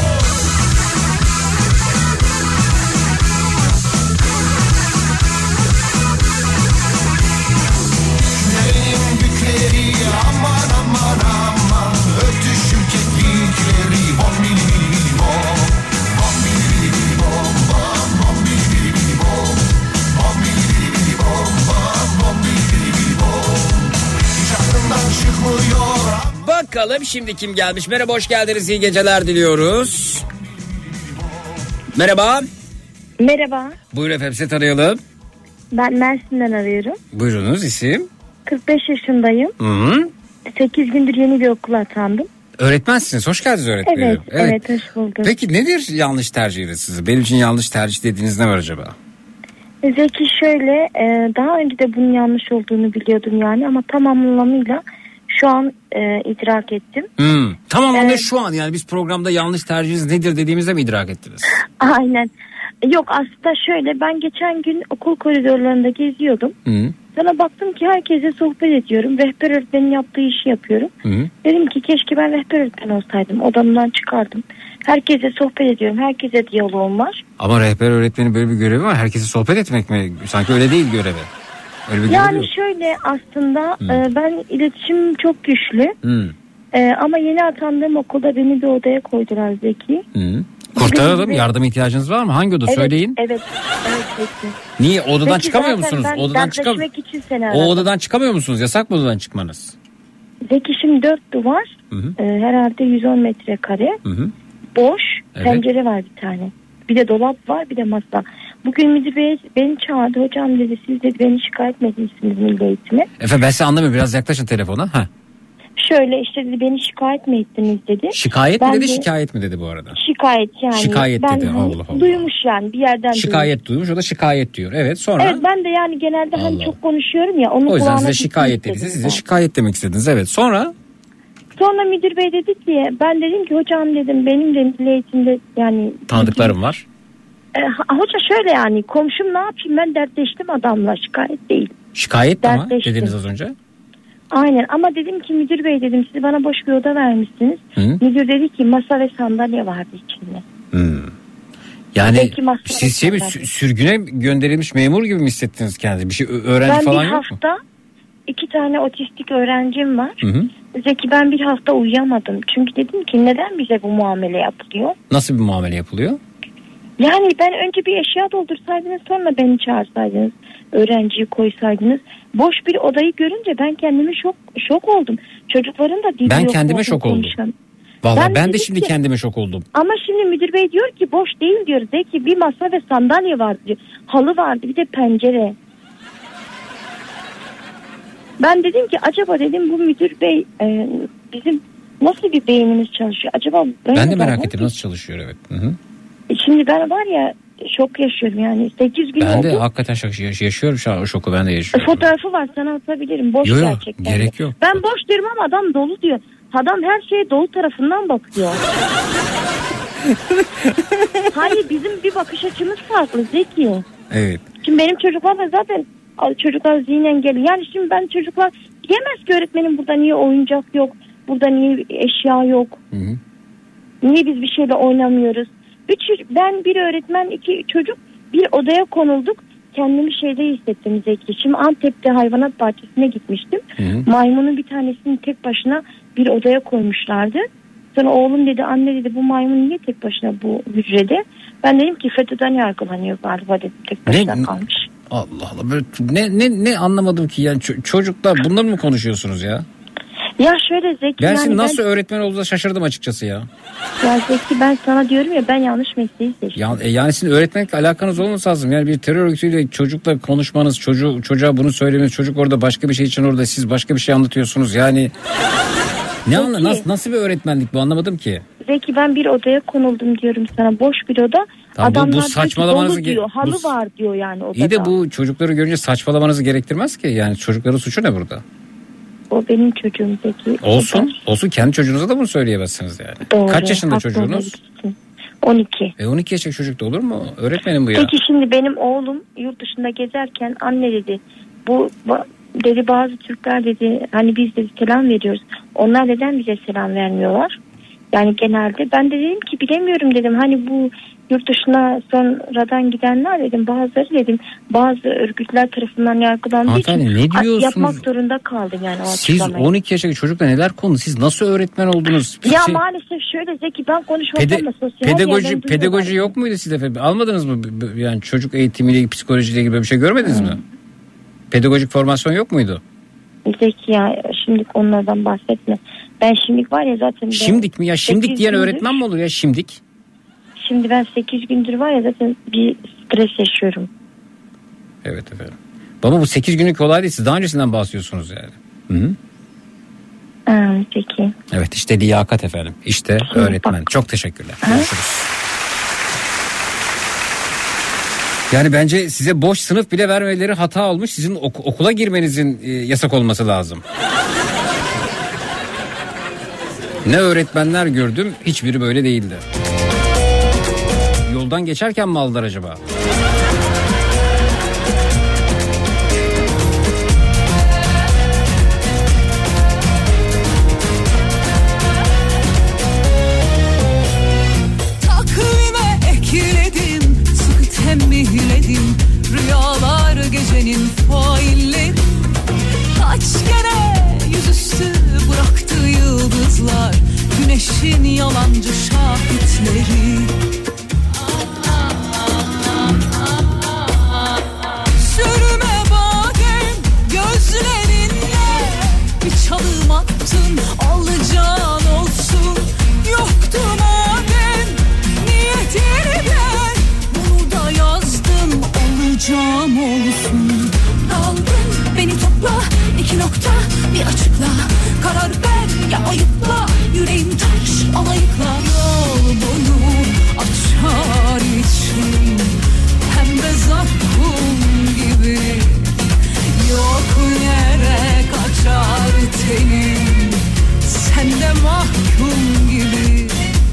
Şülerim bükleri aman aman aman, öptüşüm keklikleri bom bili bili bili bom, bom bili bili bili bom, bom bom bili bili bili bom, bom bili bili bili bom, bom bom bili bili bili bom. Hiç aklımdan çıkmıyor. Bakalım şimdi kim gelmiş? Merhaba, hoş geldiniz, iyi geceler diliyoruz. Merhaba. Merhaba, Buyurun efendim, sizi tanıyalım. ben Mersin'den arıyorum. Buyurunuz, isim? kırk beş yaşındayım. Hı-hı. sekiz gündür yeni bir okula atandım. Öğretmensiniz, hoş geldiniz öğretmenim. Evet, evet, hoş bulduk. Peki nedir yanlış tercihiniz sizi? Benim için yanlış tercih dediğiniz ne var acaba? Zeki şöyle, e, daha önce de bunun yanlış olduğunu biliyordum yani, ama tam anlamıyla şu an e, idrak ettim. Hmm. Tamam anne, Evet. şu an yani biz programda yanlış tercihiniz nedir dediğimizde mi idrak ettiniz? Aynen. Yok, aslında şöyle, ben geçen gün okul koridorlarında geziyordum. Hı. Sonra baktım ki herkese sohbet ediyorum. Rehber öğretmenin yaptığı işi yapıyorum. Hı. Dedim ki keşke ben rehber öğretmen olsaydım. Odamdan çıkardım. Herkese sohbet ediyorum. Herkese diyaloğum var. Ama rehber öğretmenin böyle bir görevi var. Herkese sohbet etmek mi? Sanki öyle değil görevi. Öyle bir Yani görevi yok. şöyle, aslında Hı. e, ben iletişim çok güçlü. Hı. E, ama yeni atandığım okulda beni bir odaya koydular Zeki. Hı. Ben Kurtaralım. Yardım ihtiyacınız var mı? Hangi oda Evet, söyleyin. Evet. Evet peki. Niye? Odadan Peki, çıkamıyor zaten musunuz? ben Odadan çıkam. dertleşmek için seni O aradım. odadan çıkamıyor musunuz? Yasak mı odadan çıkmanız? Zeki şimdi dört duvar. Ee, herhalde yüz on metrekare. Hı hı. Boş. Evet. Pencere var bir tane. Bir de dolap var, bir de masa. Bugün müdür bey beni çağırdı. Hocam dedi, siz dedi beni şikayet mi etmişsiniz milli eğitime? Efendim ben size anlamıyorum. Biraz yaklaşın telefona. Ha. Şöyle işte dedi, beni şikayet mi ettiniz dedi. Şikayet Ben mi dedi, de- şikayet mi dedi bu arada? Şikayet yani. Şikayet ben dedi, hani Allah Allah. Duymuş yani bir yerden Şikayet duymuş, o da şikayet diyor. Evet, sonra? Evet, ben de yani genelde hani Allah. çok konuşuyorum ya. Onun O yüzden kulağına size gitsin şikayet istedim dediyse size ben. şikayet demek istediniz. Evet, sonra? Sonra müdür bey dedi ki, ben dedim ki hocam dedim benim de milli eğitimde yani. Tanıdıklarım var. E, hoca şöyle yani komşum ne yapayım, ben dertleştim adamla, şikayet değil. Şikayet de ama Dertleştim. dediniz az önce. Aynen, ama dedim ki müdür bey dedim, siz bana boş bir oda vermişsiniz. Hı? Müdür dedi ki masa ve sandalye vardı içinde. Hmm. Yani Peki, masa siz şey mi, sandalye. sü- sürgüne gönderilmiş memur gibi mi hissettiniz kendinizi? Bir şey ö- öğrenci Ben falan bir yok mu? hafta iki tane otistik öğrencim var. Hı hı. Zeki, ben bir hafta uyuyamadım. Çünkü dedim ki neden bize bu muamele yapılıyor? Nasıl bir muamele yapılıyor? Yani ben önce bir eşya doldursaydınız, sonra beni çağırsaydınız. Öğrenciyi koysaydınız. Boş bir odayı görünce ben kendimi şok şok oldum. Çocukların da dili Ben yok, kendime okul şok oldum. konuşan. Vallahi Ben ben, de dedim şimdi ki- kendime şok oldum. Ama şimdi müdür bey diyor ki boş değil diyor. Zeki, bir masa ve sandalye vardı diyor. Halı vardı, bir de pencere. Ben dedim ki acaba dedim bu müdür bey e, bizim nasıl bir beynimiz çalışıyor? Acaba Ben de merak davranıyor ettim ki? nasıl çalışıyor, evet. Hı hı. E, Şimdi ben var ya şok yaşıyorum yani. sekiz gün Ben de oldu. hakikaten şok, yaşıyorum şu an o şoku, ben de yaşıyorum. Fotoğrafı var, sana atabilirim. Boş Yok, yok, gerçekten. gerek yok. Ben boş diyorum ama adam dolu diyor. Adam her şeye dolu tarafından bakıyor. Hayır, bizim bir bakış açımız farklı Zeki. Evet. Şimdi benim çocuklar da zaten çocuklar zihin engelli. Yani şimdi ben çocuklar diyemez ki öğretmenim burada niye oyuncak yok, burada niye eşya yok, Hı hı. niye biz bir şeyle oynamıyoruz. Üç, ben bir öğretmen, iki çocuk bir odaya konulduk. Kendimi şeyde hissettim Zeki. Şimdi Antep'te hayvanat bahçesine gitmiştim. Hı hı. Maymunun bir tanesini tek başına bir odaya koymuşlardı. Sonra oğlum dedi, anne dedi bu maymun niye tek başına bu hücrede? Ben dedim ki FETÖ'den yargılanıyor galiba dedim, tek başına Ne- kalmış. Allah Allah, böyle ne ne ne anlamadım ki yani Ç- çocuklar bunları mı konuşuyorsunuz ya? Ya şöyle Zeki, Ben sizin yani nasıl ben, öğretmen olduğunuza şaşırdım açıkçası ya. ya Zeki ben sana diyorum ya, ben yanlış mesleği seçtim. Ya, e, yani sizin öğretmenlikle alakanız olması lazım. Yani bir terör örgütüyle çocukla konuşmanız, çocuğu, çocuğa bunu söylemeniz, çocuk orada başka bir şey için, orada siz başka bir şey anlatıyorsunuz. Yani ne anla, nasıl, nasıl bir öğretmenlik bu, anlamadım ki. Zeki ben bir odaya konuldum diyorum sana, boş bir oda. Tamam, bu- bu Adamlar diyor ki saçmalamanızı dolu diyor, ge- halı bu- var diyor yani odada. İyi de bu çocukları görünce saçmalamanızı gerektirmez ki. Yani çocukların suçu ne burada? O benim çocuğum Zeki. Olsun, olsun, kendi çocuğunuza da bunu söyleyemezsiniz yani. Doğru, Kaç yaşında haklı çocuğunuz? olabilirsin. on iki. E on iki yaşındaki çocuk da olur mu? Öğretmenim bu ya. Peki şimdi benim oğlum yurt dışında gezerken anne dedi, bu ba- dedi bazı Türkler dedi hani biz dedi selam veriyoruz. Onlar neden bize selam vermiyorlar? Yani genelde ben de dedim ki bilemiyorum dedim, hani bu yurt dışına sonradan gidenler dedim, bazıları dedim bazı örgütler tarafından yargılandığı için Hanımefendi, ne diyorsunuz? yapmak zorunda kaldım yani o Siz açıklamayı. on iki yaşındaki çocukla neler konu? Siz nasıl öğretmen oldunuz? Ya Şey- maalesef şöyle Zeki, ben konuşmasam Pede- da sosyal pedagoji yerden pedagoji duyuyorlar. yok muydu sizde efendim? Almadınız mı? B- b- Yani çocuk eğitimiyle, psikolojiyle ilgili böyle bir şey görmediniz mi? Pedagojik formasyon yok muydu? Zeki ya şimdilik onlardan bahsetme. Ben şimdilik var ya zaten. Şimdik mi? Ya şimdik sekiz diyen gündür- öğretmen mi olur ya, şimdik? Şimdi ben sekiz gündür var ya zaten bir stres yaşıyorum. Evet efendim. Baba bu sekiz günlük olay değil. Siz daha öncesinden bahsediyorsunuz yani. Hı-hı. Ha, peki. Evet, işte liyakat efendim. İşte öğretmen. Çok teşekkürler. Görüşürüz. Yani bence size boş sınıf bile vermeleri hata olmuş. Sizin ok- okula girmenizin e, yasak olması lazım. Ne öğretmenler gördüm, hiçbiri böyle değildi. Yoldan geçerken mi aldılar acaba? Takvime ekledim, sıkı tembihledim. Rüyalar gecenin failleri. Kaç kere yüzüstü bıraktı yıldızlar, güneşin yalancı şahitleri. olsun, alacağın olsun. Yoktu madem niyetini ver, bunu da yazdım, alacağım olsun. Daldın beni topla, iki nokta bir açıkla. Karar ver ya ayıpla, yüreğim taş alayıkla. Yol boyu açar içim, pembe zakkum gibi. Yok yere kaçar tenim, sen de mahkum gibi.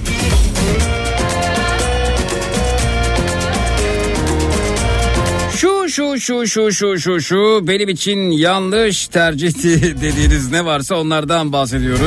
Şu şu şu şu şu şu şu benim için yanlış tercihti dediğiniz ne varsa onlardan bahsediyoruz.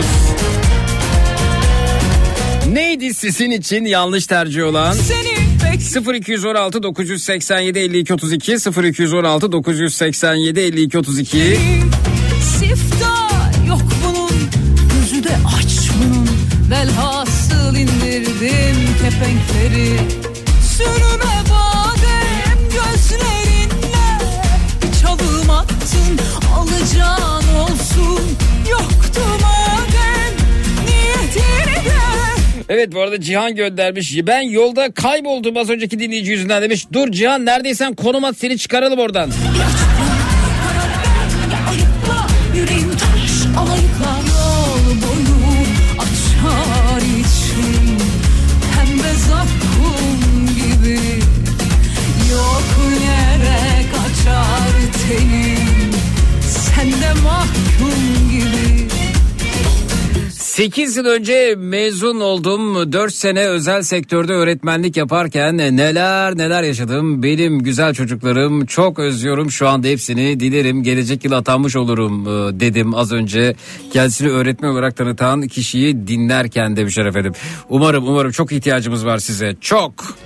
Neydi sizin için yanlış tercih olan? sıfır iki on altı dokuz seksen yedi elli iki otuz iki sıfır iki on altı dokuz seksen yedi elli iki otuz iki. Sifta yok bunun, gözü de aç bunun. Velhasıl indirdim kepenkleri. Sürüme badem gözlerinle, bir çalım attın, alacağın olsun. Yoktu madem niyetini de. Evet, bu arada Cihan göndermiş. Ben yolda kayboldum az önceki dinleyici yüzünden demiş. Dur Cihan, neredeysen konum at, seni çıkaralım oradan. Yüreğim taş alayıkla, yol boyu açar içim, pembe zakkum gibi. Yok yere kaçar tenim, sen de mahkum gibi. sekiz yıl önce mezun oldum. dört sene özel sektörde öğretmenlik yaparken neler neler yaşadım. Benim güzel çocuklarım, çok özlüyorum şu anda hepsini. Dilerim gelecek yıl atanmış olurum dedim az önce. Kendisini öğretmen olarak tanıtan kişiyi dinlerken demiş efendim. Umarım umarım, çok ihtiyacımız var size. Çok.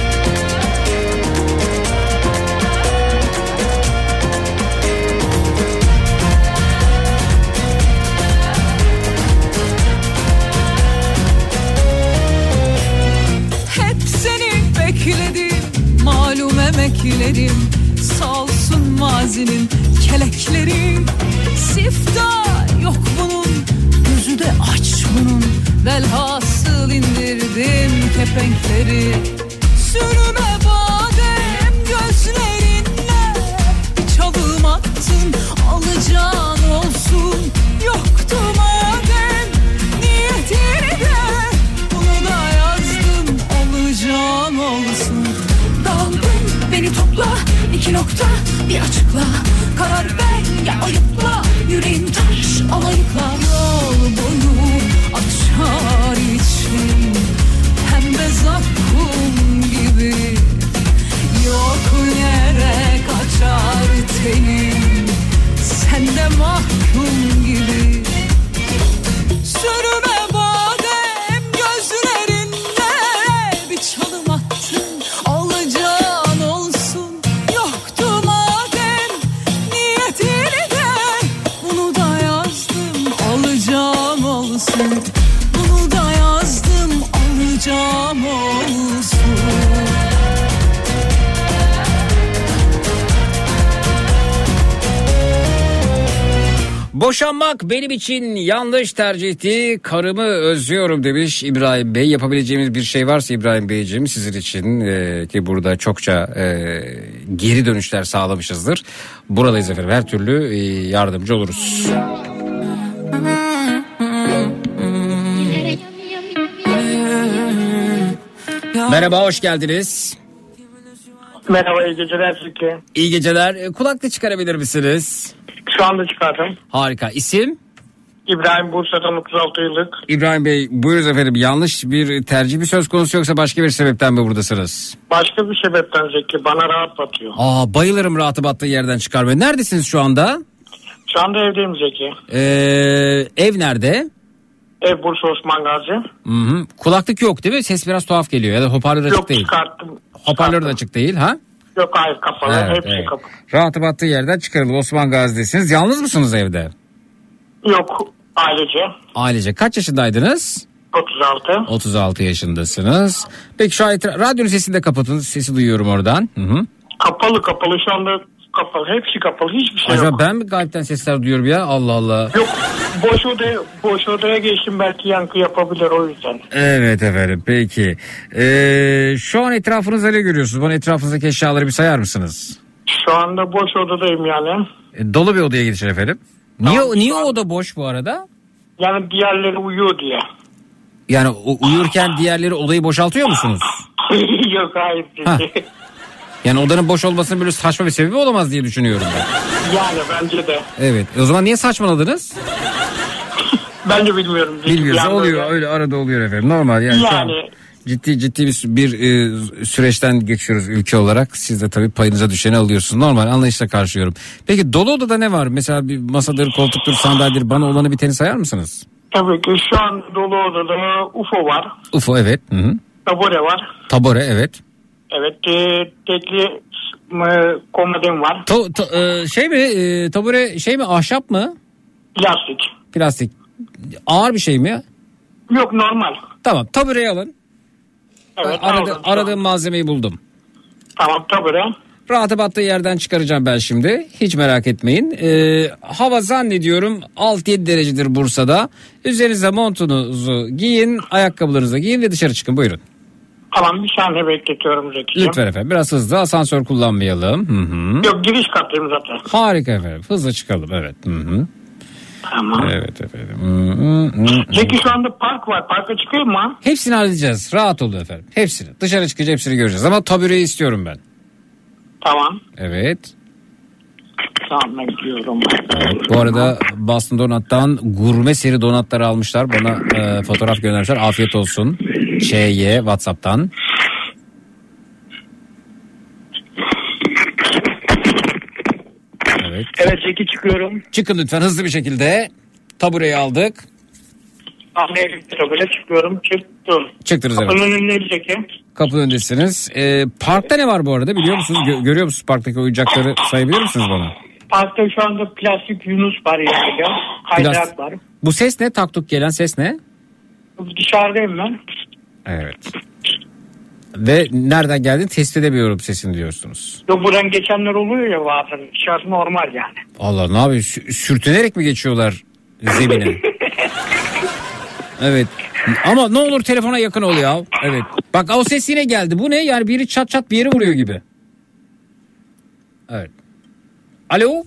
Malum emeklerim, sağ olsun mazinin kelekleri. Sifta yok bunun, gözü de aç bunun. Velhasıl indirdim kepenkleri. Sürüme badem gözlerinle, bir çalım attın, alacağın olsun. Yoktu madem niyetini de, bunu da yazdım, alacağım olsun. Daldın beni topla, iki nokta bir açıkla. Karar ver ya ayıpla, yüreğim taş alayıkla. Yol boyu açar içim, pembe zakkum gibi. Yok yere kaçar tenim, sen de mahkum gibi. Sürüme badem gözlerinle, bir çalım attın, alacağın olsun. Yoktu madem niyetini de, bunu da yazdım, alacağım olsun. Bunu da yazdım, alacağım olsun. Boşanmak benim için yanlış tercihti. Karımı özlüyorum demiş İbrahim Bey. Yapabileceğimiz bir şey varsa İbrahim Beyciğim sizin için e, ki burada çokça e, geri dönüşler sağlamışızdır. Buradayız efendim, her türlü e, yardımcı oluruz. Merhaba, hoş geldiniz. Merhaba, iyi geceler Türkiye. İyi geceler. Kulaklık çıkarabilir misiniz? Şu anda çıkardım. Harika. İsim? İbrahim, Bursa'dan otuz altı yıllık. İbrahim Bey, buyuruz efendim. Yanlış bir tercih mi söz konusu, yoksa başka bir sebepten mi buradasınız? Başka bir sebepten Zeki, bana rahat batıyor. Aa, bayılırım rahatı battığı yerden çıkarmaya. Neredesiniz şu anda? Şu anda evdeyim Zeki. Ee, ev nerede? Ev Bursa Osman Gazi. Hı hı. Kulaklık yok değil mi? Ses biraz tuhaf geliyor, ya da hoparlör açık yok, değil. Çıkarttım. Hoparlör de açık değil ha? Yok, hayır, kapalı. Evet, Hepsi evet. kapalı. Rahatı battığı yerden çıkarıldı. Osman Gazi'desiniz. Yalnız mısınız evde? Yok, ailece. Ailece. Kaç yaşındaydınız? otuz altı. otuz altı yaşındasınız. Peki şu an radyonun sesini de kapatın. Sesi duyuyorum oradan. Hı hı. Kapalı kapalı şu anda kapalı. Hepsi kapalı. Hiçbir şey Acaba yok. ben mi gayetten sesler duyuyorum ya? Allah Allah. Yok. boş odaya, boş odaya geçtim, belki yankı yapabilir, o yüzden. Evet efendim, peki. Ee, şu an etrafınızda ne görüyorsunuz? Bana etrafınızdaki eşyaları bir sayar mısınız? Şu anda boş odadayım yani. E, dolu bir odaya geçin efendim. Niye, tamam, niye o oda boş bu arada? Yani diğerleri uyuyor diye. Yani uyurken diğerleri odayı boşaltıyor musunuz? Yok, hayır. Yani odanın boş olmasının böyle saçma bir sebebi olamaz diye düşünüyorum ben. Yani bence de. Evet. O zaman niye saçmaladınız? Ben de bilmiyorum. Bilmiyoruz. Oluyor öyle. öyle arada oluyor efendim. Normal yani. Yani. Ciddi ciddi bir, bir e, süreçten geçiyoruz ülke olarak. Siz de tabii payınıza düşeni alıyorsunuz. Normal, anlayışla karşılıyorum. Peki dolu odada ne var? Mesela bir masadır, koltuktur, sandalyedir, bana olanı biteni sayar mısınız? Tabii ki şu an dolu odada U F O var. U F O, evet. Hı hı. Tabure var. Tabure, evet. Evet, e, tekli e, komodin var. To, to, e, şey mi e, tabure şey mi, ahşap mı? Plastik. Plastik. Ağır bir şey mi? Yok, normal. Tamam, tabureyi alın. Evet, Aradı, aradığım malzemeyi buldum. Tamam, tabure. Rahatı battığı yerden çıkaracağım ben şimdi. Hiç merak etmeyin. Ee, hava zannediyorum altı yedi derecedir Bursa'da. Üzerinize montunuzu giyin, ayakkabılarınızı giyin ve dışarı çıkın. Buyurun. Tamam, bir saniye bekletiyorum Zeki'ciğim. Lütfen efendim, biraz hızlı, asansör kullanmayalım. Hı-hı. Yok, giriş kattayım zaten. Harika efendim, hızlı çıkalım, evet. Hı-hı. Tamam. Evet efendim. Hı hı. Zeki, şu anda park var, parka çıkayım mı? Hepsini halledeceğiz, rahat olun efendim. Hepsini, dışarı çıkınca hepsini göreceğiz ama tabureyi istiyorum ben. Tamam. Evet. Tamam, bekliyorum. Evet, bu arada Boston Donat'tan gurme seri donatları almışlar. Bana e, fotoğraf göndermişler. Afiyet olsun. Ç Y WhatsApp'tan. Evet. Evet Zeki, çıkıyorum. Çıkın lütfen hızlı bir şekilde. Tabureyi aldık. Tabure çıkıyorum. Çıktım. Çıktınız evet. Kapının önündeyim Zeki. Kapının önündesiniz. Ee, parkta ne var bu arada, biliyor musunuz? Gö- görüyor musunuz parktaki oyuncakları, sayabilir misiniz bana? Parkta şu anda plastik Yunus var yani. Kaydırak Plast- var. Bu ses ne? Tak tuk gelen ses ne? Dışarıdayım ben. Evet. Ve nereden geldiğini tespit edemiyorum sesini diyorsunuz. Yok, buradan geçenler oluyor ya bazen. Dışarısı normal yani. Allah, ne yapıyor? Sü- sürtünerek mi geçiyorlar zemine? Evet. Ama ne olur telefona yakın ol ya. Evet. Bak o ses yine geldi. Bu ne? Yani biri çat çat bir yere vuruyor gibi. Evet. Alo?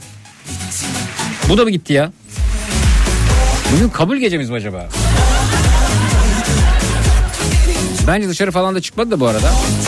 Bu da mı gitti ya? Bugün kabul gecemiz mi acaba? Bence dışarı falan da çıkmadı da bu arada.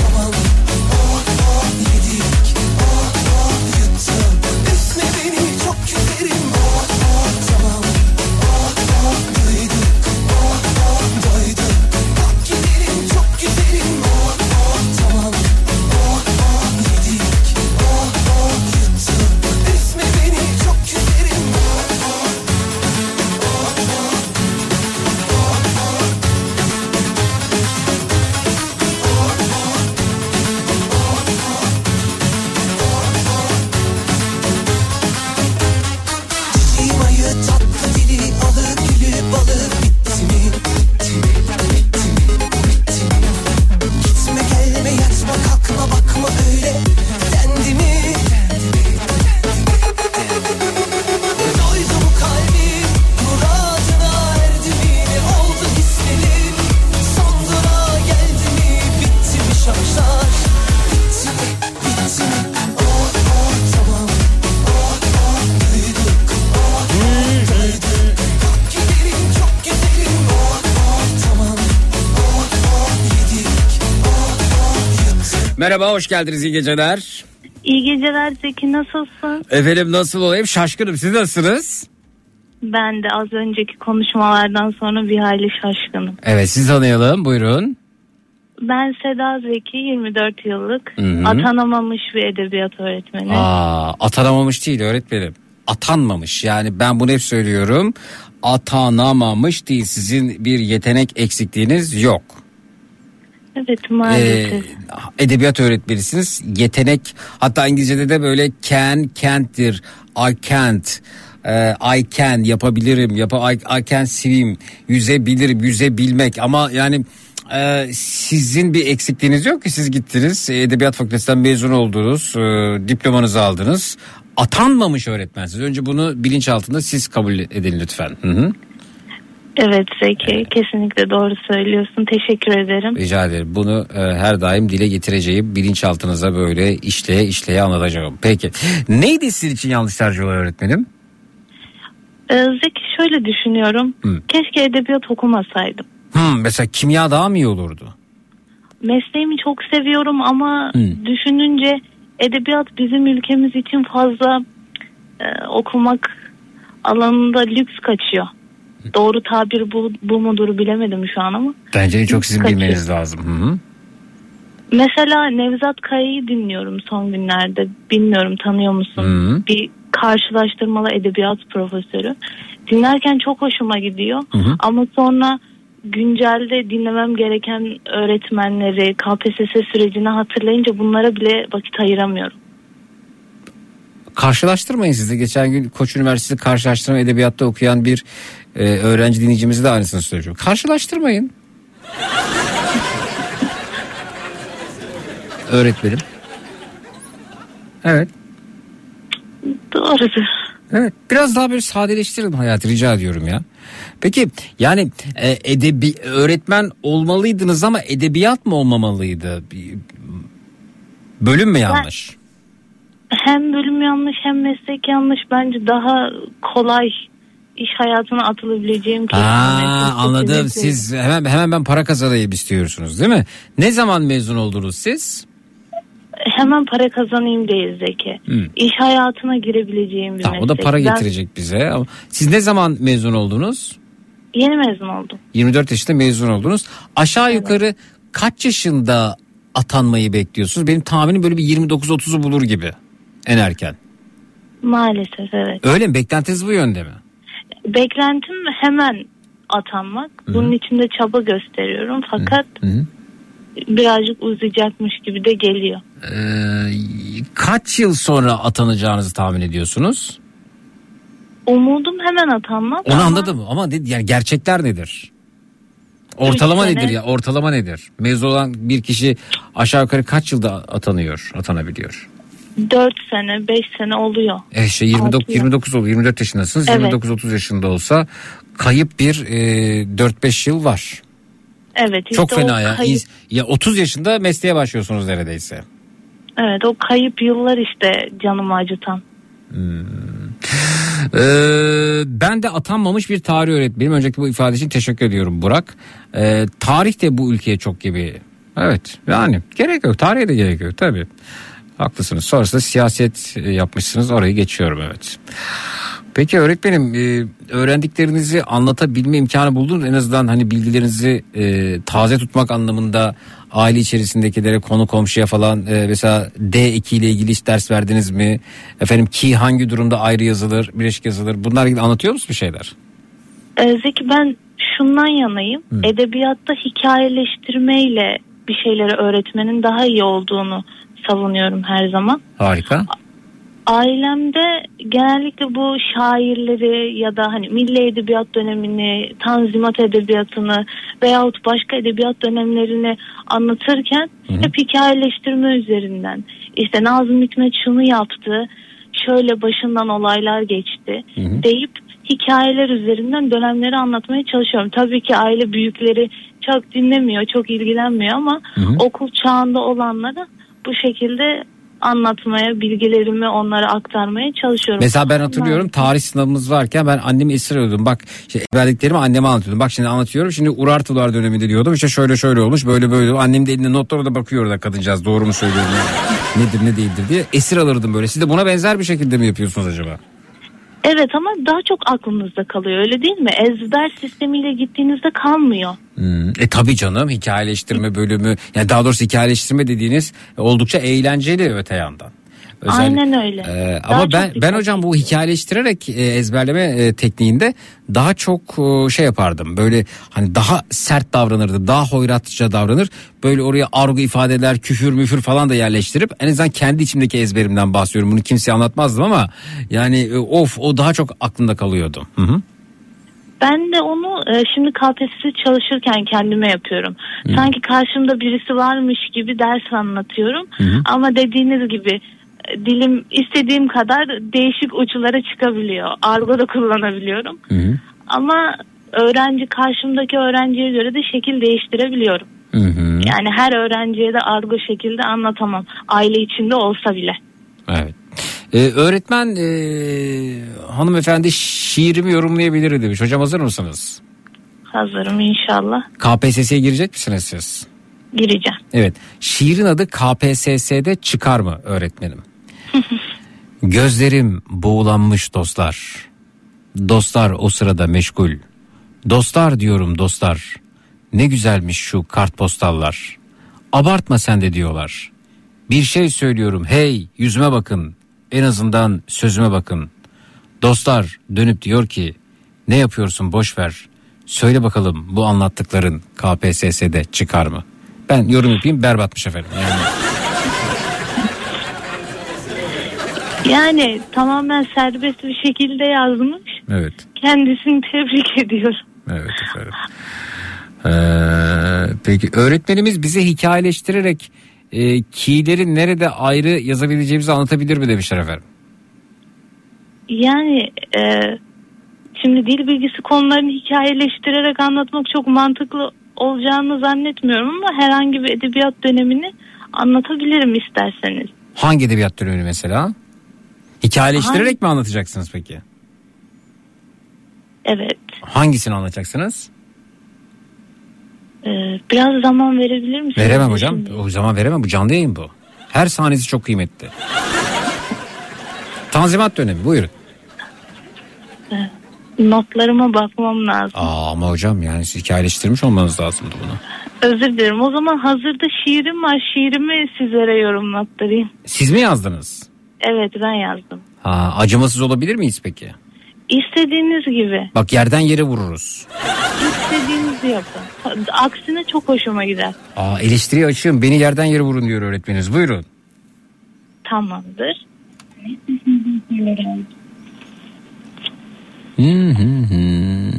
Merhaba, hoş geldiniz, iyi geceler. İyi geceler Zeki, nasılsın? Efendim nasıl olayım, şaşkınım, siz nasılsınız? Ben de az önceki konuşmalardan sonra bir hayli şaşkınım. Evet, sizi tanıyalım, buyurun. Ben Seda Zeki, yirmi dört yıllık Hı-hı. atanamamış bir edebiyat öğretmeni. Aa, atanamamış değil öğretmenim, atanmamış, yani ben bunu hep söylüyorum, atanamamış değil, sizin bir yetenek eksikliğiniz yok. Evet, maalesef. Ee, edebiyat öğretmenisiniz. Yetenek, hatta İngilizce'de de böyle can, can't'tir. I can't, uh, I can, yapabilirim, yap I, I can swim, yüzebilirim, yüzebilmek. Ama yani e, sizin bir eksikliğiniz yok ki, siz gittiniz edebiyat fakültesinden mezun oldunuz, e, diplomanızı aldınız. atanmamış öğretmensiniz. Önce bunu bilinçaltında siz kabul edin lütfen. Hı hı. Evet Zeki, evet. Kesinlikle doğru söylüyorsun. Teşekkür ederim. Rica ederim. Bunu e, her daim dile getireceğim. Bilinçaltınıza böyle işleye işleye anlatacağım. Peki. Neydi sizin için yanlış tercihler öğretmenim? Ee, Zeki şöyle düşünüyorum. Hı. Keşke edebiyat okumasaydım. Hmm, mesela kimya daha mı iyi olurdu? Mesleğimi çok seviyorum ama hmm. düşününce edebiyat bizim ülkemiz için fazla e, okumak alanında lüks kaçıyor. Hmm. Doğru tabir bu, bu mudur bilemedim şu an ama. Bence çok sizin kaçıyor. Bilmeniz lazım. Hı-hı. Mesela Nevzat Kaya'yı dinliyorum son günlerde. Bilmiyorum, tanıyor musun? Hı-hı. Bir karşılaştırmalı edebiyat profesörü. Dinlerken çok hoşuma gidiyor. Hı-hı. Ama sonra güncelde dinlemem gereken öğretmenleri, K P S S sürecini hatırlayınca bunlara bile vakit ayıramıyorum. Karşılaştırmayın siz de. Geçen gün Koç Üniversitesi karşılaştırma edebiyatta okuyan bir e, öğrenci dinleyicimize de aynısını söylüyorum. Karşılaştırmayın. Öğretmenim. Evet. Doğrudur. Evet, biraz daha böyle sadeleştirin hayatı, rica ediyorum ya. Peki yani e, edebi öğretmen olmalıydınız ama edebiyat mı olmamalıydı? Bölüm mü yanlış? Ben, hem bölüm yanlış hem meslek yanlış. Bence daha kolay iş hayatına atılabileceğim. Aa, anladım. Siz hemen hemen ben para kazanayım istiyorsunuz, değil mi? Ne zaman mezun oldunuz siz? Hemen para kazanayım değil Zeki. Hmm. İş hayatına girebileceğim bir tamam, meslek. O da para getirecek ben... bize. Siz ne zaman mezun oldunuz? Yeni mezun oldum. yirmi dört yaşında mezun oldunuz. Aşağı evet. yukarı kaç yaşında atanmayı bekliyorsunuz? Benim tahminim böyle bir yirmi dokuz otuzu bulur gibi. En erken. Maalesef evet. Öyle mi? Beklentiniz bu yönde mi? Beklentim hemen atanmak. Hı-hı. Bunun için de çaba gösteriyorum. Fakat Hı-hı. birazcık uzayacakmış gibi de geliyor. Ee, kaç yıl sonra atanacağınızı tahmin ediyorsunuz? Umudum hemen atanmak. Onu ama... anladım ama yani gerçekler nedir? Ortalama nedir ya? Ortalama nedir? Mezun olan bir kişi aşağı yukarı kaç yılda atanıyor, atanabiliyor? dört sene, beş sene oluyor. E işte yirmi dokuz, yirmi dokuz oluyor. yirmi dört yaşındasınız. Evet. yirmi dokuz otuz yaşında olsa kayıp bir e, dört beş yıl var. Evet. Işte çok fena ya. Kayıp... Ya otuz yaşında mesleğe başlıyorsunuz neredeyse. Evet, o kayıp yıllar işte canımı acıtan. Hmm. Ee, ben de atanmamış bir tarih öğretmenim. Önceki bu ifade için teşekkür ediyorum Burak. Ee, tarih de bu ülkeye çok gibi. Evet yani gerek yok. Tarihe de gerek yok tabii. Haklısınız. Sonrasında siyaset yapmışsınız, orayı geçiyorum evet. Peki öğretmenim, öğrendiklerinizi anlatabilme imkanı buldunuz. En azından hani bilgilerinizi e, taze tutmak anlamında aile içerisindekilere, konu komşuya falan e, mesela D eki ile ilgili hiç ders verdiniz mi? Efendim ki hangi durumda ayrı yazılır, bileşik yazılır? Bunlarla ilgili anlatıyor musunuz bir şeyler? Ee, Zeki ben şundan yanayım. Hı. Edebiyatta hikayeleştirmeyle bir şeyleri öğretmenin daha iyi olduğunu savunuyorum her zaman. Harika. Ailemde genellikle bu şairleri ya da hani milli edebiyat dönemini, Tanzimat edebiyatını veyahut başka edebiyat dönemlerini anlatırken hı hı. hep hikayeleştirme üzerinden. İşte Nazım Hikmet şunu yaptı, şöyle başından olaylar geçti hı hı. deyip hikayeler üzerinden dönemleri anlatmaya çalışıyorum. Tabii ki aile büyükleri çok dinlemiyor, çok ilgilenmiyor ama hı hı. okul çağında olanlara bu şekilde anlatmaya, bilgilerimi onlara aktarmaya çalışıyorum. Mesela ben hatırlıyorum tarih sınavımız varken ben annemi esir alıyordum. Bak işte ezberlediklerimi anneme anlatıyordum. Bak şimdi anlatıyorum. Şimdi Urartular döneminde diyordum. İşte şöyle şöyle olmuş, böyle böyle. Annem de elinde notlara da bakıyor da kadıncağız. Doğru mu söylüyorum? Nedir ne değildir diye. Esir alırdım böyle. Siz de buna benzer bir şekilde mi yapıyorsunuz acaba? Evet ama daha çok aklınızda kalıyor, öyle değil mi? Ezber sistemiyle gittiğinizde kalmıyor. Hmm. E tabii canım, hikayeleştirme bölümü, yani daha doğrusu hikayeleştirme dediğiniz oldukça eğlenceli öte yandan. Özel, Aynen öyle. E, ama ben ben hocam bu hikayeleştirerek e, ezberleme e, tekniğinde daha çok e, şey yapardım. Böyle hani daha sert davranırdım, daha hoyratça davranır. Böyle oraya argo ifadeler, küfür müfür falan da yerleştirip en azından kendi içimdeki ezberimden bahsediyorum. Bunu kimseye anlatmazdım ama yani e, of o daha çok aklımda kalıyordu. Hı hı. Ben de onu e, şimdi K P S S çalışırken kendime yapıyorum. Hmm. Sanki karşımda birisi varmış gibi ders anlatıyorum. Hmm. Ama dediğiniz gibi dilim istediğim kadar değişik uçlara çıkabiliyor. Argo da kullanabiliyorum. Hı hı. Ama öğrenci karşımdaki öğrenciye göre de şekil değiştirebiliyorum. Hı hı. Yani her öğrenciye de argo şekilde anlatamam. Aile içinde olsa bile. Evet. Ee, öğretmen e, hanımefendi şiirimi yorumlayabilir demiş. Hocam hazır mısınız? Hazırım inşallah. K P S S'ye girecek misiniz siz? Gireceğim. Evet. Şiirin adı K P S S'de çıkar mı öğretmenim? Gözlerim buğulanmış dostlar. Dostlar o sırada meşgul. Dostlar diyorum dostlar. Ne güzelmiş şu kartpostallar. Abartma sen de diyorlar. Bir şey söylüyorum hey yüzüme bakın. En azından sözüme bakın. Dostlar dönüp diyor ki ne yapıyorsun boş ver. Söyle bakalım bu anlattıkların K P S S'de çıkar mı? Ben yorum yapayım berbatmış efendim. Yani... yani tamamen serbest bir şekilde yazmış. Evet. Kendisini tebrik ediyorum. Evet efendim. Ee, peki öğretmenimiz bize hikayeleştirerek e, ki'leri nerede ayrı yazabileceğimizi anlatabilir mi demişler efendim. Yani e, şimdi dil bilgisi konularını hikayeleştirerek anlatmak çok mantıklı olacağını zannetmiyorum ama herhangi bir edebiyat dönemini anlatabilirim isterseniz. Hangi edebiyat dönemi mesela? Hikayeleştirerek Hangi? mi anlatacaksınız peki? Evet. Hangisini anlatacaksınız? Ee, biraz zaman verebilir misiniz? Veremem hocam. Şimdi? O zaman veremem. Bu canlı yayın bu. Her saniyesi çok kıymetli. Tanzimat dönemi buyurun. Ee, notlarıma bakmam lazım. Aa, ama hocam yani siz hikayeleştirmiş olmanız lazımdı bunu. Özür dilerim. O zaman hazırda şiirim var. Şiirimi sizlere yorumlattırayım. Siz mi yazdınız? Evet ben yazdım. Ha, acımasız olabilir miyiz peki? İstediğiniz gibi. Bak yerden yere vururuz. İstediğinizi yapın. Aksine çok hoşuma gider. Aa, eleştiriye açığım. Beni yerden yere vurun diyor öğretmeniniz. Buyurun. Tamamdır. Hı hı hı.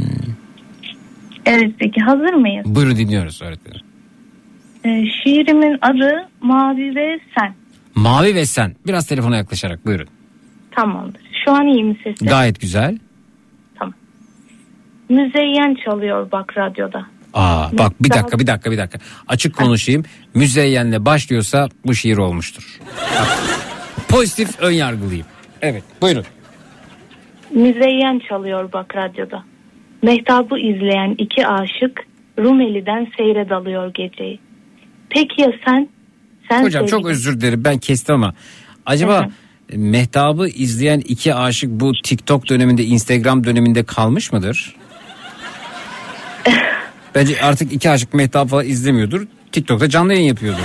Evet peki hazır mıyız? Buyurun dinliyoruz öğretmenim. Ee, şiirimin adı Mavi ve Sen. Mavi ve Sen. Biraz telefona yaklaşarak buyurun. Tamamdır. Şu an iyi mi sesim? Gayet güzel. Tamam. Müzeyyen çalıyor bak radyoda. Aa, bak bir dakika bir dakika bir dakika. Açık konuşayım. Müzeyyenle başlıyorsa bu şiir olmuştur. Bak, pozitif ön yargılıyım. Evet buyurun. Müzeyyen çalıyor bak radyoda. Mehtabı izleyen iki aşık Rumeli'den seyre dalıyor geceyi. Peki ya sen? Sen hocam sevgili. Çok özür dilerim ben kestim ama acaba Hı-hı. Mehtabı izleyen iki aşık bu TikTok döneminde Instagram döneminde kalmış mıdır? Bence artık iki aşık Mehtap falan izlemiyordur. TikTok'ta canlı yayın yapıyordur.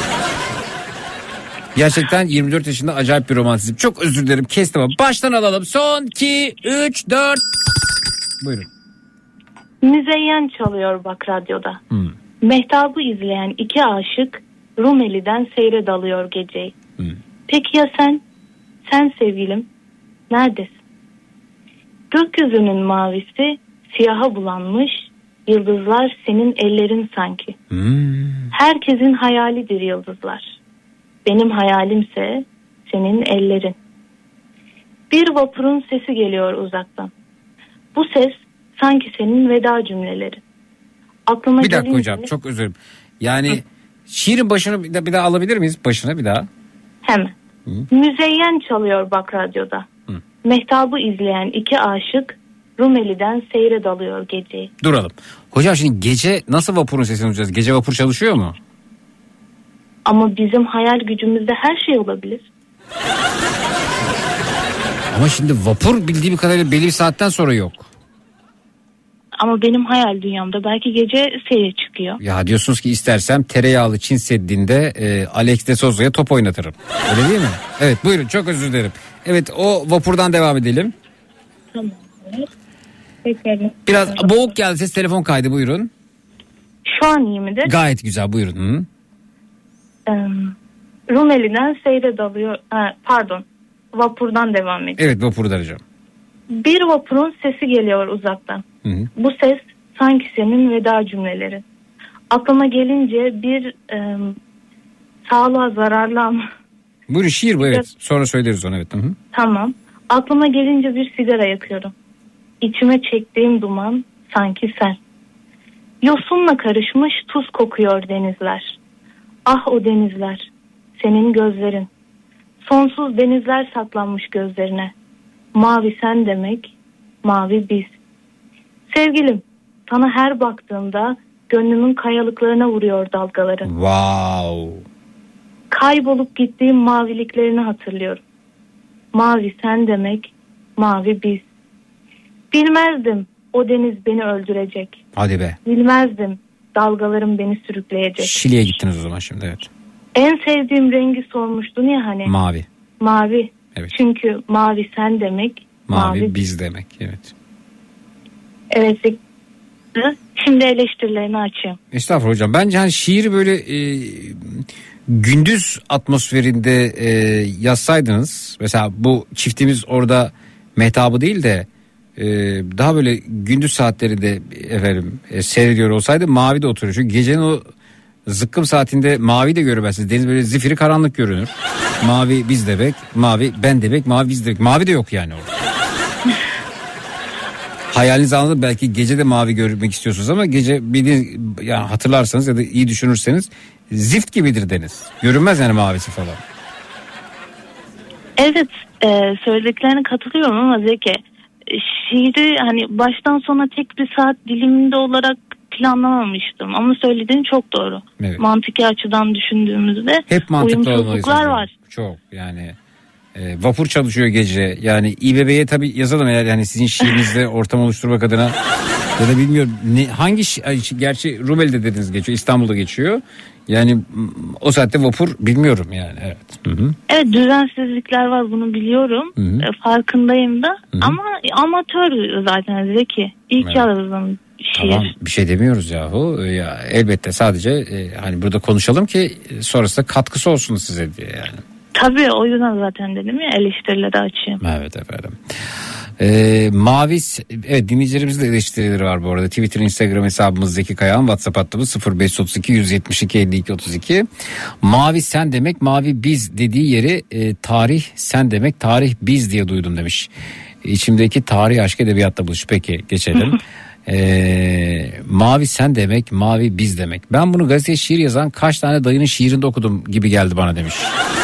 Gerçekten yirmi dört yaşında acayip bir romantizm. Çok özür dilerim kestim ama baştan alalım. Son iki, üç, dört. Buyurun. Müzeyyen çalıyor bak radyoda. Hmm. Mehtabı izleyen iki aşık Rumeli'den seyre dalıyor geceyi. Hmm. Peki ya sen? Sen sevgilim neredesin? Gökyüzünün mavisi siyaha bulanmış, yıldızlar senin ellerin sanki. Hmm. Herkesin hayalidir yıldızlar. Benim hayalimse senin ellerin. Bir vapurun sesi geliyor uzaktan. Bu ses sanki senin veda cümleleri. Aklıma bir dakika gelince... hocam çok özür dilerim. Yani Hı. şiirin başını bir daha, bir daha alabilir miyiz? Başına bir daha. Hemen. Hı. Müzeyyen çalıyor bak radyoda. Hı. Mehtabı izleyen iki aşık Rumeli'den seyre dalıyor geceyi. Duralım. Hocam şimdi gece nasıl vapurun sesini duyacağız? Gece vapur çalışıyor mu? Ama bizim hayal gücümüzde her şey olabilir. Ama şimdi vapur bildiğim kadarıyla belli bir saatten sonra yok. Ama benim hayal dünyamda belki gece seyre çıkıyor. Ya diyorsunuz ki istersem tereyağlı Çin Seddi'nde e, Alex de Souza'ya top oynatırım. Öyle değil mi? Evet buyurun çok özür dilerim. Evet o vapurdan devam edelim. Tamam. Peki. Biraz boğuk geldi ses telefon kaydı buyurun. Şu an iyi midir? Gayet güzel buyurun. Hı. Um, Rumeli'den seyre dalıyor. Ha, pardon vapurdan devam ediyor. Evet vapurdan hocam. Bir vapurun sesi geliyor uzaktan. Hı hı. Bu ses sanki senin veda cümleleri. Aklıma gelince bir e, sağlığa zararlı ama Buyurun şiir bu, evet. Sonra söyleriz onu, evet. Hı-hı. Tamam. Aklıma gelince bir sigara yakıyorum. İçime çektiğim duman sanki sen. Yosunla karışmış tuz kokuyor denizler. Ah o denizler, senin gözlerin. Sonsuz denizler saklanmış gözlerine. Mavi sen demek, mavi biz. Sevgilim, sana her baktığımda gönlümün kayalıklarına vuruyor dalgaların. Wow. Kaybolup gittiğim maviliklerini hatırlıyorum. Mavi sen demek, mavi biz. Bilmezdim o deniz beni öldürecek. Hadi be. Bilmezdim dalgalarım beni sürükleyecek. Şili'ye gittiniz o zaman şimdi, evet. En sevdiğim rengi sormuştun ya hani. Mavi. Mavi. Evet. Çünkü mavi sen demek, mavi, mavi biz demek, evet. Evet. Şimdi eleştirilerini açayım. Estağfurullah hocam. Bence hani şiiri böyle e, gündüz atmosferinde e, yazsaydınız. Mesela bu çiftimiz orada mehtabı değil de e, daha böyle gündüz saatlerinde efendim e, seyrediyor olsaydı mavi de oturuyor. Çünkü gecenin o zıkkım saatinde mavi de göremezsiniz. Deniz böyle zifiri karanlık görünür. Mavi biz demek, mavi ben demek, mavi biz demek. Mavi de yok yani orada. Hayaliniz anladım, belki gece de mavi görmek istiyorsunuz ama gece bir yani hatırlarsanız ya da iyi düşünürseniz zift gibidir deniz. Görünmez yani mavisi falan. Evet, e, söylediklerine katılıyorum ama Zeki, şiiri hani baştan sona tek bir saat diliminde olarak planlamamıştım ama söylediğin çok doğru. Evet. Mantıki açıdan düşündüğümüzde hep mantıklı uyumsuzluklar var. Çok yani. E, vapur çalışıyor gece. Yani İBB'ye tabii yazalım eğer yani sizin şiirinizde ortam oluşturmak adına ya da bilmiyorum ne, hangi şi- gerçi Rumeli'de dediniz geçiyor, İstanbul'da geçiyor. Yani o saatte vapur bilmiyorum yani, evet. Hı-hı. Evet, düzensizlikler var, bunu biliyorum. E, farkındayım da. Hı-hı. Ama amatör zaten Zeki. İyi ki yazdın şiir. Tamam, bir şey demiyoruz yahu. Ya, elbette sadece e, hani burada konuşalım ki sonrasında katkısı olsun size diye yani. Tabii, o yüzden zaten dedim ya eleştirileri açayım. Evet efendim. Ee, mavi, evet, dinleyicilerimizin de eleştirileri var bu arada. Twitter, Instagram hesabımız Zeki Kayağan, WhatsApp hattımız sıfır beş otuz iki yüz yetmiş iki elli iki otuz iki. Mavi sen demek, mavi biz dediği yeri e, tarih sen demek, tarih biz diye duydum demiş. İçimdeki tarih aşk edebiyatla buluş. Peki geçelim. Ee, mavi sen demek, mavi biz demek. Ben bunu gazete şiir yazan kaç tane dayının şiirinde okudum gibi geldi bana demiş.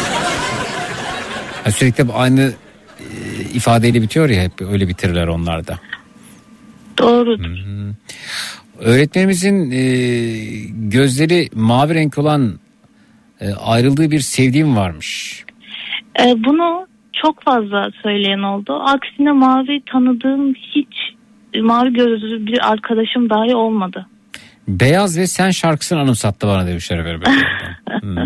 Yani sürekli aynı e, ifadeyle bitiyor ya, hep öyle bitirirler onlar da. Doğrudur. Hmm. Öğretmenimizin e, gözleri mavi renk olan e, ayrıldığı bir sevdiğim varmış. E, bunu çok fazla söyleyen oldu. Aksine mavi tanıdığım hiç mavi gözlü bir arkadaşım dahi olmadı. Beyaz ve sen şarkısını anımsattı bana demişler efendim. hmm.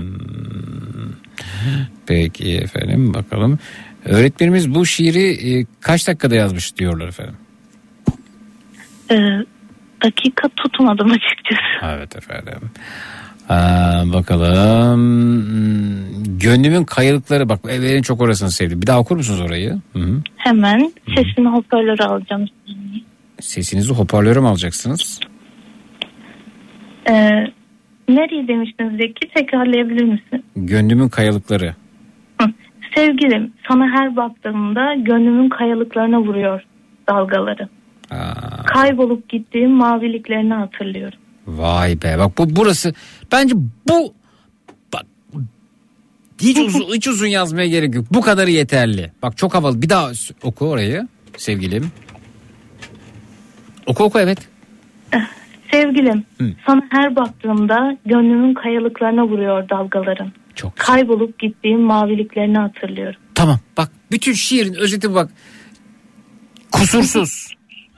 Peki efendim, bakalım. Öğretmenimiz bu şiiri e, kaç dakikada yazmış diyorlar efendim. E, dakika tutmadım açıkçası. Evet efendim. Aa, bakalım. Gönlümün kayalıkları, bak en çok orasını sevdim. Bir daha okur musunuz orayı? Hı-hı. Hemen sesini hoparlöre alacağım. Sesinizi hoparlöre mi alacaksınız? Ee, nereye demiştiniz Zeki? Tekrarlayabilir misin? Gönlümün kayalıkları. Hı. Sevgilim, sana her baktığımda gönlümün kayalıklarına vuruyor dalgaları. Aa. Kaybolup gittiğim maviliklerini hatırlıyorum. Vay be, bak bu burası bence bu bak hiç uzun, hiç uzun yazmaya gerek yok. Bu kadarı yeterli. Bak çok havalı. Bir daha oku orayı sevgilim. Oku oku evet. Sevgilim, Hı. sana her baktığımda gönlümün kayalıklarına vuruyor dalgaların. Çok kaybolup gittiğim maviliklerini hatırlıyorum. Tamam, bak bütün şiirin özeti bak. Kusursuz.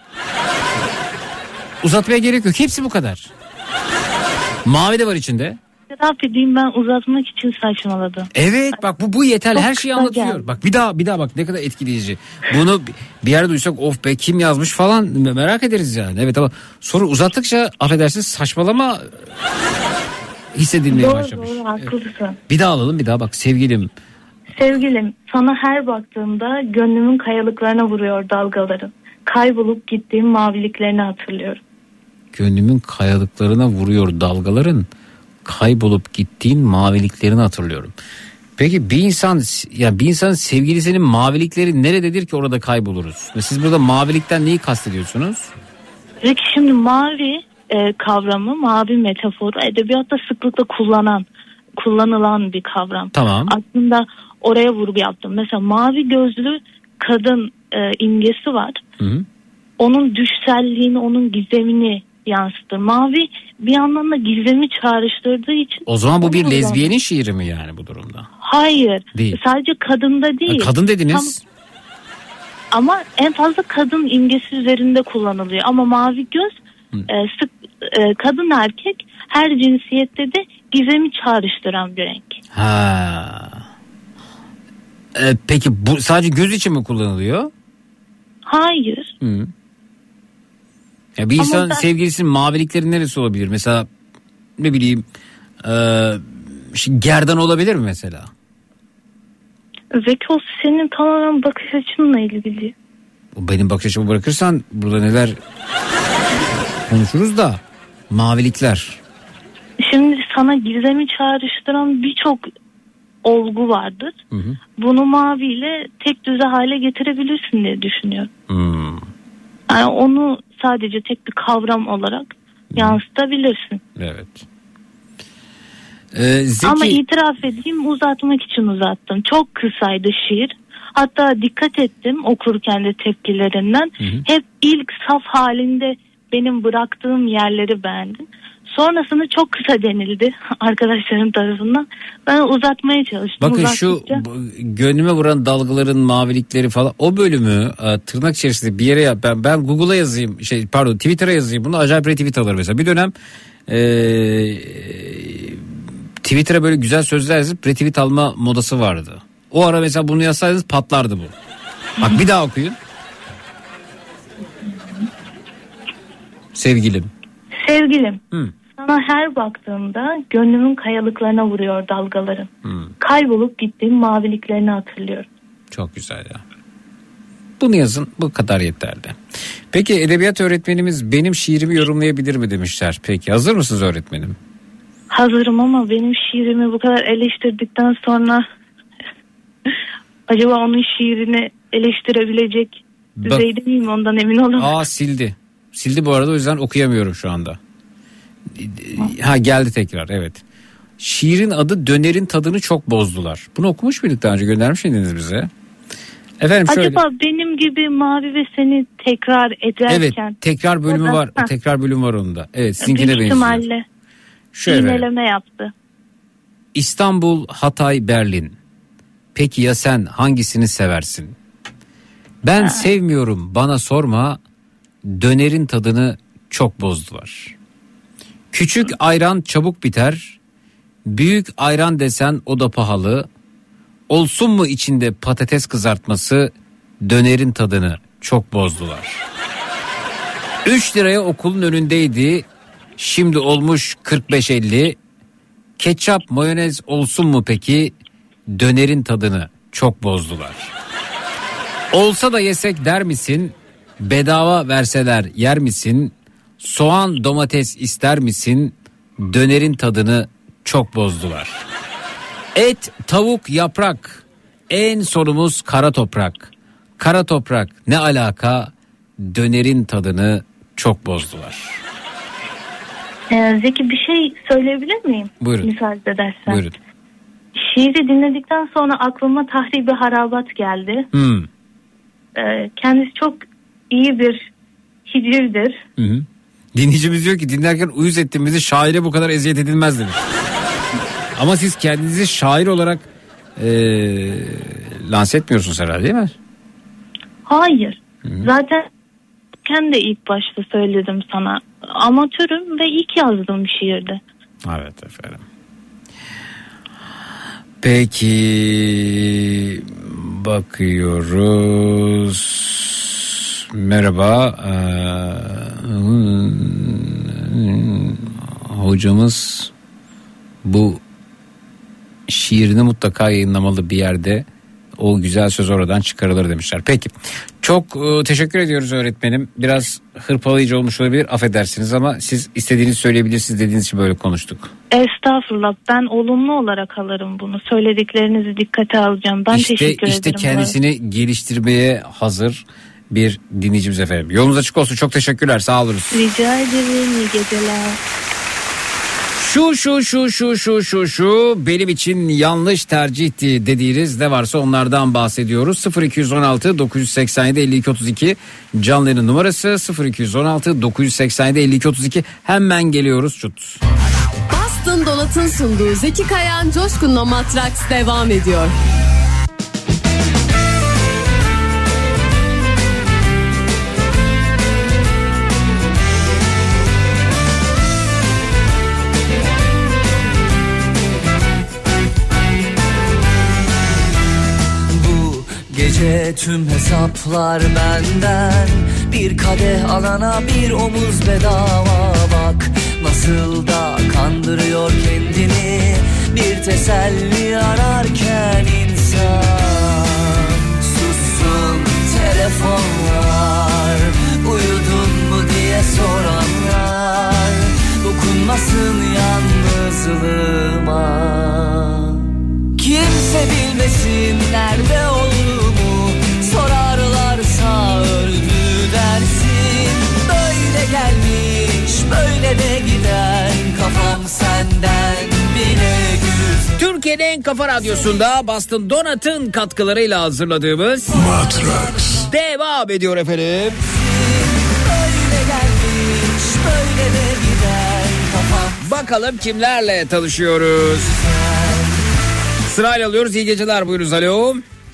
Uzatmaya gerek yok. Hepsi bu kadar. Mavi de var içinde. Terapi edeyim, ben uzatmak için saçmaladım. Evet bak bu bu yeterli. Çok her şeyi anlatıyor. Geldi. Bak bir daha bir daha bak ne kadar etkileyici. Bunu bir yerde duysak of be kim yazmış falan merak ederiz yani. Evet ama soru uzattıkça affedersiniz saçmalama hissedilmeye doğru, başlamış. Doğru haklısın. Evet. Bir daha alalım bir daha bak sevgilim. Sevgilim, sana her baktığımda gönlümün kayalıklarına vuruyor dalgaların. Kaybolup gittiğim maviliklerini hatırlıyorum. Gönlümün kayalıklarına vuruyor dalgaların. Kaybolup gittiğin maviliklerini hatırlıyorum. Peki bir insan ya bir insanın sevgilisinin mavilikleri nerededir ki orada kayboluruz? Ve siz burada mavilikten neyi kastediyorsunuz? Peki şimdi mavi e, kavramı, mavi metaforu edebiyatta sıklıkla kullanan, kullanılan bir kavram. Tamam. Aslında oraya vurgu yaptım. Mesela mavi gözlü kadın e, imgesi var. Hı hı. Onun düşselliğini, onun gizemini yansıtır. Mavi bir yandan da gizemi çağrıştırdığı için. O zaman bu bir Onu lezbiyenin şiiri mi yani bu durumda? Hayır. Değil. Sadece kadında değil. Ha, kadın dediniz. Tam, ama en fazla kadın imgesi üzerinde kullanılıyor. Ama mavi göz e, sık e, kadın erkek her cinsiyette de gizemi çağrıştıran bir renk. Ha. E, peki bu sadece göz için mi kullanılıyor? Hayır. Hı. Ya bir Ama insan ben... sevgilisinin mavilikleri neresi olabilir? Mesela ne bileyim e, şimdi gerdan olabilir mi mesela? Zeki o senin tamamen bakış açınla ilgili. Benim bakış açımı bırakırsan burada neler konuşuruz da mavilikler. Şimdi sana gizemi çağrıştıran birçok olgu vardır. Hı hı. Bunu maviyle tek düze hale getirebilirsin diye düşünüyorum. Hmm. Yani onu sadece tek bir kavram olarak yansıtabilirsin. Evet. Ee, Zeki... Ama itiraf edeyim, uzatmak için uzattım. Çok kısaydı şiir. Hatta dikkat ettim okurken de tepkilerinden. Hı hı. Hep ilk saf halinde benim bıraktığım yerleri beğendim. Sonrasında çok kısa denildi arkadaşlarım tarafından. Ben uzatmaya çalıştım. Bakın Uzattıkça... şu gönlüme vuran dalgaların mavilikleri falan, o bölümü tırnak içerisinde bir yere yap. Ben, ben Google'a yazayım, şey pardon Twitter'a yazayım. Bunu acayip retweet alır mesela. Bir dönem ee, Twitter'a böyle güzel sözler yazıp retweet alma modası vardı. O ara mesela bunu yazsaydınız patlardı bu. Bak bir daha okuyun. Sevgilim. Sevgilim. Hı. Sana her baktığımda gönlümün kayalıklarına vuruyor dalgalarım. Hmm. Kaybolup gittiğim maviliklerini hatırlıyorum. Çok güzel ya. Bunu yazın, bu kadar yeterli. Peki edebiyat öğretmenimiz benim şiirimi yorumlayabilir mi demişler. Peki hazır mısınız öğretmenim? Hazırım ama benim şiirimi bu kadar eleştirdikten sonra acaba onun şiirini eleştirebilecek düzeyde miyim, ondan emin olamam. Aa sildi. Sildi bu arada, o yüzden okuyamıyorum şu anda. Ha geldi tekrar, evet. Şiirin adı Döner'in tadını çok bozdular. Bunu okumuş muyduk daha önce, göndermiş miydiniz bize? Efendim şöyle. Acaba benim gibi Mavi ve Seni tekrar ederken. Evet, tekrar bölümü da, var. Ha. Tekrar bölüm var onda. Evet, sizinkine benziyor. Büyük ihtimalle Şöyle. iğneleme yaptı. İstanbul, Hatay, Berlin. Peki ya sen hangisini seversin? Ben ha. sevmiyorum, bana sorma. Dönerin tadını çok bozdular. Küçük ayran çabuk biter. Büyük ayran desen o da pahalı. Olsun mu içinde patates kızartması? Dönerin tadını çok bozdular. üç liraya okulun önündeydi. Şimdi olmuş kırk beş elli. Ketçap mayonez olsun mu peki? Dönerin tadını çok bozdular. Olsa da yesek der misin? Bedava verseler yer misin? Soğan domates ister misin? Dönerin tadını çok bozdular. Et, tavuk, yaprak. En sonumuz kara toprak. Kara toprak ne alaka? Dönerin tadını çok bozdular. Ee, Zeki, bir şey söyleyebilir miyim? Buyurun. Müsaade edersen. Buyurun. Şiiri dinledikten sonra aklıma Tahribi Harabat geldi. Hmm. Ee, kendisi çok iyi bir hicivdir. Hı hı. Dinleyicimiz diyor ki dinlerken uyuz ettiğimizi şaire bu kadar eziyet edilmez demiş. Ama siz kendinizi şair olarak ee, lanse etmiyorsunuz herhalde, değil mi? Hayır. Hı-hı. Zaten kendi de ilk başta söyledim sana. Amatörüm ve ilk yazdığım şiirdi. Evet efendim. Peki bakıyoruz. Merhaba. Ee, hocamız bu şiirini mutlaka yayınlamalı bir yerde. o güzel söz oradan çıkarılır demişler. Peki çok e, teşekkür ediyoruz öğretmenim. Biraz hırpalayıcı olmuş olabilir, affedersiniz ama siz istediğinizi söyleyebilirsiniz dediğiniz için böyle konuştuk. Estağfurullah, ben olumlu olarak alırım bunu. Söylediklerinizi dikkate alacağım. Ben işte, teşekkür işte ederim. İşte kendisini geliştirmeye hazır bir dinleyicimiz efendim. Yolunuz açık olsun, çok teşekkürler, sağ oluruz. Rica ederim, iyi geceler. Şu şu şu şu şu şu şu benim için yanlış tercihti dediğiniz ne varsa onlardan bahsediyoruz. sıfır iki on altı dokuz yüz seksen yedi elli iki otuz iki canlıların numarası sıfır iki on altı dokuz yüz seksen yedi elli iki otuz iki, hemen geliyoruz çut. Bastın Dolat'ın sunduğu Zeki Kayan Coşkun'la Matraks devam ediyor. Gece tüm hesaplar benden, bir kadeh alana bir omuz bedava. Bak nasıl da kandırıyor kendini, bir teselli ararken insan. Sussun telefonlar, uyudun mu diye soranlar, dokunmasın yalnızlığıma. Kimse bilmesin nerede olduğumu, sorarlarsa öldü dersin. Böyle gelmiş böyle de giden, kafam senden bile güzel. Türkiye'nin en kafa radyosunda Bastın Donat'ın katkılarıyla hazırladığımız Matraks devam ediyor efendim. Böyle gelmiş böyle de giden, kafam. Bakalım kimlerle tanışıyoruz. Sırayla alıyoruz. İyi geceler, buyurunuz. Alo.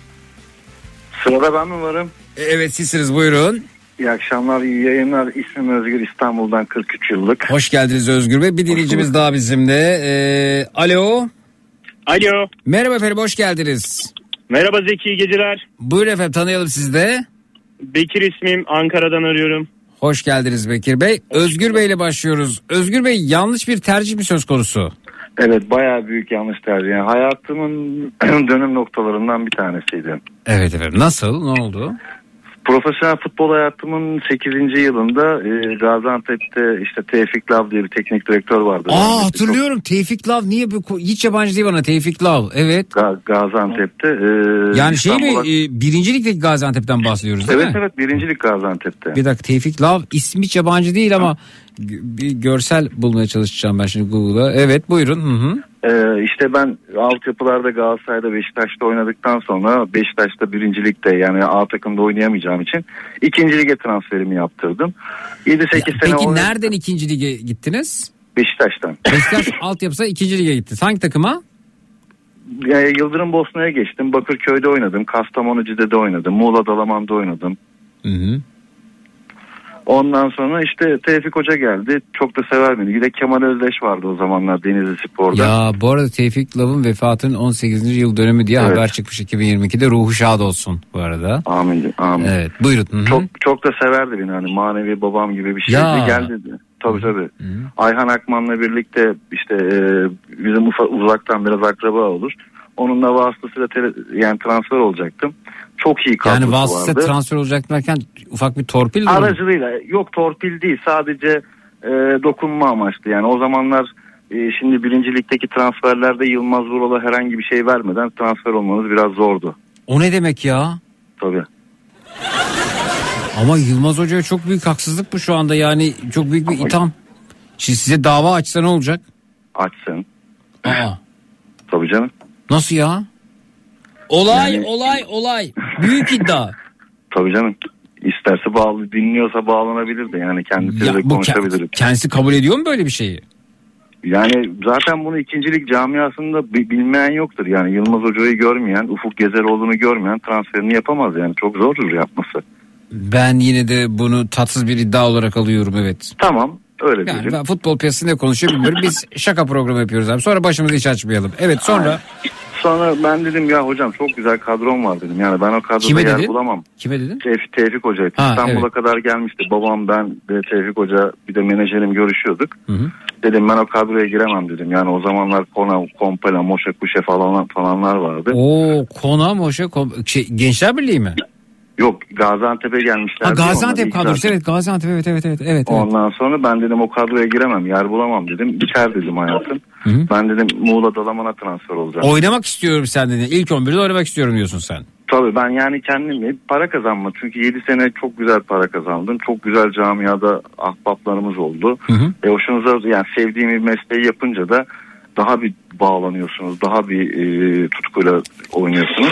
Sırada ben mi varım? Evet, sizsiniz, buyurun. İyi akşamlar, iyi yayınlar. İsmim Özgür, İstanbul'dan kırk üç yıllık. Hoş geldiniz Özgür Bey. Bir dinleyicimiz daha bizimle. Ee, alo. Alo. Merhaba efendim, hoş geldiniz. Merhaba Zeki, iyi geceler. Buyurun efendim, tanıyalım sizi de. Bekir ismim, Ankara'dan arıyorum. Hoş geldiniz Bekir Bey. Özgür Bey ile başlıyoruz. Özgür Bey, yanlış bir tercih mi söz konusu? Evet, bayağı büyük yanlış tercih. Yani hayatımın dönüm noktalarından bir tanesiydi. Evet efendim, nasıl, ne oldu? Profesyonel futbol hayatımın sekizinci yılında e, Gaziantep'te işte Tevfik Lav diye bir teknik direktör vardı. Aa, hatırlıyorum, Tevfik Lav, niye bu, hiç yabancı değil bana Tevfik Lav, evet. Ga- Gaziantep'te. E, yani şey mi, İstanbul'a... e, birinci ligdeki Gaziantep'ten bahsediyoruz değil evet, mi? Evet evet, birinci lig Gaziantep'te. Bir dakika, Tevfik Lav ismi hiç yabancı değil ama bir görsel bulmaya çalışacağım ben şimdi Google'da. Evet, buyurun. Hı hı. Ee, işte ben altyapılarda Galatasaray'da, Beşiktaş'ta oynadıktan sonra Beşiktaş'ta birinci ligde, yani A takımda oynayamayacağım için ikinci lige transferimi yaptırdım. yedi sekiz Ya, sene peki oynadım. nereden ikinci lige gittiniz? Beşiktaş'tan. Beşiktaş altyapısı ikinci lige gitti. Hangi takıma? Yani Yıldırım Bosna'ya geçtim. Bakırköy'de oynadım. Kastamonu Cide'de oynadım. Muğla Dalaman'da oynadım. Hı hı. Ondan sonra işte Tevfik Hoca geldi. Çok da sever beni. Bir de Kemal Özdeş vardı o zamanlar Denizli Spor'da. Ya bu arada Tevfik Lav'ın vefatının on sekizinci yıl dönümü diye evet. haber çıkmış iki bin yirmi ikide. Ruhu şad olsun bu arada. Amin. Amin. Evet, buyurun. Hı-hı. Çok çok da severdi beni, hani manevi babam gibi bir şeydi. Ya. Geldi. Tabii tabii. Hı-hı. Ayhan Akman'la birlikte işte e, bizim ufa, uzaktan biraz akraba olur. Onunla vasıtasıyla tele, yani transfer olacaktım. Çok iyi kadrosu vardı. Yani vasıtasıyla vardı. transfer olacak derken ufak bir torpil mi? Aracılığıyla. Yok, torpil değil, sadece e, dokunma amaçlı. Yani o zamanlar e, şimdi birinci ligdeki transferlerde Yılmaz Vural'a herhangi bir şey vermeden transfer olmanız biraz zordu. O ne demek ya? Tabii. Ama Yılmaz Hoca'ya çok büyük haksızlık bu şu anda, yani çok büyük bir itham. Şimdi size dava açsa ne olacak? Açsın. Aa. Tabii canım. Nasıl ya? Olay yani... olay olay. Büyük iddia. Tabii canım. İsterse bağlı, dinliyorsa bağlanabilir de, yani kendisiyle de konuşabiliriz. Kendisi kabul ediyor mu böyle bir şeyi? Yani zaten bunu ikincilik camiasında bilmeyen yoktur. Yani Yılmaz Hoca'yı görmeyen, Ufuk Gezeroğlu'nu görmeyen transferini yapamaz. Yani çok zordur yapması. Ben yine de bunu tatsız bir iddia olarak alıyorum, evet. Tamam. Öyle Yani dedim. ben futbol piyasasında ne konuşuyor bilmiyorum. Biz şaka programı yapıyoruz abi. Sonra başımızı hiç açmayalım. Evet sonra. Sonra ben dedim ya hocam çok güzel kadrom var dedim. Yani ben o kadroda Kime yer dedin? bulamam. Kime dedin? Tevfik, Tevfik Hoca'ydı. Ha, İstanbul'a evet. kadar gelmişti. Babam, ben ve Tevfik Hoca bir de menajerim görüşüyorduk. Hı hı. Dedim ben o kadroya giremem dedim. Yani o zamanlar Kona, Kompela, Moşe, Kuşe falan falanlar vardı. Oo, Kona, Moşe, Kom şey, Gençler Birliği mi? Yok, Gaziantep'e gelmişler. Ha, Gaziantep kadrosu, evet Gaziantep, evet evet evet. evet. Ondan sonra ben dedim o kadroya giremem, yer bulamam dedim. İçer dedim hayatım. Hı hı. Ben dedim Muğla Dalaman'a transfer olacağım. Oynamak istiyorum sen dedin. İlk on birde oynamak istiyorum diyorsun sen. Tabii ben yani kendim para kazanma. Çünkü yedi sene çok güzel para kazandım. Çok güzel camiada ahbaplarımız oldu. Hı hı. E hoşunuza yani sevdiğim bir mesleği yapınca da daha bir bağlanıyorsunuz. Daha bir e, tutkuyla oynuyorsunuz.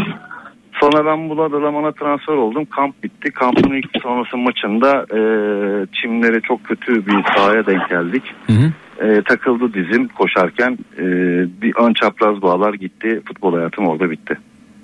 Sonra ben Muğla Dalaman'a transfer oldum. Kamp bitti. Kampın ilk sonrası maçında e, çimlere çok kötü bir sahaya denk geldik. Hı hı. E, takıldı dizim koşarken. E, bir ön çapraz bağlar gitti. Futbol hayatım orada bitti.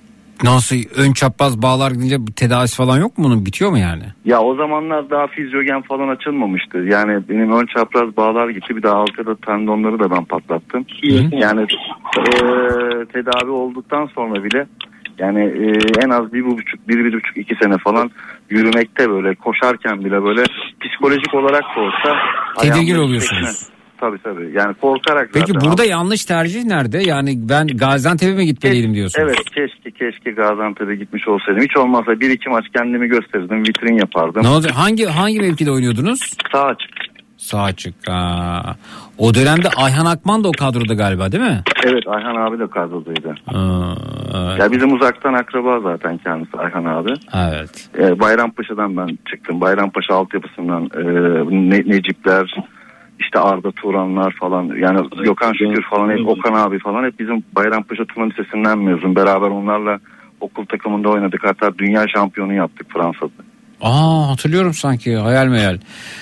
Nasıl ön çapraz bağlar gidince tedavisi falan yok mu bunun? Bitiyor mu yani? Ya o zamanlar daha fizyogen falan açılmamıştı. Yani benim ön çapraz bağlar gitti. Bir daha altıda tendonları da ben patlattım. Hı. Yani e, tedavi olduktan sonra bile yani e, en az bir buçuk, bir, bir buçuk, iki sene falan yürümekte böyle koşarken bile böyle psikolojik olarak da olsa tedirgin oluyorsunuz. Tekne, tabii tabii yani korkarak. Peki zaten burada ama, yanlış tercih nerede? Yani ben Gaziantep'e mi gitmeliydim diyorsunuz? Evet keşke keşke Gaziantep'e gitmiş olsaydım. Hiç olmazsa bir iki maç kendimi gösterirdim, vitrin yapardım. Ne oldu? Hangi hangi mevkide oynuyordunuz? Sağ açık. Sağ açık. Ha. O dönemde Ayhan Akman da o kadroda galiba değil mi? Evet Ayhan abi de kadrodaydı. Aa, evet. Ya bizim uzaktan akraba zaten kendisi Ayhan abi. Evet. Ee, Bayrampaşa'dan ben çıktım. Bayrampaşa altyapısından e, ne, Necipler, işte Arda Turanlar falan yani Gökhan Şükür falan hep Okan abi falan hep bizim Bayrampaşa Turan Lisesi'nden mezun. Beraber onlarla okul takımında oynadık. Hatta dünya şampiyonu yaptık Fransa'da. Aa hatırlıyorum sanki hayal meyal.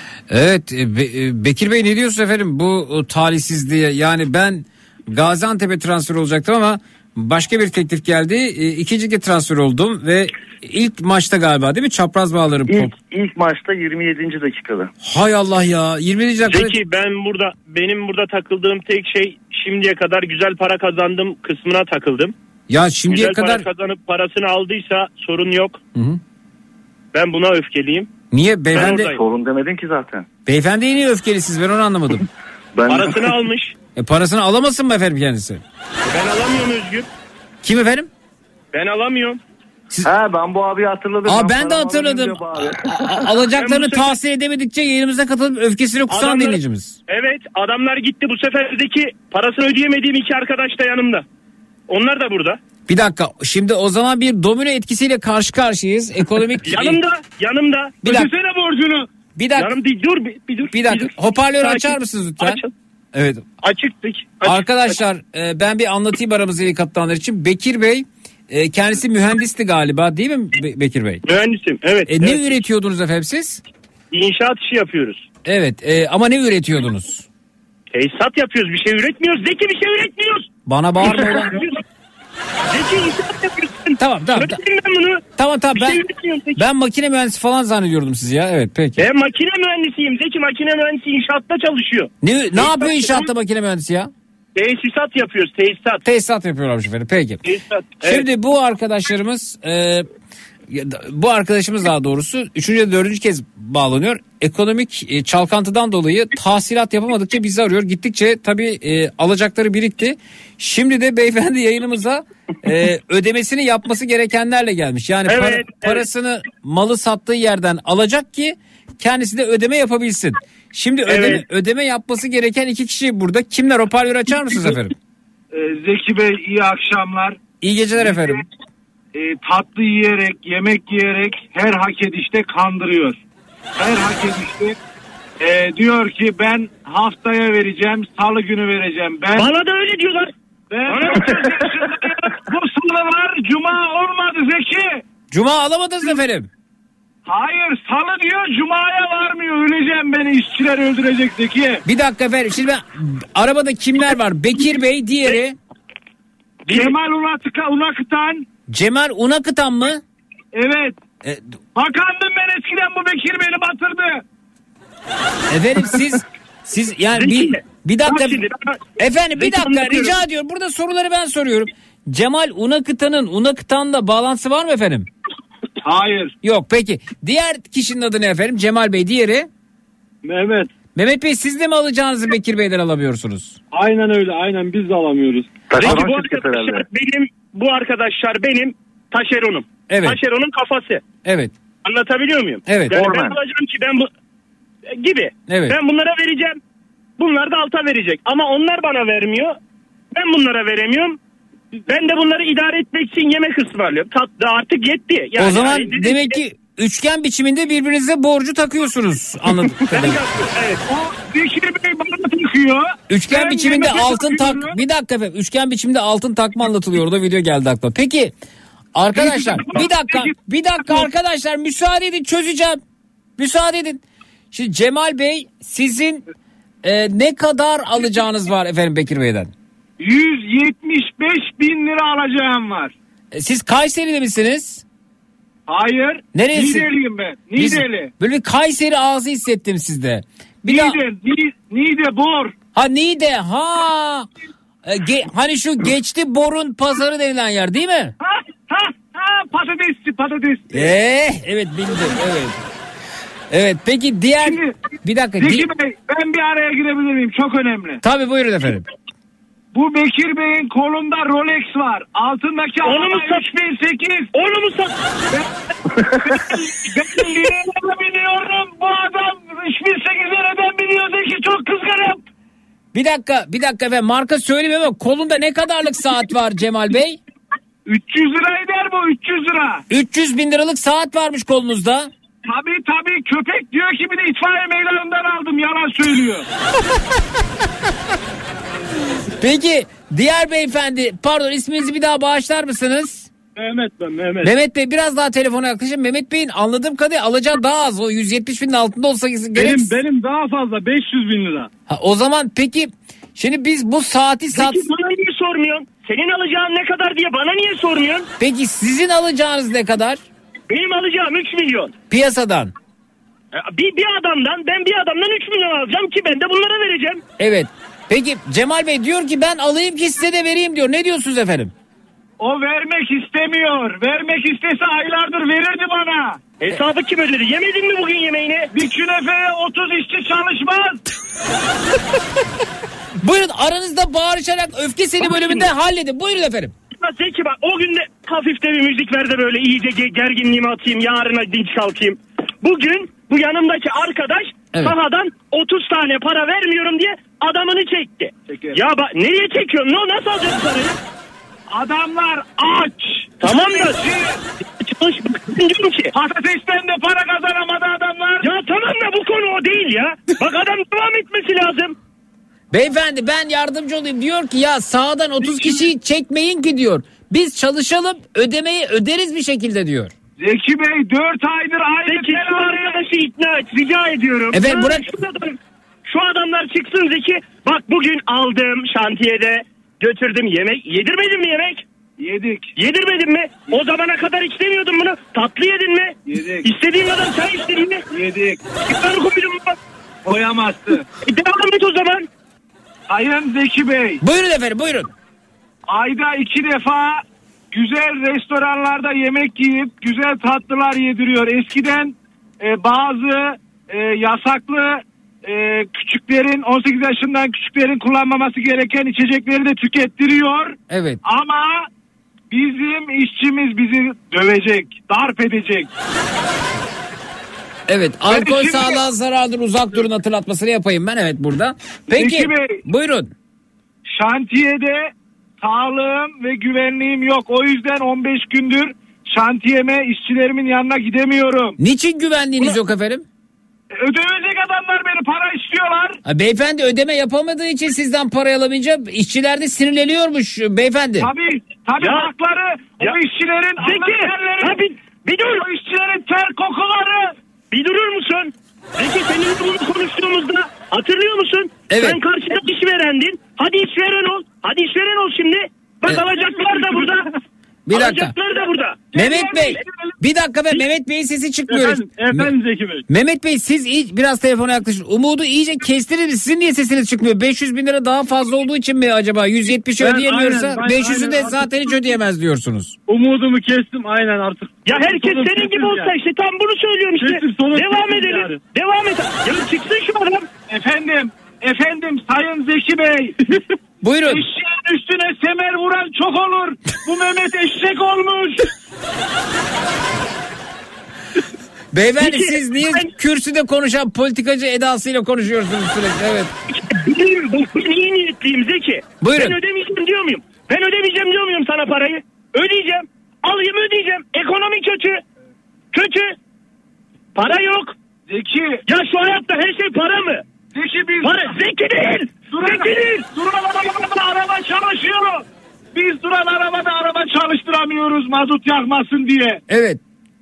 Evet Be- Bekir Bey ne diyorsunuz efendim bu talihsizliğe? Yani ben Gaziantep'e transfer olacaktım ama başka bir teklif geldi. E, ikinci kez transfer oldum ve ilk maçta galiba değil mi? Çapraz bağlarım. İlk, ilk maçta yirmi yedinci dakikada. Hay Allah ya yirmi yedinci dakikada. Zeki ben burada benim burada takıldığım tek şey şimdiye kadar güzel para kazandım kısmına takıldım. Ya şimdiye güzel kadar para kazanıp parasını aldıysa sorun yok. Hı hı. Ben buna öfkeliyim. Niye beyefendi? Sorun demedim ki zaten. Beyefendi niye öfkelisiniz ben onu anlamadım. ben... Parasını almış. E parasını alamasın mı efendim kendisi? Ben alamıyorum Özgür. Kim efendim? Ben alamıyorum. Siz... Ha ben bu abiyi hatırladım. Aa ben de hatırladım. Alacaklarını tahsil edemedikçe yayınımıza katılıp öfkesini kusan Adamlar... dinleyicimiz. Evet adamlar gitti bu seferdeki parasını ödeyemediğim iki arkadaş da yanımda. Onlar da burada. Bir dakika şimdi o zaman bir domino etkisiyle karşı karşıyayız. Ekonomik... yanımda yanımda. Bir dakika. Ödesene borcunu. Bir dakika. Yanım değil, dur bir, bir dur. Bir dakika. Bir dur. Hoparlörü Sakin. açar mısınız lütfen? Açın. Evet. Açıktık. Açık, Arkadaşlar e, ben bir anlatayım aramızda iyi katılanlar için. Bekir Bey e, kendisi mühendisti galiba değil mi Be- Bekir Bey? Mühendisim evet. E, evet. ne üretiyordunuz efendim siz? İnşaat işi yapıyoruz. Evet e, ama ne üretiyordunuz? Tesisat yapıyoruz, bir şey üretmiyoruz. Zeki bir şey üretmiyoruz. Bana bağırma ulan. Zeki inşaat yapıyorsun. Tamam tamam. Ta- ben bunu. Tamam tamam Bir ben şey üretmiyorum Zeki. ben makine mühendisi falan zannediyordum sizi ya. Evet peki. Ben makine mühendisiyim. Zeki makine mühendisi inşaatta çalışıyor. Ne ne Tesisat yapıyor inşaatta makine mühendisi ya? Tesisat yapıyoruz, tesisat. Tesisat yapıyorlarmış efendim. Peki. Tesisat. Evet. Şimdi bu arkadaşlarımız e, bu arkadaşımız daha doğrusu üçüncü ya dördüncü kez bağlanıyor. Ekonomik e, çalkantıdan dolayı tahsilat yapamadıkça bizi arıyor. Gittikçe tabii e, alacakları birikti. Şimdi de beyefendi yayınımıza e, ödemesini yapması gerekenlerle gelmiş. Yani Evet, para, evet. parasını malı sattığı yerden alacak ki kendisi de ödeme yapabilsin. Şimdi ödeme, Evet. ödeme yapması gereken iki kişi burada. Kimler? Hoparlörü açar mısınız efendim? Zeki Bey iyi akşamlar. İyi geceler efendim. E, tatlı yiyerek, yemek yiyerek her hak edişte kandırıyor. Her hak edişte e, diyor ki ben haftaya vereceğim, salı günü vereceğim. Ben, Bana da öyle diyorlar. Ben bu salılar cuma olmadı Zeki. Cuma alamadınız efendim. Hayır salı diyor cumaya varmıyor. Öleceğim beni işçiler öldürecek Zeki. Bir dakika efendim şimdi ben arabada kimler var? Bekir Bey diğeri. Cemal Unatıka, Unakıtan. Cemal Unakıtan mı? Evet. E, Bakandım ben eskiden bu Bekir beni batırdı. Efendim siz siz yani bir, bir dakika efendim bir dakika rica ediyorum. Burada soruları ben soruyorum. Cemal Unakıtan'ın Unakıtan'la bağlantısı var mı efendim? Hayır. Yok peki. Diğer kişinin adı ne efendim? Cemal Bey, diğeri? Mehmet. Mehmet Bey, siz de mi alacağınızı Bekir Bey'den alamıyorsunuz? Aynen öyle, aynen biz de alamıyoruz. Peki bu arkadaşlar benim, bu arkadaşlar benim taşeronum. Evet. Taşeronun kafası. Evet. Anlatabiliyor muyum? Evet. Yani ben Orman. alacağım ki ben bu gibi. Evet. Ben bunlara vereceğim. Bunlar da alta verecek. Ama onlar bana vermiyor. Ben bunlara veremiyorum. Ben de bunları idare etmek için yemek ısmarlıyorum. Tatlı artık yetti. Yani o zaman yani demek ki üçgen biçiminde birbirinize borcu takıyorsunuz. Anladım. Evet. O Bekir Bey bana takıyor. Üçgen Ben biçiminde yemeğe altın tak. takıyorum. Bir dakika efendim. Üçgen biçiminde altın takma anlatılıyor. Orada video geldi aklıma. Peki arkadaşlar bir dakika. Bir dakika arkadaşlar müsaade edin, çözeceğim. Müsaade edin. Şimdi Cemal Bey, sizin e, ne kadar alacağınız var efendim Bekir Bey'den? yüz yetmiş beş bin lira alacağım var. E, siz Kayseri'de misiniz? Hayır. Neresi? Niğdeliyim ben. Biz- Niğdeli. Böyle bir Kayseri ağzı hissettim sizde. Bir Niğde, daha. Niğde, Niğde, Bor. Ha Niğde, ha. E, ge- hani şu geçti Bor'un pazarı denilen yer değil mi? Ha ha ha patatesçi patatesçi. Eh, evet bildim, evet. Evet, peki diğer Şimdi, bir dakika. Zeki di- Bey, ben bir araya girebilir miyim? Çok önemli. Tabii buyurun efendim. Bu Bekir Bey'in kolunda Rolex var. Altındaki Onu mu araba sat- üç bin sekiz. Onu mu sat? Ben liraya biliyorum. Bu adam üç bin sekiz neden biliyor Zeki? Çok kızgınım. Bir dakika, bir dakika efendim. Marka söyleyeyim ama kolunda ne kadarlık saat var Cemal Bey? üç yüz lira eder bu, üç yüz lira. üç yüz bin liralık saat varmış kolunuzda. Tabii tabii, köpek diyor ki bir de itfaiye meydanından aldım, yalan söylüyor. Peki diğer beyefendi, pardon isminizi bir daha bağışlar mısınız? Mehmet ben Mehmet. Mehmet Bey biraz daha telefona yaklaşın. Mehmet Bey'in anladığım kadarıyla alacağı daha az. O yüz yetmiş binin altında olsa gerek. Benim, benim daha fazla beş yüz bin lira. Ha, o zaman peki şimdi biz bu saati sat... Peki bana niye sormuyorsun? Senin alacağın ne kadar diye bana niye sormuyorsun? Peki sizin alacağınız ne kadar? Benim alacağım üç milyon. Piyasadan. Bir, bir adamdan ben bir adamdan üç milyon alacağım ki ben de bunlara vereceğim. Evet. Peki Cemal Bey diyor ki ben alayım ki size de vereyim diyor. Ne diyorsunuz efendim? O vermek istemiyor. Vermek istese aylardır verirdi bana. Hesabı kim ödedi? Yemedin mi bugün yemeğini? Bir künefeye otuz işçi çalışmaz. Buyurun aranızda bağırışarak öfkesini bölümünde halledin. Buyurun efendim. Zeki bak o gün de hafif de bir müzik ver de böyle iyice ge- gerginliğimi atayım. Yarına dinç kalkayım. Bugün bu yanımdaki arkadaş Evet. sahadan otuz tane para vermiyorum diye adamını çekti. Çeker. Ya bak nereye çekiyorsun? Ne, nasıl alacaksın parayı? Adamlar aç. Tamam da çalış diyorum ki. Patatesten de para kazanamadı adamlar. Ya tamam da bu konu o değil ya. Bak adam devam etmesi lazım. Beyefendi ben yardımcı olayım diyor ki ya sağdan otuz kişiyi çekmeyin ki diyor. Biz çalışalım ödemeyi öderiz bir şekilde diyor. Zeki Bey dört aydır aynı Zeki şu arkadaşı ikna et rica ediyorum. Efendim, Ya, bırak- Şu, adam- şu adamlar çıksın Zeki. Bak bugün aldım şantiyede götürdüm yemek. Yedirmedim mi yemek? Yedik. Yedirmedin mi? O zamana kadar hiç demiyordun bunu. Tatlı yedin mi? Yedik. İstediğin kadar çay istedin mi? Yedik. İftarı koydun mu? Koyamazdı. E, devam et o zaman. Sayın Zeki Bey. Buyurun efendim buyurun. Ayda iki defa güzel restoranlarda yemek yiyip güzel tatlılar yediriyor. Eskiden e, bazı e, yasaklı e, küçüklerin on sekiz yaşından küçüklerin kullanmaması gereken içecekleri de tükettiriyor. Evet. Ama bizim işçimiz bizi dövecek, darp edecek. Evet alkol şimdi- sağlığa zarardır uzak durun hatırlatmasını yapayım ben evet burada. Peki Zeki Bey. buyurun. Şantiyede sağlığım ve güvenliğim yok. O yüzden on beş gündür şantiyeme, işçilerimin yanına gidemiyorum. Niçin güvenliğiniz yok efendim? Ödeyecek adamlar beni para istiyorlar. Ha, beyefendi ödeme yapamadığı için sizden para alamayınca işçiler de sinirleniyormuş beyefendi. Tabii, tabii Ya- hakları Ya- o işçilerin Zeki, terleri, ha bir, bir dur. o işçilerin ter kokuları. Bir durur musun? Peki seninle bunu konuştuğumuzda hatırlıyor musun? Evet. Sen karşıda işverendin. Hadi işveren ol. Hadi işveren ol şimdi. Bak Evet. alacaklar da burada. Bir dakika. Alacaklar da burada. Mehmet Bey bir dakika be Mehmet Bey'in sesi çıkmıyor. Efendim, efendim Zeki Bey. Mehmet Bey siz iyi, biraz telefona yaklaşın. Umudu iyice kestirdiniz. Sizin niye sesiniz çıkmıyor? beş yüz bin lira daha fazla olduğu için mi acaba? yüz yetmiş Ben ödeyemiyorsa aynen, ben beş yüzü de aynen zaten hiç ödeyemez diyorsunuz. Umudumu kestim aynen artık. Ya herkes Sonum senin gibi kesin olsa yani. işte tam bunu söylüyorum işte. Kesin, sonum Devam kesin edelim. yani. Devam et. Ya çıksın şu adam. Efendim, efendim Sayın Zeki Bey. Buyurun. Eşeğin üstüne semer vuran çok olur. Bu Mehmet eşek olmuş. Beyefendi Peki, siz niye ben- kürsüde konuşan politikacı edasıyla konuşuyorsunuz sürekli? Evet. Bilmiyorum, ben iyi niyetliyim Zeki. Buyurun. Ben ödemeyeceğim diyor muyum? Ben ödemeyeceğim diyor muyum sana parayı? Ödeyeceğim. Alayım ödeyeceğim. Ekonomi kötü. Kötü. Para yok. Zeki. Ya şu hayatta her şey para mı? Zeki biz... Para Zeki değil. Zeki değil. Duran arabada araba çalışıyor. Biz duran arabada araba çalıştıramıyoruz mazot yakmasın diye. Evet.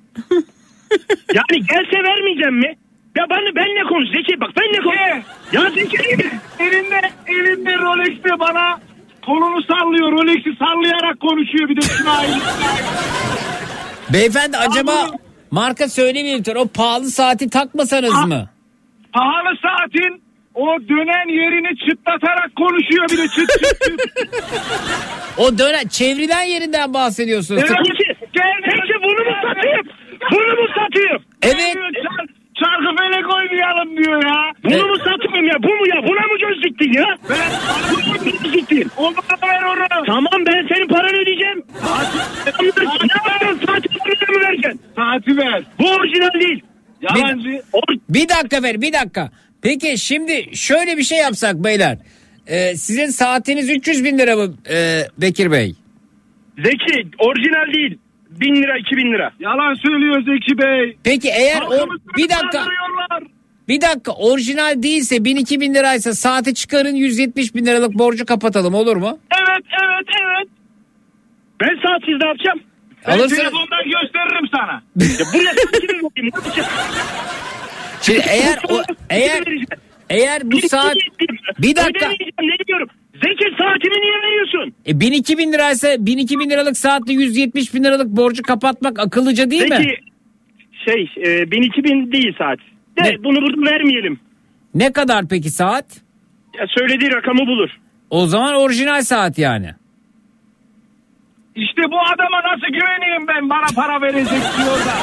Yani gelse vermeyeceğim mi? Ya benle benle konuş Zeki bak benle konuş. Ne? Ya Zeki değil. Elinde, elinde Rolex'te bana kolunu sallıyor. Rolex'i sallayarak konuşuyor bir de şuna. Beyefendi acaba marka söylemeyeyim lütfen. O pahalı saati takmasanız Ha- mı? Pahalı saatin o dönen yerini çıtlatarak konuşuyor bir de çıt çıt çıt. O dönen çevrilen yerinden bahsediyorsunuz. Peki, peki bunu mu satayım? Bunu mu satayım? Evet. Çar- Çarkı felek oynayalım diyor ya. Bunu mu satayım ya? Bu mu ya? Buna mı göz diktin ya? Ben Buna mı göz diktin? o bana ver onu. Tamam ben senin paranı ödeyeceğim. Ne yapacaksın? Saati bana mı vereceksin? Saati ver. Bu orijinal değil. Yalancı. Bir dakika ver bir dakika. Peki şimdi şöyle bir şey yapsak beyler. Ee, sizin saatiniz üç yüz bin lira mı ee, Bekir Bey? Zeki orijinal değil. Bin lira iki bin lira. Yalan söylüyor Zeki Bey. Peki eğer o, Halkımızı bir dakika kandırıyorlar. bir dakika orijinal değilse bin iki bin liraysa saati çıkarın yüz yetmiş bin liralık borcu kapatalım olur mu? Evet evet evet. Ben saatsiz ne yapacağım? Ben Alırsın. telefondan gösteririm sana. Ya buraya saatini bakayım. Ne yapacağım? Şimdi eğer o eğer eğer bu saat bir dakika Ödemeyeceğim ne diyorum? Zeki saatimi niye veriyorsun? e, bin iki bin liraysa bin iki bin liralık saatle yüz yetmiş bin liralık borcu kapatmak akıllıca değil mi? Zeki şey e, bin iki bin değil saat. De, Ne? bunu burada vermeyelim. Ne kadar peki saat? Ya söylediği rakamı bulur. O zaman orijinal saat yani. İşte bu adama nasıl güveneyim ben bana para verecek diyor da.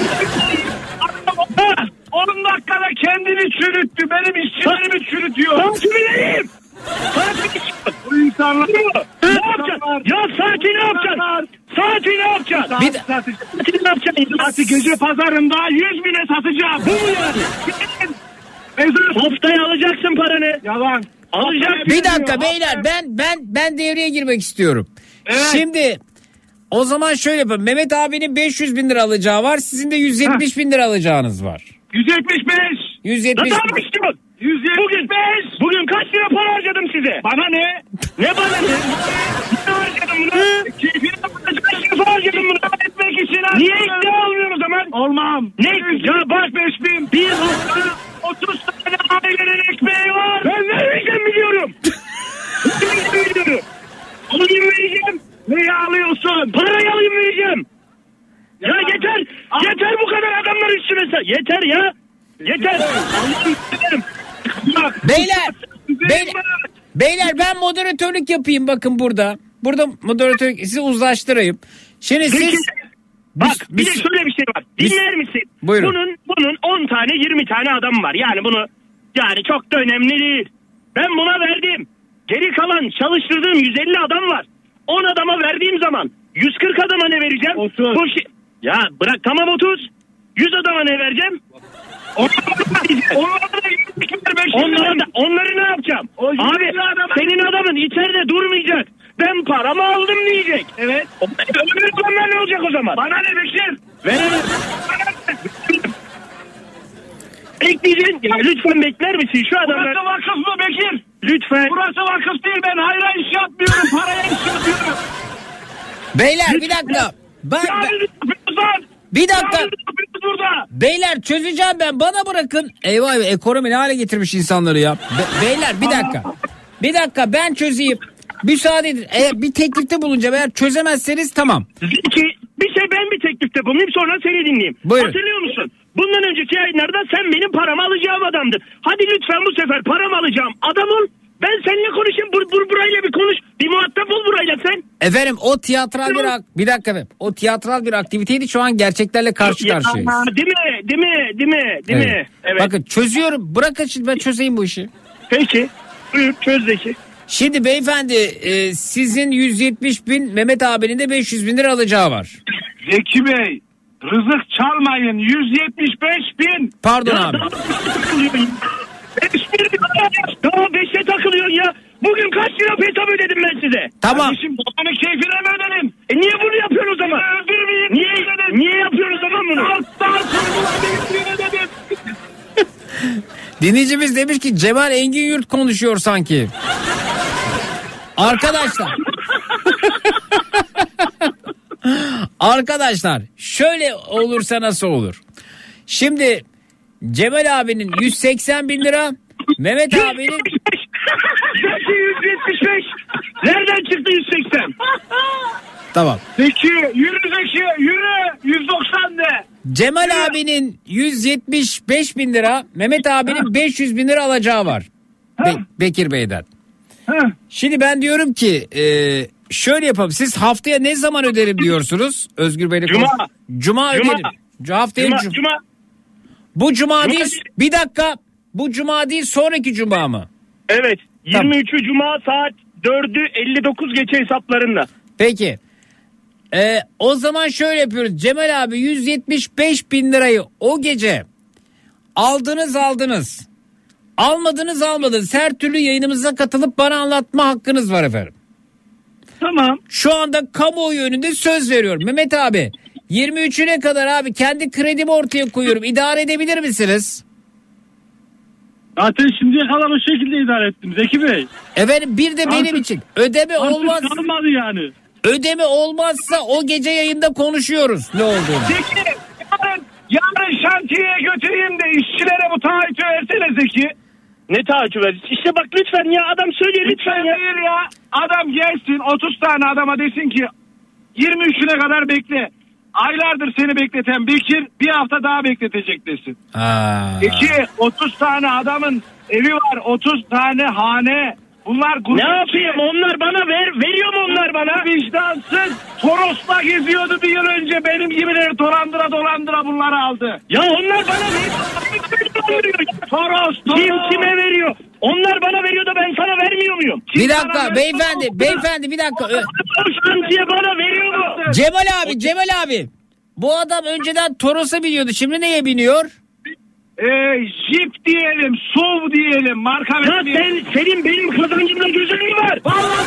Adam on dakikada kendini çürüttü. Benim işçilerimi çürütüyor. Saatimi vereyim. Saatimi Bu insanlar... ne yapacaksın? Ya saati ne yapacaksın? Saati ne yapacaksın? Saat, Bir de- saat, Saati ne yapacaksın? saati gece pazarında yüz bine satacağım. Bu mu yani? Mezar. Haftaya alacaksın paranı. Yalan. Alacaksın. Bir dakika beyler ben ben ben devreye girmek istiyorum. Evet. Şimdi o zaman şöyle yapalım. Mehmet abinin beş yüz bin lira alacağı var. Sizin de yüz yetmiş bin lira alacağınız var. yüz yetmiş beş. yüz Ne yetmiş yapmak istiyorsun? yüz Bugün, yetmiş beş. bugün kaç lira para harcadım size? Bana ne? Ne bana ne? Ne harcadım bunu? Keyfine Kaç lira harcadım bunu? etmek için. Niye ikna olmuyor o zaman? Olmam. Ne? Ya bak beş bin. bir hafta otuz tane ailenin ekmeği var. ben vermeyeceğim biliyorum. Vermeyeceğim biliyorum. Alayım vereceğim. Neyi alıyorsun? Parayı alayım vereceğim. Ya yeter. Yeter bu kadar adamlar üstüne sen. Yeter ya. Yeter. Alayım vereceğim. Beyler, beyler, beyler ben moderatörlük yapayım bakın burada. Burada moderatörlük sizi uzlaştırayım. Şimdi Peki, siz bak biz- bir de biz- şöyle bir şey var. biz- Dinler misin? Buyurun. Bunun bunun on tane yirmi tane adam var. Yani bunu yani çok da önemli değil. Ben buna verdim. Geri kalan çalıştırdığım yüz elli adam var. on adama verdiğim zaman yüz kırk adama ne vereceğim? otuz. Bu şey... Ya bırak tamam otuz. yüz adama ne vereceğim? Onlara da yetmiş beş. Onlara da, onları ne yapacağım? O yüz Abi elli adama- senin adamın içeride durmayacak. Ben paramı aldım diyecek. Evet. Öbür adamlar ne olacak o zaman? Bana ne Bekir? Veremem. Bekleyeceksin. Ya lütfen bekler misin şu adamlar? Burası vakıf mı Bekir? Lütfen. Burası vakıf değil, ben hayra iş yapmıyorum. Paraya iş yapıyorum. beyler bir dakika. Ben, ben- Yani yapıyorsan. bir dakika. Yani yapıyoruz burada. Beyler çözeceğim ben. Bana bırakın. Eyvah eyvah ekonomi ne hale getirmiş insanları ya. Be- beyler bir dakika. Bir dakika ben çözeyim. Müsaade edin. Eğer bir teklifte bulunacağım. Eğer çözemezseniz tamam. Ki bir şey ben bir teklifte bulunayım sonra seni dinleyeyim. Buyurun. Hatırlıyor musun? Bundan önceki yayınlarda sen benim paramı alacağım adamdın. Hadi lütfen bu sefer paramı alacağım adam ol. Ben seninle konuşayım. Bur, bur, burayla bir konuş. Bir muhatap ol burayla sen. Efendim o tiyatral bir ak- bir dakika efendim. O tiyatral bir aktiviteydi. Şu an gerçeklerle karşı Ya, karşıyayız. Değil mi? Değil mi? Değil mi? Değil Evet. mi? Evet. Bakın çözüyorum. Bırakın şimdi ben çözeyim bu işi. Peki. Buyur çöz Zeki. Şimdi beyefendi e, sizin yüz yetmiş bin Mehmet abinin de beş yüz bin lira alacağı var. Zeki Bey, rızık çalmayın. yüz yetmiş beş bin. Pardon Ya, abi. Daha beşe takılıyorsun. Daha beşe takılıyorsun ya. Bugün kaç lira hesap ödedim ben size? Tamam. Kardeşim babanın keyfine mi ödedim? E niye bunu yapıyorsun o zaman? Öldürmeyin. Niye, niye yapıyorsun o zaman bunu? Daha sorgular benim ödedim. Dinleyicimiz demiş ki Cemal Engin Yurt konuşuyor sanki. Arkadaşlar. Arkadaşlar şöyle olursa nasıl olur? Şimdi Cemal abinin yüz seksen bin lira, Mehmet abinin yüz yetmiş beş. Nereden çıktı yüz seksen? Tamam. Zeki yürü Zeki yürü. yüz doksan de. Cemal abinin yüz yetmiş beş bin lira, Mehmet abinin beş yüz bin lira alacağı var. Be- Bekir Bey'den. Şimdi ben diyorum ki e, şöyle yapalım. Siz haftaya ne zaman öderim diyorsunuz? Özgür Bey'le Cuma. konuş- Cuma Cuma. öderim. C- Haftaya Cuma, cum- Cuma. Bu cuma, Cuma değil. değil. Bir dakika. Bu cuma değil, sonraki cuma mı? Evet. yirmi üçü Cuma saat dördü elli dokuz geçe hesaplarında. Peki. Ee, o zaman şöyle yapıyoruz. Cemal abi yüz yetmiş beş bin lirayı o gece aldınız aldınız. Almadınız almadınız. Her türlü yayınımıza katılıp bana anlatma hakkınız var efendim. Tamam. Şu anda kamuoyu önünde söz veriyorum. Mehmet abi yirmi üçüne kadar abi kendi kredimi ortaya koyuyorum. İdare edebilir misiniz? Zaten şimdiye kadar o şekilde idare ettim Zeki Bey. Efendim bir de benim Artık- için ödeme Artık olmaz. kalmadı yani. Ödeme olmazsa o gece yayında konuşuyoruz ne olduğunu. Zeki yarın, yarın şantiyeye götüreyim de işçilere bu taahhütü versene Zeki. Ne taahhütü ver? İşte bak lütfen ya adam söylüyor lütfen ya. Değil ya. Adam gelsin otuz tane adama desin ki yirmi üçüne kadar bekle. Aylardır seni bekleten Bekir bir hafta daha bekletecek desin. Aa. Zeki otuz tane adamın evi var, otuz tane hane. Bunlar Ne yapayım onlar bana ver veriyor mu onlar bana? Vicdansız Toros'la geziyordu bir yıl önce benim gibileri dolandıra dolandıra bunları aldı. Ya onlar bana veriyor. Toros, Kim Toros. kime veriyor? Onlar bana veriyor da ben sana vermiyor muyum? Bir dakika beyefendi beyefendi bir dakika. Ö- Şantiye bana veriyor mu? Cemal abi Cemal abi. Bu adam önceden Toros'a biniyordu. Şimdi neye biniyor? Ee, Jeep diyelim, S U V diyelim, marka Ya sen, senin benim kazancımda gözün mü var?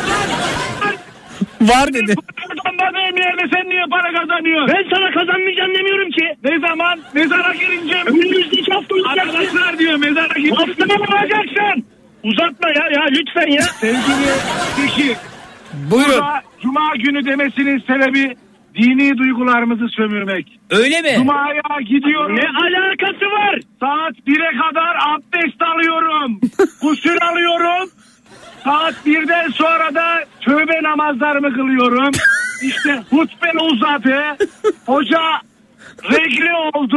Var dedi. Kazanmadığım yerde sen niye para kazanıyorsun? Ben sana kazanmayacağım demiyorum ki. Ne zaman? Mezara girince Önümüzdeki hafta olacaksın. arkadaşlar diyor mezara girince. Haftaya mı olacaksın? Uzatma ya ya lütfen ya. Sevgili Zeki, Buyurun. burada Cuma günü demesinin sebebi dini duygularımızı sömürmek. Öyle mi? Cuma'ya gidiyorum. Ne alakası var? Saat bire kadar abdest alıyorum. Gusül alıyorum. Saat birden sonra da tövbe namazlarımı kılıyorum. İşte hutbe uzadı. Hoca regli oldu.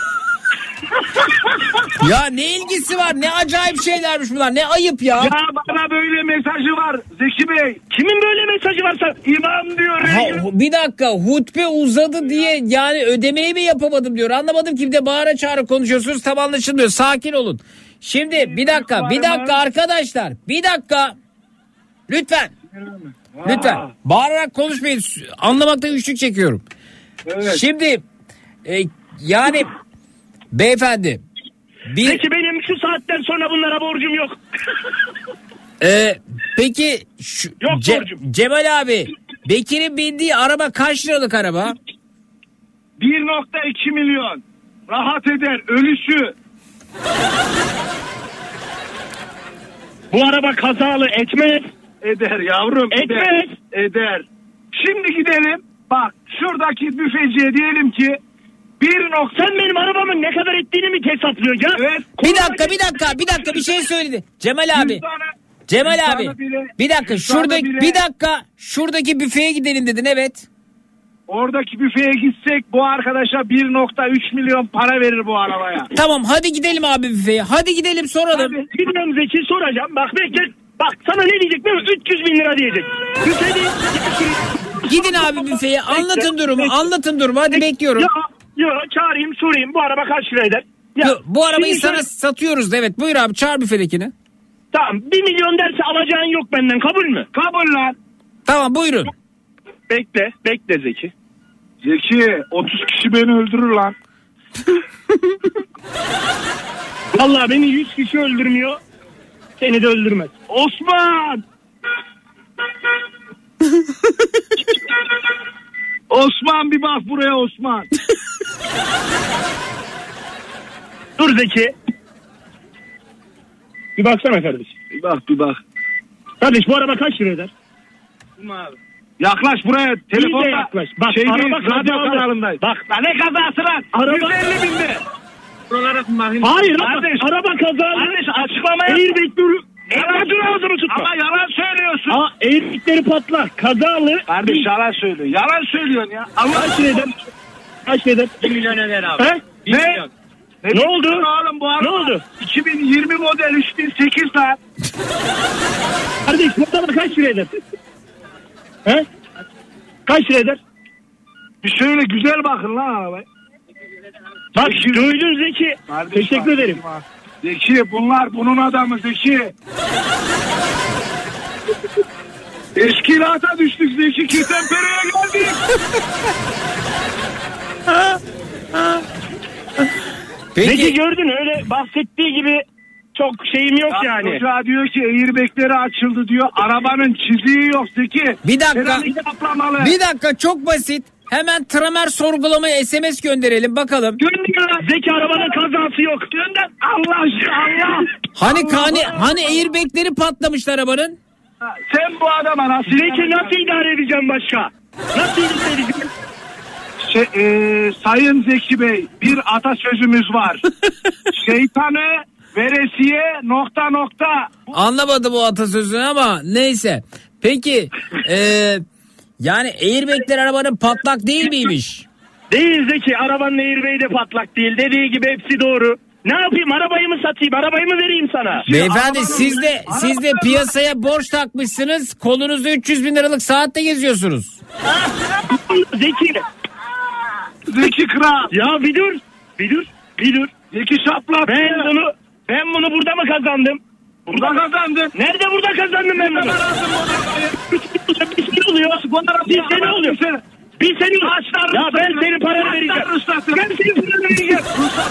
Ya ne ilgisi var? Ne acayip şeylermiş bunlar. Ne ayıp ya. Ya bana böyle mesajı var Zeki Bey. Kimin böyle mesajı varsa? İmam diyor regli. Ha, bir dakika hutbe uzadı diye yani ödemeyi mi yapamadım diyor. Anlamadım ki bir de bağıra çağıra konuşuyorsunuz tam anlaşılmıyor. Sakin olun. Şimdi bir dakika bir dakika arkadaşlar bir dakika. Lütfen. Lütfen. Bağırarak konuşmayın. Anlamakta güçlük çekiyorum. Evet. Şimdi e, yani beyefendi. Bir, Peki benim şu saatten sonra bunlara borcum yok. e, peki şu, Yok Ce- borcum. Cemal abi Bekir'in bindiği araba kaç liralık araba? bir nokta iki milyon. Rahat eder. Ölüsü. Bu araba kazalı etmez. Eder yavrum. Etmez. Eder. Eder. Şimdi gidelim. Bak şuradaki büfeciye diyelim ki bir nokta... Sen benim arabamın ne kadar ettiğini mi hesaplıyorsun ya? Evet. Bir dakika bir dakika bir dakika bir şey söyledi. Cemal abi. yüz tane, Cemal İnsanı abi bile- bir dakika insanı şuradaki bile- bir dakika şuradaki büfeye gidelim dedin, evet. Oradaki büfeye gitsek bu arkadaşa bir nokta üç milyon para verir bu arabaya. Tamam hadi gidelim abi büfeye, hadi gidelim soralım. Hadi gidiyorum Zeki, soracağım. Bak bekle. Bak sana ne diyecek biliyor musun? üç yüz bin lira diyecek. Büfe değil. Gidin abi büfeye, anlatın durumu, anlatın durumu, hadi bekliyorum. Ya, ya çağırayım sorayım bu araba kaç lira eder? Ya, Yo, bu arabayı şimdi sana şöyle- satıyoruz da, evet buyur abi, çağır büfedekini. Tamam, bir milyon derse alacağın yok benden, kabul mü? Kabul lan. Tamam buyurun. Bekle, bekle Zeki. Zeki otuz kişi beni öldürür lan. Vallahi beni yüz kişi öldürmüyor. Seni de öldürmez. Osman! Osman bir bak buraya Osman. Dur Zeki. Bir baksana kardeş. Bir bak bir bak. Kardeş bu araba kaç lira eder? Yaklaş buraya telefonda. İyice yaklaş. Bak, Şeyde, araba radyo kazalı. kanalındayız. Bak. Lan ne kazası lan? Araba- yüz elli binde. Buralara bakayım. Hayır Kardeş, araba kazalı. Kardeş açıklama yap. Airbag dur. Yalan dur ağzımı tutma. Ama yalan söylüyorsun. Aa, airbagleri patlar. Kazalı. Kardeş yalan söylüyor. Yalan söylüyorsun ya. Allah Kaç lira eder? Kaç lira eder? bir milyon eder abi. He? Ne? Ne, ne oldu? Oğlum, bu araba Ne oldu? iki bin yirmi model üç bin sekiz lan. Kardeş bu araba kaç lira eder? He? Kaç lira eder? Bir şöyle güzel bakın lan arabaya. Bak duydun Zeki. Kardeş, Teşekkür kardeşim ederim. ha. Zeki bunlar bunun adamı Zeki. Teşkilata düştük Zeki. Kirtempere'ye geldik. Peki. Zeki gördün öyle bahsettiği gibi çok şeyim yok Ya, yani. Çocuğa diyor ki airbagleri açıldı diyor. Arabanın çiziği yok Zeki. Bir dakika. Seramik kaplamalı. Bir dakika, çok basit. Hemen tramer sorgulamaya S M S gönderelim bakalım. Gönder. Zeki arabanın kazası yok. Gönder. Allah aşkına Allah. Hani Allah hani Allah. hani airbagleri patlamıştı arabanın. Sen bu adama nasıl... Zeki nasıl idare edeceğim başka? Nasıl idare edeceğim? Şey, e, Sayın Zeki Bey, bir atasözümüz var. Şeytanı veresiye nokta nokta. Anlamadım o atasözünü ama neyse. Peki eee yani airbagler arabanın patlak değil miymiş? Değil Zeki, arabanın airbag'i de patlak değil. Dediği gibi hepsi doğru. Ne yapayım, arabayı mı satayım, arabayı mı vereyim sana? Beyefendi arabanın- siz de siz de piyasaya borç takmışsınız. Kolunuzda üç yüz bin liralık saatte geziyorsunuz. Zeki. Zeki Kral. Ya bir dur. Bir dur. Bir dur. Zeki Şaplak. Ben bunu ben bunu burada mı kazandım? Burada kazandın. Nerede burada kazandım ben bunu? Bir sene oluyor. Bir sene oluyor. Bir sene oluyor. Ya ben senin paranı vereceğim. Ben senin paranı vereceğim.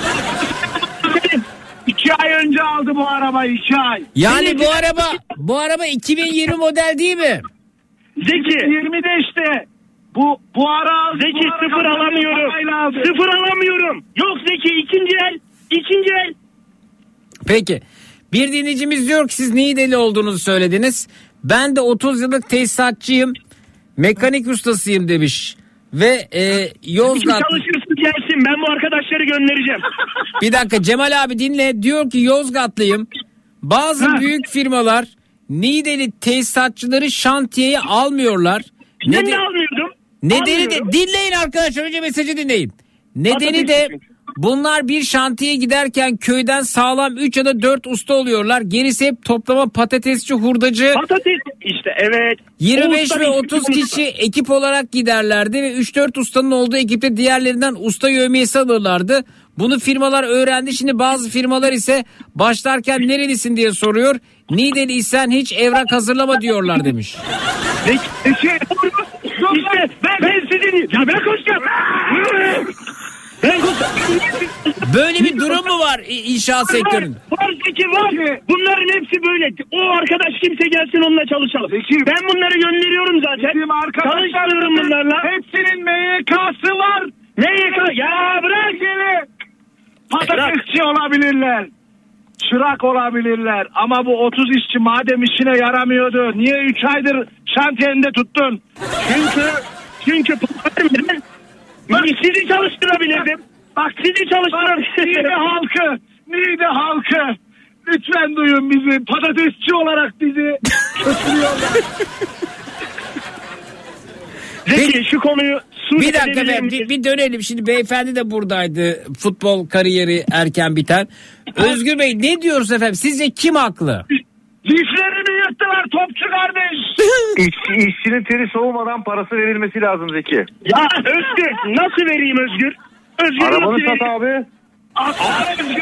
İki ay önce aldı bu arabayı iki ay. Yani bu araba bu araba iki bin yirmi model değil mi? Zeki. yirmide işte. Bu bu ara Zeki bu ara sıfır kazandı, alamıyorum. parayla aldı. Sıfır alamıyorum. Yok Zeki ikinci el. İkinci el. Peki. Bir dinleyicimiz diyor ki siz Niğdeli olduğunuzu söylediniz. Ben de otuz yıllık tesisatçıyım. Mekanik ustasıyım demiş. Ve e, Yozgat... Çalışırsın gelsin, ben bu arkadaşları göndereceğim. Bir dakika Cemal abi dinle. Diyor ki Yozgatlıyım. Bazı Ha. büyük firmalar Niğdeli tesisatçıları şantiyeye almıyorlar. Ben Nede- de almıyordum. Nedeni de Almıyorum. dinleyin arkadaşlar, önce mesajı dinleyin. Nedeni Patates de çünkü. bunlar bir şantiye giderken köyden sağlam üç ya da dört usta oluyorlar. Gerisi hep toplama patatesçi, hurdacı. Patates işte evet. yirmi beş Usta ve bir otuz usta. kişi ekip olarak giderlerdi ve üç dört ustanın olduğu ekipte diğerlerinden usta yövmiyesi alırlardı. Bunu firmalar öğrendi. Şimdi bazı firmalar ise başlarken nerelisin diye soruyor. Niğdeliysen hiç evrak hazırlama diyorlar demiş. Zeki. İşte ben, ben sizin... Ya ben koşacağım. Ben koşacağım. Böyle bir durum mu var i- inşaat sektöründe? Var Zeki var. Bunların hepsi böyle. O arkadaş kimse gelsin onunla çalışalım. Zeki. Ben bunları gönderiyorum zaten. Bizim Çalıştırıyorum arkadaşlarımızın bunlarla. hepsinin M Y K'sı var. Ne yıka? Ya bırak. Seni patatesçi olabilirler. Çırak olabilirler. Ama bu otuz işçi madem işine yaramıyordu. Niye üç aydır şantiyende tuttun? Çünkü çünkü ben Bak, sizi çalıştırabilirdim. Bak sizi Niğde çalıştırabilirdim. halkı, Niğde halkı Lütfen duyun bizi. Patatesçi olarak bizi kötülüyorlar. Zeki şu konuyu bir dakika efendim bir, bir dönelim. Şimdi beyefendi de buradaydı. Futbol kariyeri erken biten. Özgür Bey ne diyoruz efendim? Sizce kim haklı? Liflerini yırttılar topçu kardeş. İşçi, işçinin teri soğumadan parası verilmesi lazım Zeki. Ya Özgür nasıl vereyim Özgür? Özgür Arabanı nasıl sat vereyim? abi. Aslan Özgür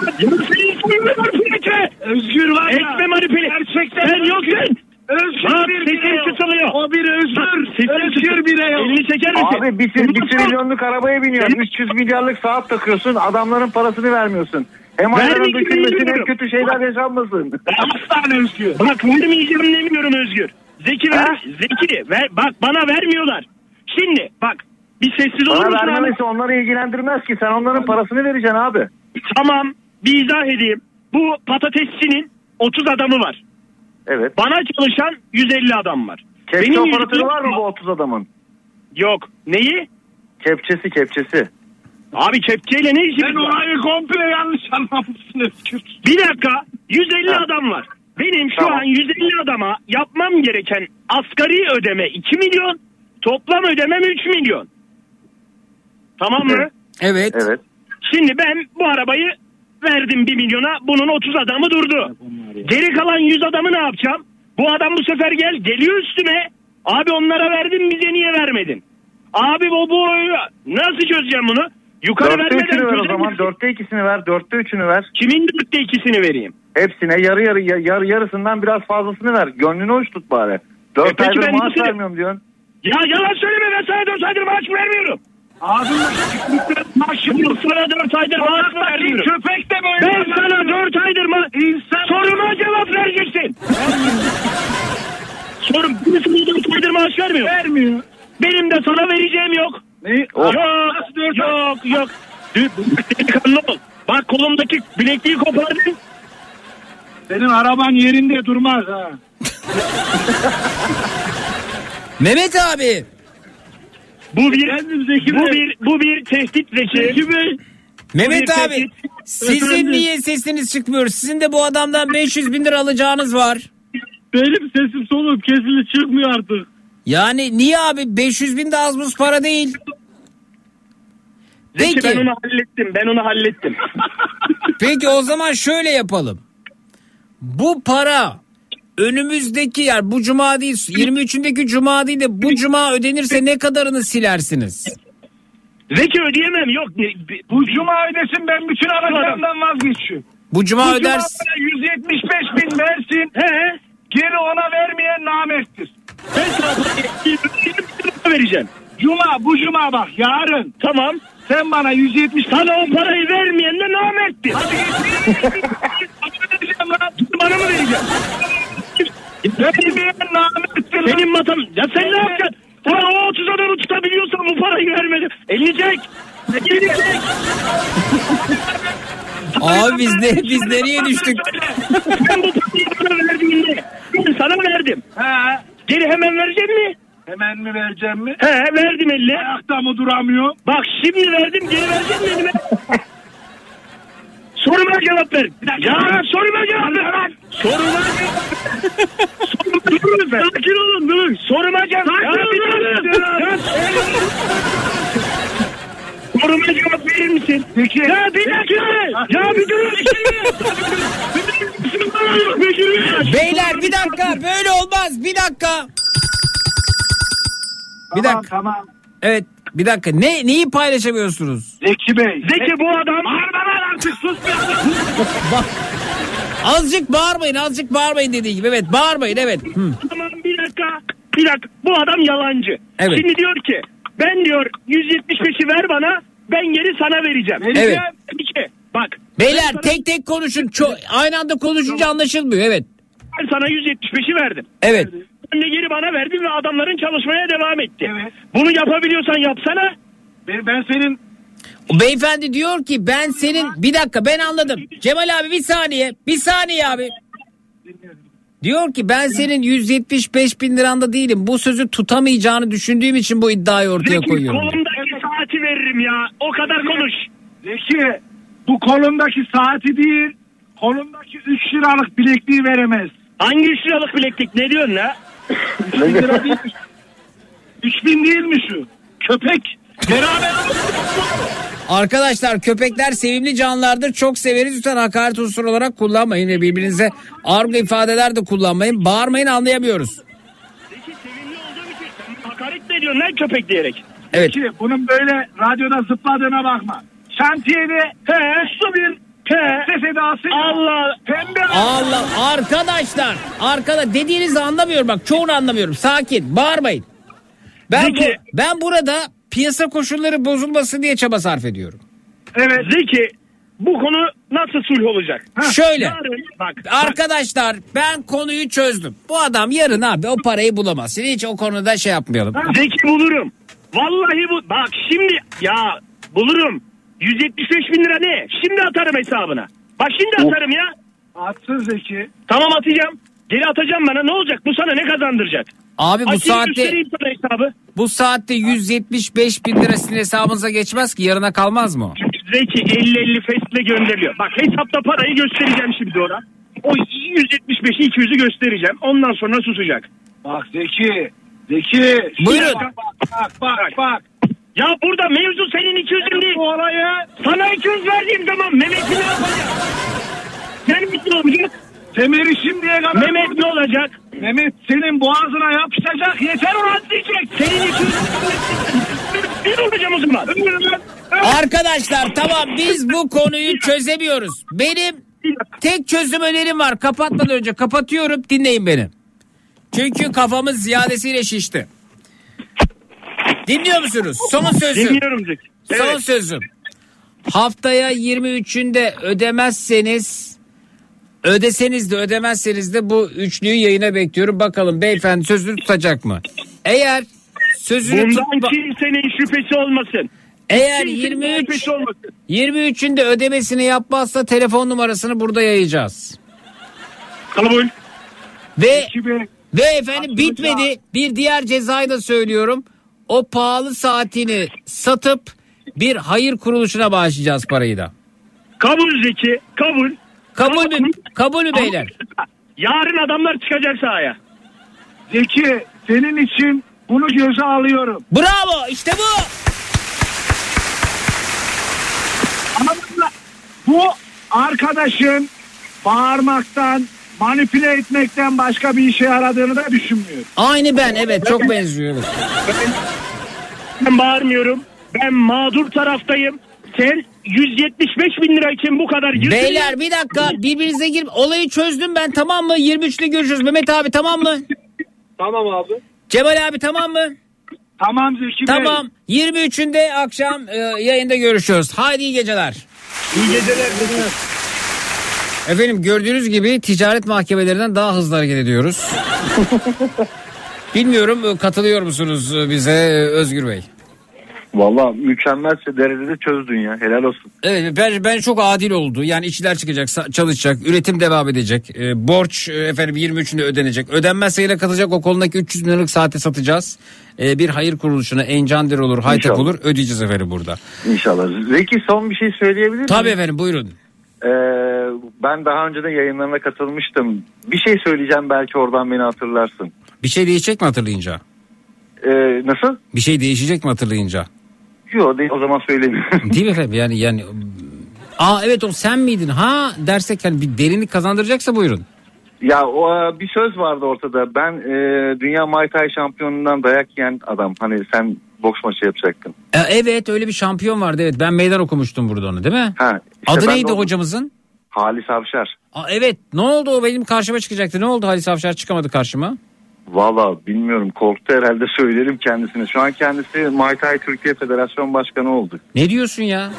aslan. Özgür var ya. Ekme manipüle. Gerçekten sen yoktun. Özgür Bak, bir sesin birey. tutuluyor. O bir Özgür. Sesin Özgür birey. Elini çeker misin? Abi bir, bir trilyonluk arabaya biniyorsun. üç yüz milyarlık saat takıyorsun. Adamların parasını vermiyorsun. Hem ayarın dökülmesin hem kötü şeyler yaşanmasın. Aslan Özgür. Bak vermeyeceğim demiyorum Özgür. Zeki ver. Zeki ver. Bak bana vermiyorlar. Şimdi bak bir sessiz olur Bana musun? vermemesi onları ilgilendirmez ki. Sen onların parasını vereceksin abi. Tamam bir izah edeyim. Bu patatesçinin otuz adamı var. Evet. Bana çalışan yüz elli adam var. Kepçe Benim operatörü yüz- var mı bu otuz adamın? Yok. Neyi? Kepçesi kepçesi. Abi kepçeyle ne işimiz Sen var? orayı komple yanlış anlamışsın Özgür. Bir dakika. yüz elli Ha. adam var. Benim şu Tamam. an yüz elli adama yapmam gereken asgari ödeme iki milyon. Toplam ödemem üç milyon. Tamam mı? Evet. Evet. Evet. Şimdi ben bu arabayı verdim bir milyona. Bunun otuz adamı durdu. Geri kalan yüz adamı ne yapacağım? Bu adam bu sefer gel geliyor üstüme. Abi onlara verdim bize niye vermedin? Abi bu bu nasıl çözeceğim bunu? Yukarı Dörtte vermeden üçünü ver o çözemezsin. zaman. Dörtte ikisini ver. Dörtte üçünü ver. Kimin dörtte ikisini vereyim? Hepsine yarı yarı yarı yarısından biraz fazlasını ver. Gönlünü hoş tut bari. E Dört peki aydır ben maaş nasıl- vermiyorum diyorsun. Ya yalan söyleme ben sana dört aydır maaş vermiyorum. Ağzında Maaşım sana dört aydır maaş vermiyorum. köpek de böyle. Ben sana dört aydır maaş... Soruma cevap vereceksin. Sorum bir sana dört aydır maaş vermiyor. Vermiyor. Benim de sana vereceğim yok. Ne? Oh. Yok yok yok. Delikanlı ol. Bak kolumdaki bilekliği kopardın. Senin araban yerinde durmaz ha. Mehmet abi. Bu bir Efendim Zeki bu Bey. bir bu bir tehdit Zeki. Zeki Bey. Mehmet bir abi. tehdit. Sizin Efendim? niye sesiniz çıkmıyor? Sizin de bu adamdan beş yüz bin lira alacağınız var. Benim sesim soluk kesili çıkmıyor artık. Yani niye abi? beş yüz bin de az buz para değil. Zeki Peki. ben onu hallettim. Ben onu hallettim. Peki o zaman şöyle yapalım. Bu para önümüzdeki yani bu cuma değil yirmi üçündeki cuma değil de bu cuma ödenirse ne kadarını silersiniz? Zeki ödeyemem yok. Bu cuma ödesin ben bütün alacağımdan vazgeçiyorum. Bu cuma Bu ödersin. cuma yüz yetmiş beş bin versin. He? Geri ona vermeyen namerttir. Ben sana vereceğim. Cuma bu cuma bak yarın. Tamam. Sen bana yüz yetmiş Sana o parayı vermeyen de namerttir. Hadi getir. Bana mı vereceğim? Vermeyen namerttir. Senin matam. Ya sen ne yapacaksın? Sen o otuz adamı tutabiliyorsan bu parayı vermedi. Elini çek. Elini çek. Abi biz ne biz nereye düştük? Ben bu parayı sana verdiğimde ben sana verdim. He. Geri hemen verecek mi? Hemen mi vereceğim mi? He verdim elli. Ayakta mı duramıyor? Bak şimdi verdim geri verecek mi elime? Soruma cevap ver. Ya soruma cevap ver. Soruma Soruma ver. Sakin olun durun. Soruma cevap ver. Ya bir durun. Soruma cevap verir misin? Peki. Ya bir dakika. Ya bir durun. Beyler bir dakika böyle olmaz bir dakika. Bir Tamam, dakika. tamam. Evet bir dakika ne neyi paylaşamıyorsunuz? Zeki Bey. Zeki bu adam. Bağırma lan artık sus be adam. Bak. Azıcık bağırmayın azıcık bağırmayın dediği gibi evet bağırmayın evet. Hı. Tamam bir dakika. Bir dakika. Bu adam yalancı. Evet. Şimdi diyor ki ben diyor yüz yetmiş beşi ver bana ben geri sana vereceğim. Evet. Peki bak. Beyler ben sana, tek tek konuşun çok aynı anda konuşunca anlaşılmıyor evet. Ben sana yüz yetmiş beşi verdim. Evet. Ben de geri bana verdin ve adamların çalışmaya devam etti. Evet. Bunu yapabiliyorsan yapsana. Ben, ben senin O beyefendi diyor ki ben senin bir dakika ben anladım. Cemal abi bir saniye bir saniye abi. Diyor ki ben senin yüz yetmiş beş bin liranda değilim. Bu sözü tutamayacağını düşündüğüm için bu iddiayı ortaya Zeki koyuyorum. kolumdaki saati veririm ya. O kadar konuş. Zeki bu kolundaki saati değil kolundaki üç liralık bilekliği veremez. Hangi üç liralık bileklik? Ne diyorsun la? üç bin lira değil mi? üç bin değil mi şu? Köpek. Beraber. Arkadaşlar köpekler sevimli canlılardır. Çok severiz. Lütfen hakaret unsuru olarak kullanmayın ve birbirinize argo ifadeler de kullanmayın. Bağırmayın, anlayamıyoruz. Peki sevimli olduğum için sen hakaret mi ediyorsun lan köpek diyerek? Evet. Peki, bunun böyle radyoda zıpladığına bakma. Şantiyede uslu bir ses edası. Allah. Pembe. Allah arkadaşlar. Arkada dediğinizi anlamıyorum bak. Çoğunu anlamıyorum. Sakin. Bağırmayın. Ben bu, ben burada piyasa koşulları bozulmasın diye çaba sarf ediyorum. Evet. Zeki, bu konu nasıl sulh olacak? Şöyle. Yarın, bak, arkadaşlar bak. Ben konuyu çözdüm. Bu adam yarın abi o parayı bulamaz. Hiç o konuda şey yapmayalım. Zeki bulurum. Vallahi bu. Bak şimdi ya bulurum. yüz yetmiş beş bin lira ne? Şimdi atarım hesabına. Bak şimdi atarım ya. Atsın Zeki. Tamam atacağım. Geri atacağım bana. Ne olacak? Bu sana ne kazandıracak? Abi bu Açayım, saatte göstereyim sana hesabı. bu saatte yüz yetmiş beş bin lira sizin hesabınıza geçmez ki, yarına kalmaz mı? Zeki elli elli festle gönderiliyor. Bak hesapta parayı göstereceğim şimdi ona. O yüz yetmiş beşi iki yüzü göstereceğim. Ondan sonra susacak. Bak Zeki. Zeki. Buyurun. Bak bak bak. bak. Ya burada mevzu senin iki yüzün değil. Bu olayı. Sana iki yüz verdiğim zaman Mehmet'i ne yapacak? Mehmet ne olacak? Temeri şimdiye kadar. Mehmet ne olacak? Mehmet senin boğazına yapışacak. Yeter ulan diyecek. Senin iki yüz ne olacağım o zaman? Arkadaşlar tamam, biz bu konuyu çözemiyoruz. Benim tek çözüm önerim var. Kapatmadan önce kapatıyorum, dinleyin beni. Çünkü kafamız ziyadesiyle şişti. Dinliyor musunuz? Son sözüm. Dinliyorum Zeki. Evet. Son sözüm. Haftaya yirmi üçünde ödemezseniz, ödeseniz de ödemezseniz de bu üçlüyü yayına bekliyorum. Bakalım beyefendi sözünü tutacak mı? Eğer sözünü Bundan tutma... kimsenin şüphesi olmasın. Eğer Kimsenin yirmi üç şüphesi olmasın. yirmi üçünde ödemesini yapmazsa telefon numarasını burada yayacağız. Kabul. Ve ve efendim bitmedi. Bir diğer cezayı da söylüyorum. O pahalı saatini satıp bir hayır kuruluşuna bağışlayacağız parayı da. Kabul Zeki. Kabul. Kabul mü? Kabul mü beyler? Yarın adamlar çıkacak sahaya. Zeki senin için bunu göze alıyorum. Bravo, işte bu. Ama bu arkadaşın bağırmaktan, manipüle etmekten başka bir işe yaradığını da düşünmüyorum. Aynı ben, evet, çok benziyor. Ben bağırmıyorum. Ben mağdur taraftayım. Sen yüz yetmiş beş bin lira için bu kadar girdin. Beyler bir dakika, birbirinize girip olayı çözdüm ben, tamam mı? yirmi üçte görüşürüz. Mehmet abi tamam mı? Tamam abi. Cemal abi tamam mı? Tamam Zeki Bey. Tamam. yirmi üçünde akşam e, yayında görüşüyoruz. Haydi iyi geceler. İyi geceler. Efendim gördüğünüz gibi ticaret mahkemelerinden daha hızlı hareket ediyoruz. Bilmiyorum, katılıyor musunuz bize Özgür Bey? Valla mükemmelse derecede çözdün ya, helal olsun. Evet, ben, ben çok adil oldu. Yani işçiler çıkacak, çalışacak, üretim devam edecek. E, borç e, efendim yirmi üçünde ödenecek. Ödenmezse yine katacak, o kolundaki üç yüz bin liralık saate satacağız. E, bir hayır kuruluşuna, Encandir olur, Haytak İnşallah. olur, ödeyeceğiz efendim burada. İnşallah. Zeki son bir şey söyleyebilir miyim? Tabii efendim, buyurun. Ee, ben daha önce de yayınlarına katılmıştım. Bir şey söyleyeceğim, belki oradan beni hatırlarsın. Bir şey değişecek mi hatırlayınca? Ee, nasıl? Bir şey değişecek mi hatırlayınca? Yok değil, o zaman söylemiyorum. Değil mi efendim? Yani yani aa evet, o sen miydin? Ha dersek yani bir derinlik kazandıracaksa buyurun. Ya o bir söz vardı ortada. Ben e, dünya Muay Thai şampiyonundan dayak yiyen adam. Hani sen boks maçı yapacaktın. E, evet, öyle bir şampiyon vardı, evet. Ben meydan okumuştum burada onu, değil mi? Ha, işte adı neydi de hocamızın? Halis Avşar. Aa, evet, ne oldu, o benim karşıma çıkacaktı. Ne oldu, Halis Avşar çıkamadı karşıma? Valla bilmiyorum, korktu herhalde, söylerim kendisine. Şu an kendisi Muay Thai Türkiye Federasyon Başkanı oldu. Ne diyorsun ya?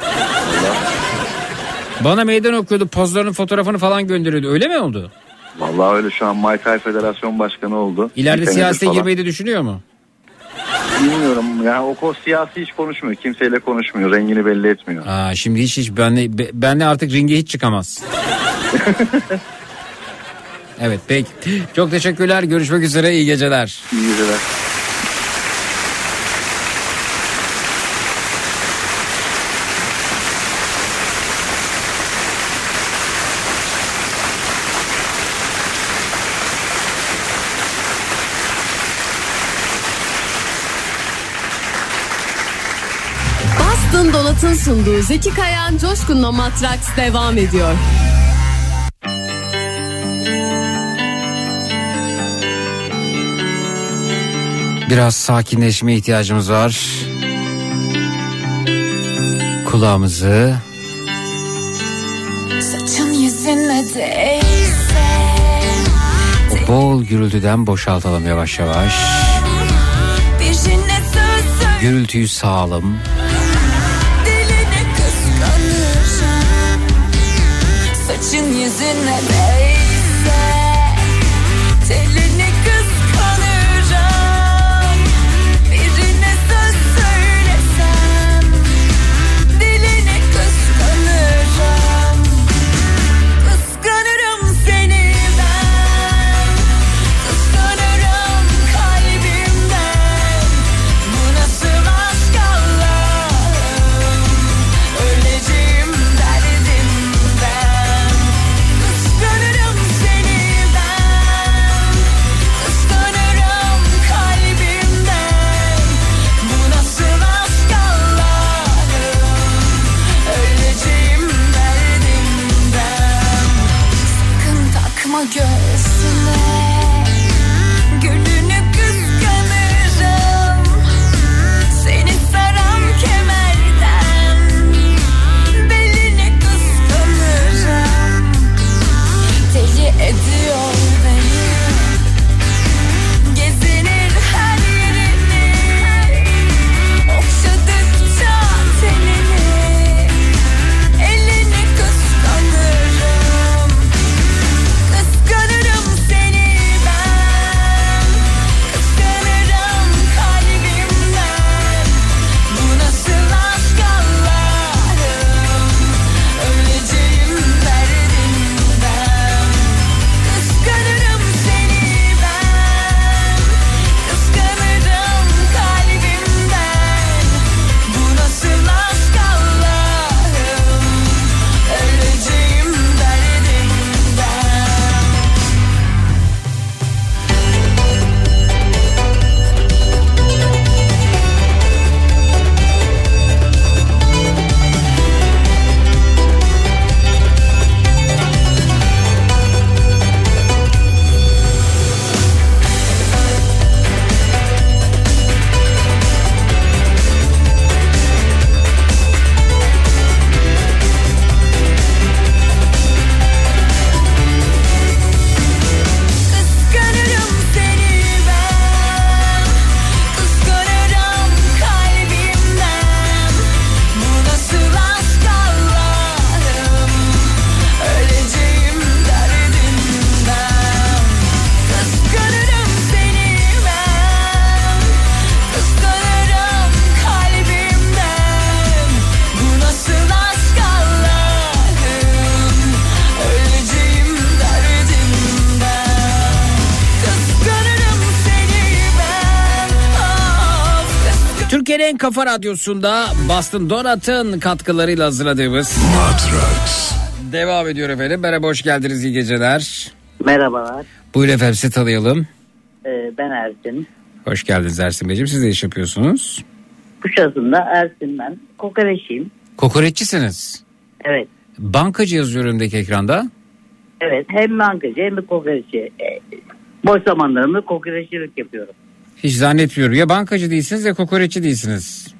Bana meydan okuyordu, pozlarının fotoğrafını falan gönderiyordu, öyle mi oldu? Vallahi öyle, şu an Muay Thai Federasyon Başkanı oldu. İleride siyasete girmeyi de düşünüyor mu? Bilmiyorum ya, o ko siyasi hiç konuşmuyor, kimseyle konuşmuyor, rengini belli etmiyor. Aa, şimdi hiç hiç benle, benle artık ringe hiç çıkamaz. Evet peki, çok teşekkürler, görüşmek üzere, iyi geceler. İyi geceler. Polat'ın sunduğu Zeki Kayan Coşkun'la Matraks devam ediyor. Biraz sakinleşmeye ihtiyacımız var. Kulağımızı Saçın yüzüne değse o bol gürültüden boşaltalım yavaş yavaş. birine söz söyle. Gürültüyü sağalım. Diline kıskanırım. Saçın yüzüne değse telini kıskanırım. Birine söz söylesem dilini kıskanırım. Kıskanırım seni ben. Kıskanırım kalbimden. Bu nasıl aşk Allah'ım. Öleceğim derdimden. Kıskanırım seni ben. Kıskanırım kalbimden. Bu nasıl aşk Allah'ım. Öleceğim derdimden. Sakın takma göğsüne. Gülünü kıskanırım. Seni saran kemerden. Belini kıskanırım. Deli ediyor beni. Gezinir her yerini. Okşadıkça tenini. Elini kıskanırım. Kıskanırım seni ben. Kıskanırım kalbimden. Bu nasıl aşk Allah'ım. Öleceğim derdimden. Kıskanırım seni ben. Kıskanırım kalbimden. Bu nasıl aşk Allah'ım. Öleceğim Kıskanırım seni ben. Kıskanırım kalbimden. Bu nasıl aşk Allah'ım. Öleceğim derdimden. Kıskanırım seni ben. Kıskanırım kalbimden. Bu nasıl aşk Allah'ım. Öleceğim derdimden. Kıskanırım seni ben. Of, Türkiye'nin en kafa radyosunda Boston Donut'ın katkılarıyla hazırladığımız Matrax. devam ediyor efendim. Merhaba, hoş geldiniz, iyi geceler. Merhabalar. Buyurun efendim, sizi tanıyalım. Ee, ben Ersin. Hoş geldiniz Ersin Beyciğim. Siz ne iş yapıyorsunuz? Kuşadası'nda Ersin ben. Kokoreççiyim. Kokoreççisiniz. Evet. Bankacı yazıyor önümdeki ekranda. Evet. Hem bankacı hem de kokoreççi. Ee, boş zamanlarımda kokoreççilik yapıyorum. Hiç zannetmiyorum. Ya bankacı değilsiniz ya kokoreççi değilsiniz.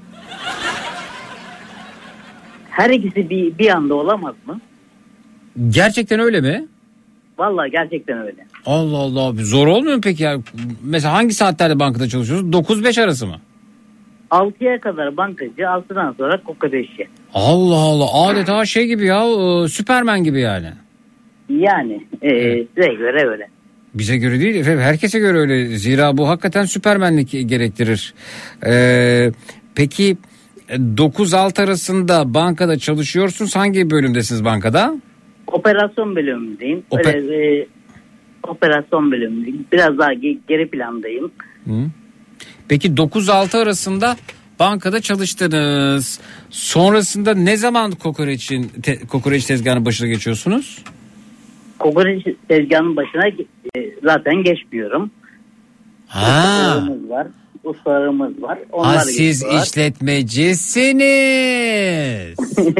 Her ikisi bir, bir anda olamaz mı? Gerçekten öyle mi? Vallahi gerçekten öyle. Allah Allah. Zor olmuyor mu peki ya? Mesela hangi saatlerde bankada çalışıyorsunuz? dokuz beş arası mı? altıya kadar bankacı, altıdan sonra kokoreççi. Allah Allah. Adeta şey gibi ya. e, Süpermen gibi yani. Yani e, size göre öyle. Bize göre değil efendim. Herkese göre öyle. Zira bu hakikaten süpermenlik gerektirir. Ee, peki dokuz altı arasında bankada çalışıyorsunuz. Hangi bölümdesiniz bankada? Operasyon bölümündeyim. Oper- Öyle, e, operasyon bölümündeyim. Biraz daha ge- geri plandayım. Hı. Peki dokuz altı arasında bankada çalıştınız. Sonrasında ne zaman kokoreçin te, kokoreç tezgahının başına geçiyorsunuz? Kokoreç tezgahının başına e, zaten geçmiyorum. Ha. Var. ustalarımız var. Ha, Onlar siz getiriyorlar. işletmecisiniz.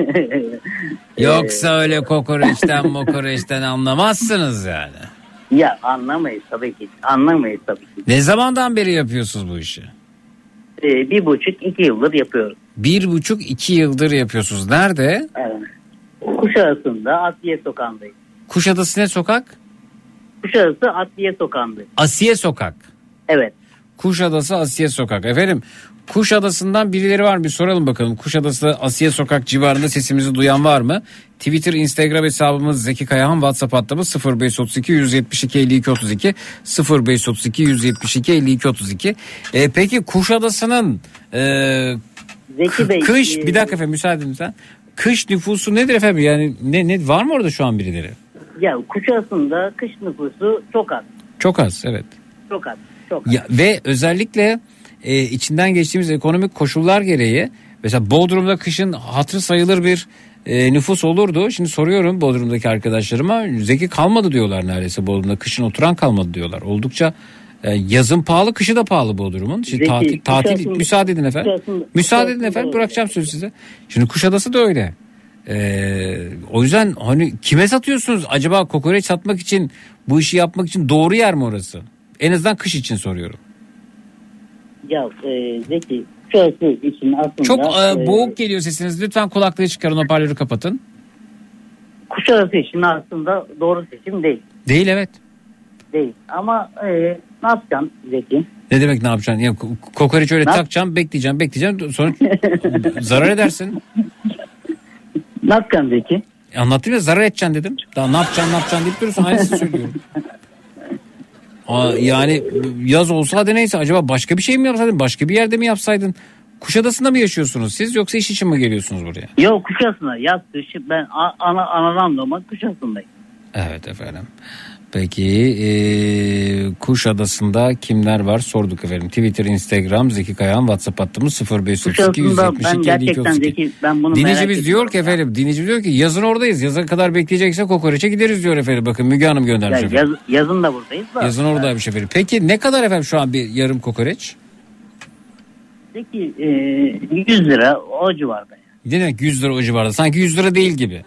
Yoksa öyle kokoreçten mokoreçten anlamazsınız yani. Ya anlamayız tabii ki. Anlamayız tabii ki. Ne zamandan beri yapıyorsunuz bu işi? Ee, bir buçuk iki yıldır yapıyoruz. Bir buçuk iki yıldır yapıyorsunuz. Nerede? Evet. Kuşadası'nda Adliye Sokağı'ndayız. Kuşadası ne sokak? Kuşadası Adliye Sokağı'ndayız. Asiye Sokak. Evet. Kuşadası Asiye Sokak. Efendim Kuşadası'ndan birileri var mı? Bir soralım bakalım. Kuşadası Asiye Sokak civarında sesimizi duyan var mı? Twitter, Instagram hesabımız Zeki Kayahan, WhatsApp hattımız sıfır beş otuz iki yüz yetmiş iki elli iki otuz iki sıfır beş otuz iki yüz yetmiş iki elli iki otuz iki. E, peki Kuşadası'nın e, Zeki Bey, kış e, bir dakika efendim müsaade edin sen. Kış nüfusu nedir efendim? Yani ne, ne var mı orada şu an birileri? Ya Kuşadası'nda kış nüfusu çok az. Çok az, evet. Çok az. Çok az. Ya, ve özellikle e, içinden geçtiğimiz ekonomik koşullar gereği mesela Bodrum'da kışın hatırı sayılır bir e, nüfus olurdu. Şimdi soruyorum Bodrum'daki arkadaşlarıma, Zeki kalmadı diyorlar neredeyse Bodrum'da. Kışın oturan kalmadı diyorlar. Oldukça e, yazın pahalı, kışı da pahalı Bodrum'un. Şimdi Zeki, tatil, tatil Kuşadası'nda- müsaade edin efendim. Kuşadası'nda- Müsaade edin Kuşadası'nda efendim, öyle. bırakacağım sözü size. Şimdi Kuşadası da öyle. Ee, o yüzden hani kime satıyorsunuz? Acaba kokoreç satmak için, bu işi yapmak için doğru yer mi orası? En azından kış için soruyorum. Ya e, Zeki Kuşadası için aslında... Çok e, e, boğuk geliyor sesiniz. Lütfen kulaklığı çıkarın, hoparlörü kapatın. Kuşadası için aslında doğru seçim değil. Değil, evet. Değil. Ama e, ne yapacaksın Zeki? Ne demek ne yapacaksın? Ya, ko- kokoreç öyle Ne yap- takacağım, bekleyeceğim, bekleyeceğim. Sonra zarar edersin. Ne yapacaksın Zeki? Anlattım ya, zarar edeceksin dedim. Daha ne yapacaksın ne yapacaksın deyip duruyorsun. Aynısını söylüyorum. Aa, yani yaz olsa hadi neyse, acaba başka bir şey mi yapsaydın? Başka bir yerde mi yapsaydın? Kuşadası'nda mı yaşıyorsunuz siz, yoksa iş için mi geliyorsunuz buraya? Yok Kuşadası'nda yaz kışı ben a- ana, anadan doğma Kuşadası'ndayım. Evet efendim. Peki e, Kuşadası'nda kimler var sorduk efendim. Twitter, Instagram, Zeki Kayahan, WhatsApp hattımız sıfır beş otuz iki yüz Kuşadası'nda yetmiş ben iki elli iki gerçekten otuz iki. Zeki ben bunu merak Dinleyicimiz ediyorum. diyor ki efendim, dinleyicimiz diyor ki yazın oradayız. Yaza kadar bekleyecekse kokoreçe gideriz diyor efendim. Bakın Müge Hanım göndermiş Ya, efendim. yaz, yazın da buradayız da. Yazın oradaymış efendim. Peki ne kadar efendim şu an bir yarım kokoreç? Zeki e, yüz lira o civarda. Ne demek yüz lira o civarda? Sanki yüz lira değil gibi.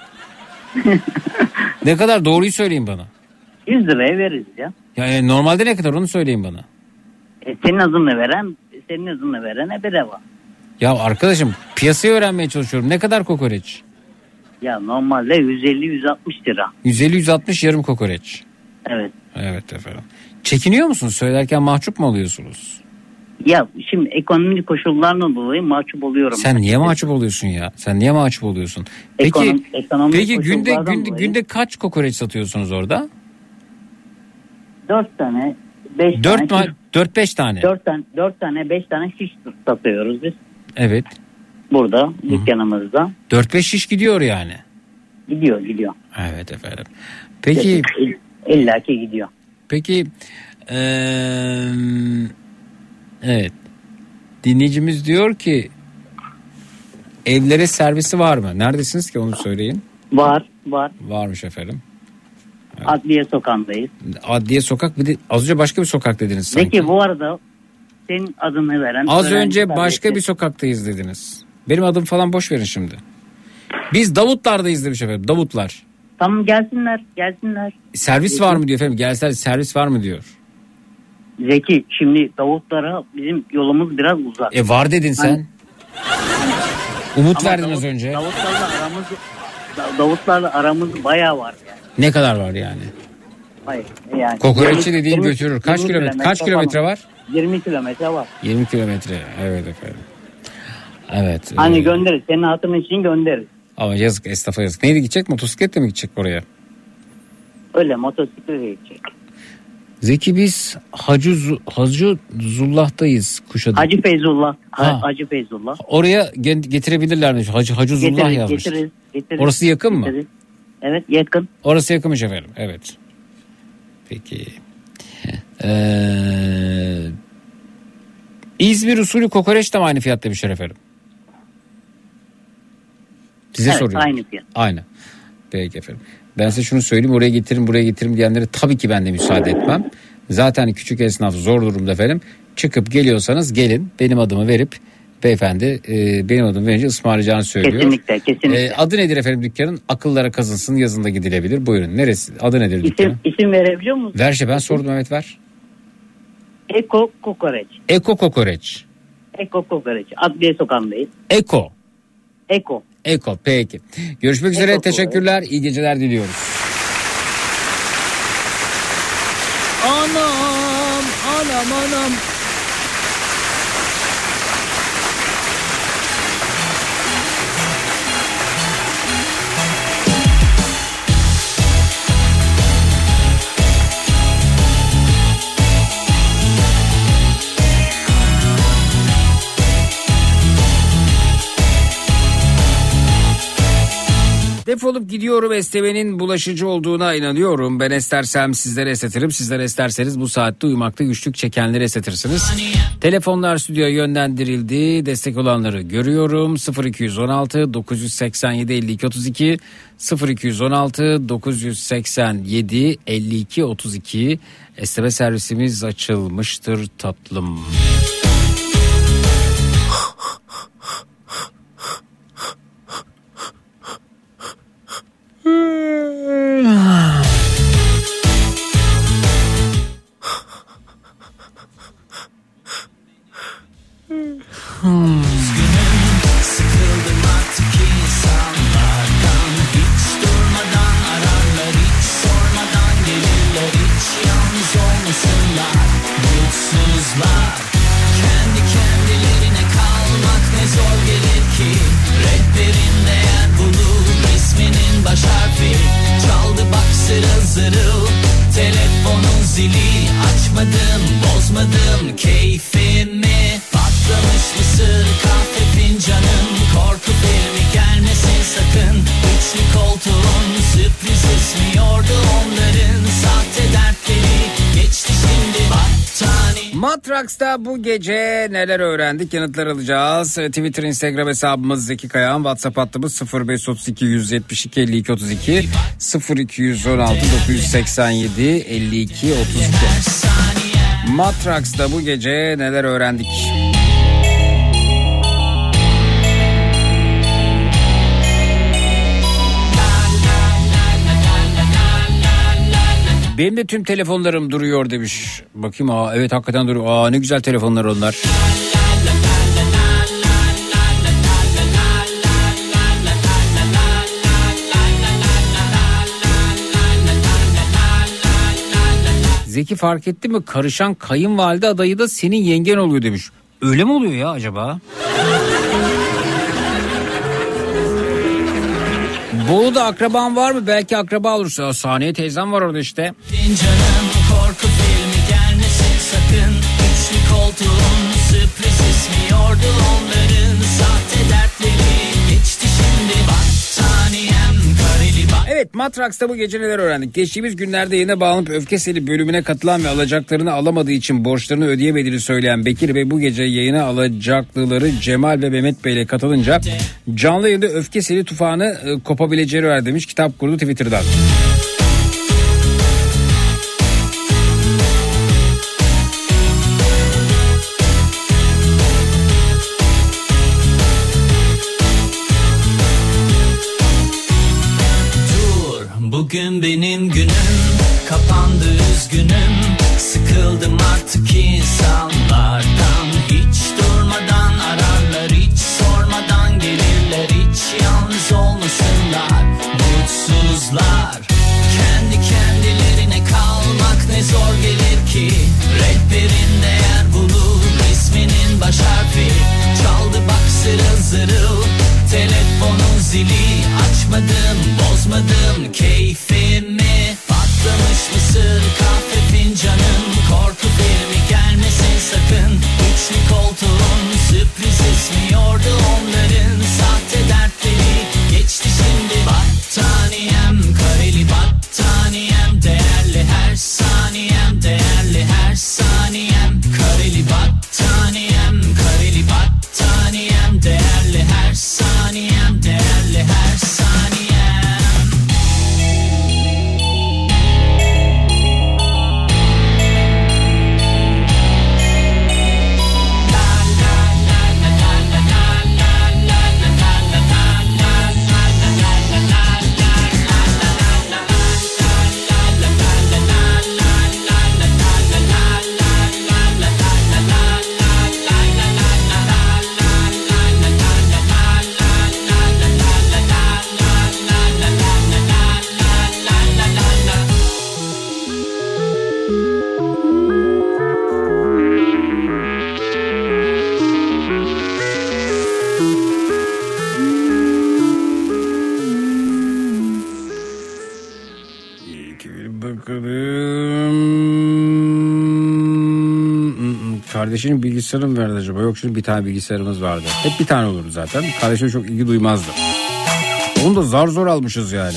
Ne kadar, doğruyu söyleyin bana. yüz liraya veririz ya. Yani normalde ne kadar onu söyleyin bana. E, senin adını veren senin adını verene bedava. Ya arkadaşım, piyasayı öğrenmeye çalışıyorum. Ne kadar kokoreç? Ya normalde yüz elli yüz altmış lira. yüz elli yüz altmış yarım kokoreç. Evet. Evet efendim. Çekiniyor musunuz? Söylerken mahcup mu oluyorsunuz? Ya şimdi ekonomik koşullardan dolayı mahcup oluyorum. Sen niye mahcup oluyorsun ya? Sen niye mahcup oluyorsun? Peki, Ekonom- ekonomik peki günde koşullardan günde, dolayı- günde kaç kokoreç satıyorsunuz orada? Dört tane, beş Dört tane, ma- dört beş tane. Dört tane, dört tane, beş tane şiş satıyoruz biz. Evet. Burada dükkanımızda. Dört beş şiş gidiyor yani. Gidiyor, gidiyor. Evet efendim. Peki. İlla ki gidiyor. Peki. Ee, evet. Dinleyicimiz diyor ki evlere servisi var mı? Neredesiniz ki onu söyleyin. Var, var. Varmış efendim. Evet. Adliye Sokağı'ndayız. Adliye Sokak, bir de az önce başka bir sokak dediniz sanki. Peki bu arada senin adını veren... Az öğrenci önce başka kardeşi- bir sokaktayız dediniz. Benim adım falan boş verin şimdi. Biz Davutlar'dayız demiş efendim. Davutlar. Tamam gelsinler, gelsinler. Servis var mı diyor efendim. Gelsen servis var mı diyor. Zeki şimdi Davutlara bizim yolumuz biraz uzak. E var dedin sen. Hani- Umut Ama verdin Davut- az önce. Davutlarla aramız Davutlarla aramız bayağı var yani. Ne kadar var yani? Hayır yani. Kokoreççi yirmi- dediğin yirmi- götürür. Kaç yirmi kilometre? Kaç kilometre falan. var? yirmi kilometre var. yirmi kilometre. Evet efendim. Evet. Hani e, göndeririz. Senin hatırın için göndeririz. Ama yazık, esnafa yazık. Neydi gidecek? Motosikletle mi gidecek oraya? Öyle motosikletle gidecek. Zeki biz Hacı, Zu- Hacı Zullah'tayız Kuşadası. Hacı Feyzullah. Ha. Hacı Feyzullah. Oraya gen- getirebilirler mi? Hacı, Hacı Zullah Getiririz, yazmış. getiririz, getiririz. Orası yakın mı? Getiririz. Evet yakın. Orası yakınmış efendim. Evet. Peki. Ee, İzmir usulü kokoreç de mi aynı fiyat demişler efendim? Size Evet, soruyorum. aynı fiyat. Aynı. Peki efendim. Ben size şunu söyleyeyim, oraya getirin buraya getirin diyenlere tabii ki ben de müsaade etmem. Zaten küçük esnaf zor durumda efendim. çıkıp geliyorsanız gelin, benim adımı verip beyefendi e, benim adımı verince ısmarlayacağını söylüyor. Kesinlikle, kesinlikle. E, adı nedir efendim dükkanın? Akıllara kazınsın yazında gidilebilir. Buyurun. Neresi? Adı nedir İsim, dükkanın? isim verebiliyor musun? Ver şey ben sordum, evet ver. Eko Kokoreç. Eko Kokoreç. Eko Kokoreç. Adliye Sokağı'ndayız. Eko. Eko. Eko peki. Görüşmek üzere, Eko, teşekkürler. Evet. İyi geceler diliyoruz. Anam anam anam. Defolup gidiyorum, esnemenin bulaşıcı olduğuna inanıyorum. Ben estersem sizlere esnetirim. Sizler esterseniz bu saatte uyumakta güçlük çekenleri esnetirsiniz. Telefonlar stüdyoya yönlendirildi. Destek olanları görüyorum. sıfır iki on altı dokuz seksen yedi elli iki otuz iki sıfır iki on altı dokuz seksen yedi elli iki otuz iki S M S servisimiz açılmıştır tatlım. Hmm. Sıkıldım artık insanlardan. Hiç durmadan ararlar, hiç sormadan gelirler. Hiç yalnız olmasınlar, mutsuzlar. Kendi kendilerine kalmak ne zor gelir ki. Rehberin değer bulur, isminin baş harfi. Çaldı bak zırıl zırıl telefonun zili. Açmadım, bozmadım keyfimi. Patlamış mısır kahve fincanım. Korku filmi gelmesin sakın. Üçlü koltuğun sürpriz ismi yordu onların. Sahte dertleri geçti şimdi battaniye. Matraks'ta bu gece neler öğrendik, yanıtlar alacağız. Twitter, Instagram hesabımız Zeki Kayağan, WhatsApp hattımız sıfır beş otuz iki yüz yetmiş iki elli iki otuz iki sıfır iki on altı dokuz seksen yedi elli iki otuz iki. Matraks'ta bu gece neler öğrendik? Benim de tüm telefonlarım duruyor demiş. Bakayım, aa evet hakikaten duruyor. Aa ne güzel telefonlar onlar. Zeki fark etti mi? Karışan kayınvalide adayı da senin yengen oluyor demiş. Öyle mi oluyor ya acaba? Bolu'da akraban var mı? Belki akraba olursa. Saniye teyzem var orada işte. Canım korku filmi gelmesin sakın. Üçlü koltuğun sürpriz ismi yordu onların. Sahte dertleri geçti şimdi battaniyem kareli bak. Evet, Matraks'ta bu gece neler öğrendik? Geçtiğimiz günlerde yayına bağlanıp Öfkeseli bölümüne katılan ve alacaklarını alamadığı için borçlarını ödeyemediğini söyleyen Bekir Bey bu gece yayına alacaklıları Cemal ve Mehmet Bey ile katılınca canlı yayında Öfkeseli tufanı e, kopabileceğini öğrendi demiş. Kitap kurdu Twitter'dan. Bugün benim günüm, kapandı üzgünüm. Sıkıldım artık insanlardan. Hiç durmadan ararlar, hiç sormadan gelirler. Hiç yalnız olmasınlar, mutsuzlar. Kendi kendilerine kalmak ne zor gelir ki. Rehberin değer bulur, isminin baş harfi. Çaldı bak zırıl zırıl telefonun zili. Açmadım, bozmadım keyfimi. Patlamış mısır kahve fincanım. Korku filmi gelmesin sakın. Üçlü koltuğun sürpriz ismi yordu onların. Sahte dertleri geçti şimdi battaniyem. Kareli battaniyem. Değerli her saniyem. Değerli her saniyem. Kareli battaniyem. Kareli battaniyem. Değerli her saniyem. Değerli her saniyem. Bakalım. Kardeşinin bilgisayarı mı verdi acaba? Yok, şimdi bir tane bilgisayarımız vardı. Hep bir tane olurdu zaten. Kardeşim çok ilgi duymazdı. Onu da zar zor almışız yani.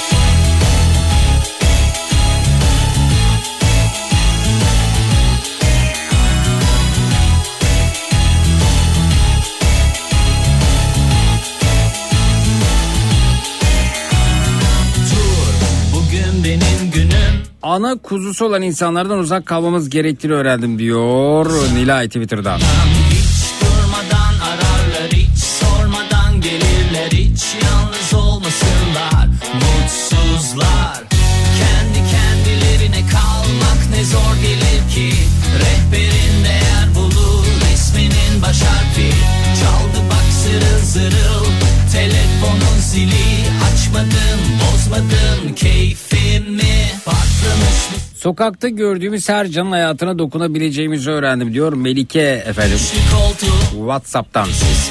Ana kuzusu olan insanlardan uzak kalmamız gerektiğini öğrendim diyor Nilay Twitter'dan. Hiç durmadan ararlar, hiç sormadan gelirler, hiç yalnız olmasınlar, mutsuzlar. Kendi kendilerine kalmak ne zor gelir ki, rehberin değer bulur, resminin baş harfi. Çaldı bak zırıl zırıl, telefonun zili, açmadım bozmadım keyfimi, patlamış. Sokakta gördüğümüz her canın hayatına dokunabileceğimizi öğrendim diyor Melike efendim WhatsApp'tan.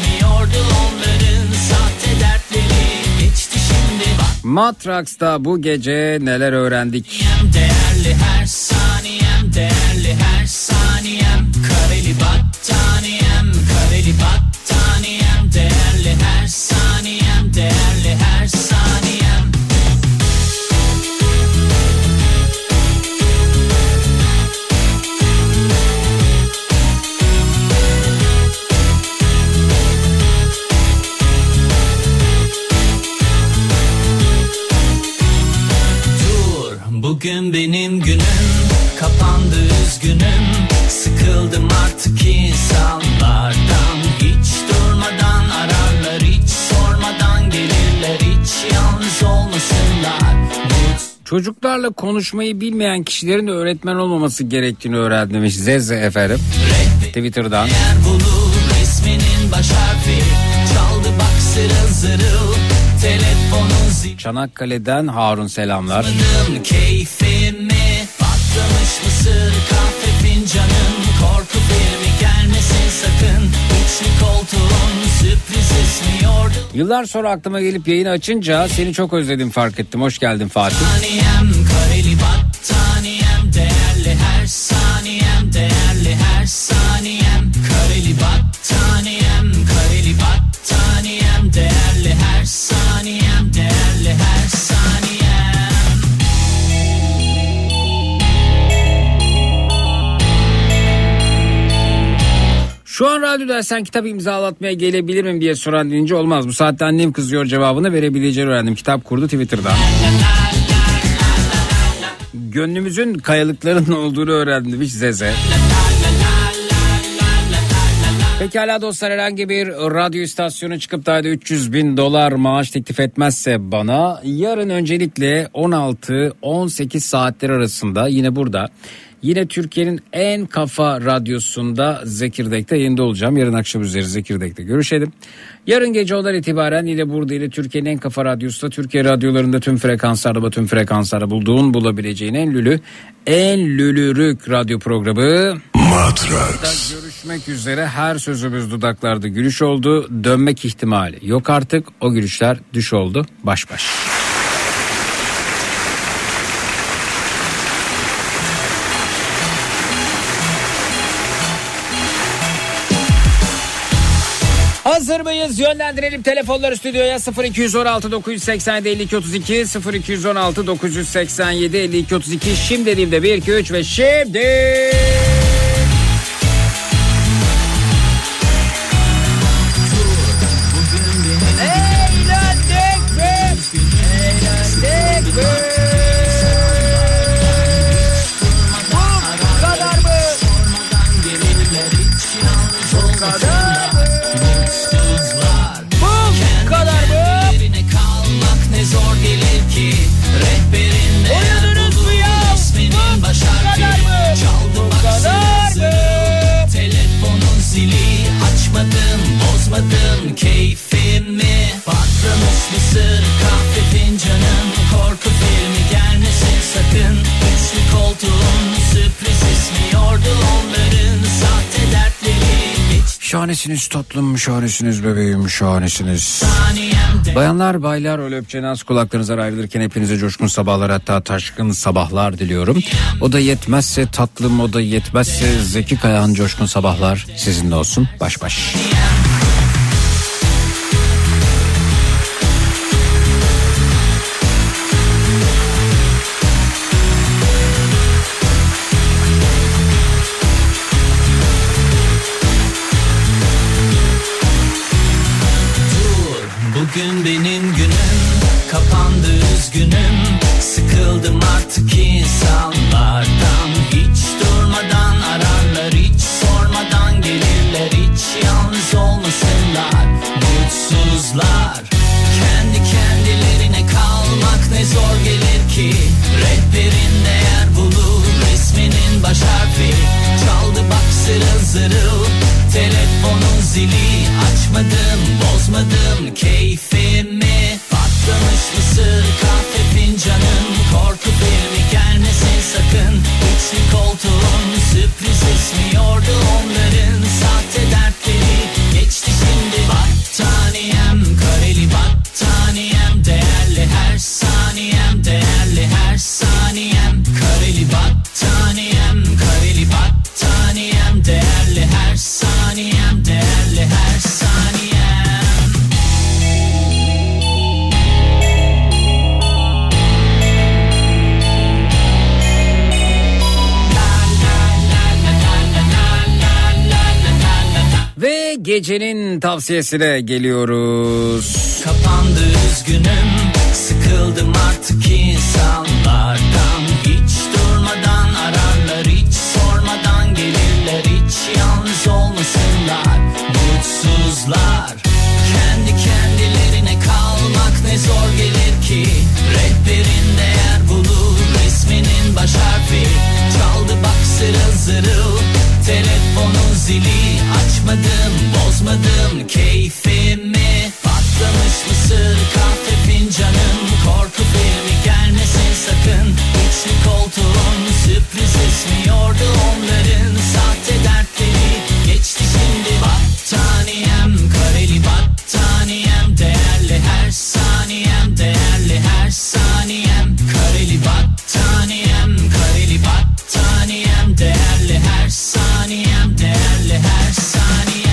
Matrax'ta bu gece neler öğrendik? Değerli her saniyem, değerli her saniyem, kareli battaniyem, kareli battaniyem, değerli her saniyem, değerli her saniyem. Bugün benim günüm, kapandı üzgünüm, sıkıldım artık insanlardan. Hiç durmadan ararlar, hiç sormadan gelirler, hiç yalnız olmasınlar. Çocuklarla konuşmayı bilmeyen kişilerin de öğretmen olmaması gerektiğini öğrenmiş Zeze efendim Twitter'dan. Bulur, resminin baş harfi, çaldı bak zırıl zırıl, telefonun zil. Çanakkale'den Harun selamlar. Keyfimi, patlamış mısır, kahve fincanın, korku filmi gelmesin sakın, üçlü koltuğun sürpriz esmiyordu. Yıllar sonra aklıma gelip yayını açınca seni çok özledim fark ettim. Hoş geldin Fatih. Saniyem, kareli battaniyem, değerli her saniyem, değerli her saniyem, kareli battaniyem, kareli battaniyem, değerli her saniyem, değerli her saniyem. Şu an radyoda sen kitap imzalatmaya gelebilir miyim diye soran dinleyici olmaz. Bu saatte annem kızıyor cevabını verebileceğini öğrendim. Kitap kurdu Twitter'da. Gönlümüzün kayalıkların olduğunu öğrendim hiç Zeze. Pekala dostlar, herhangi bir radyo istasyonu çıkıp da üç yüz bin dolar maaş teklif etmezse bana, yarın öncelikle on altı on sekiz saatler arasında yine burada, yine Türkiye'nin en kafa radyosunda Zekirdek'te yayında olacağım. Yarın akşam üzeri Zekirdek'te görüşelim. Yarın gece olan itibaren yine burada, yine Türkiye'nin en kafa radyosunda, Türkiye radyolarında tüm frekanslarda, tüm frekanslarda bulduğun bulabileceğin en lülü, en lülürük radyo programı Matrax. Görüşmek üzere. Her sözümüz dudaklarda gülüş oldu. Dönmek ihtimali yok artık. O gülüşler düş oldu. Baş baş. Hazır mıyız? Yönlendirelim telefonları stüdyoya. Sıfır iki on altı dokuz seksen yedi elli iki otuz iki sıfır iki on altı dokuz seksen yedi elli iki otuz iki. Şimdi dediğimde bir iki üç ve şimdi eğlendik mi? Eğlendik mi? Bu kadar mı? Bu kadar. Zor gelir ki rehberinde yer bulur, isminin baş harfi, çaldı bak zırı, telefonun zili, açmadım bozmadım keyfimi, patlamış mısır, kahve fincanın, korku filmi gelmesin sakın, üçlü koltuğun sürpriz esmiyordu onların sahte dertleri. şahanesiniz tatlım, şahanesiniz bebeğim, şahanesiniz. Bayanlar, baylar, öyle öpçene az kulaklarınızdan ayrılırken hepinize coşkun sabahlar, hatta taşkın sabahlar diliyorum. O da yetmezse tatlım, o da yetmezse Zeki Kayağan coşkun sabahlar sizinle olsun. Baş baş. Bugün benim günüm, kapandı üzgünüm. Sıkıldım artık insanlardan. Hiç durmadan ararlar, hiç sormadan gelirler. Hiç yalnız olmasınlar, mutsuzlar. Kendi kendilerine kalmak ne zor gelir ki. Rehberin değer bulur, resminin baş harfi. Çaldı bak zırıl zırıl, telefonun zili. Açmadım, bozmadım keyfimi. Patlamış mısır kahve fincanım. Korku filmi gelmesin sakın. İçli koltuğun sürpriz esmiyordu onların. Sahte dertleri geçti şimdi. Battaniyem, kareli battaniyem. Değerli her saniyem, değerli her saniyem. Kareli battaniyem, kareli battaniyem. Değerli her saniyem, değerli her saniyem. Ve gecenin tavsiyesine geliyoruz. Kapandı üzgünüm, sıkıldım artık insanlardan. Hiç durmadan ararlar, hiç sormadan gelirler. Hiç yalnız olmasınlar, mutsuzlar. Kendi kendilerine kalmak ne zor gelir ki. Rehberin değer bulur, resminin baş harfi. Çaldı bak zırıl zırıl, telefonun zili. Açmadım, bozmadım keyfimi. Patlamış mısır kahve fincanım. Korku filmi gelmesin sakın. İçli koltuğun sürpriz esmiyordu onların. Sahte dertleri geçti şimdi. Battaniyem, kareli battaniyem. Değerli her saniyem, değerli her saniyem. Kareli battaniyem, kareli battaniyem. Değerli her saniyem, değerli her saniyem.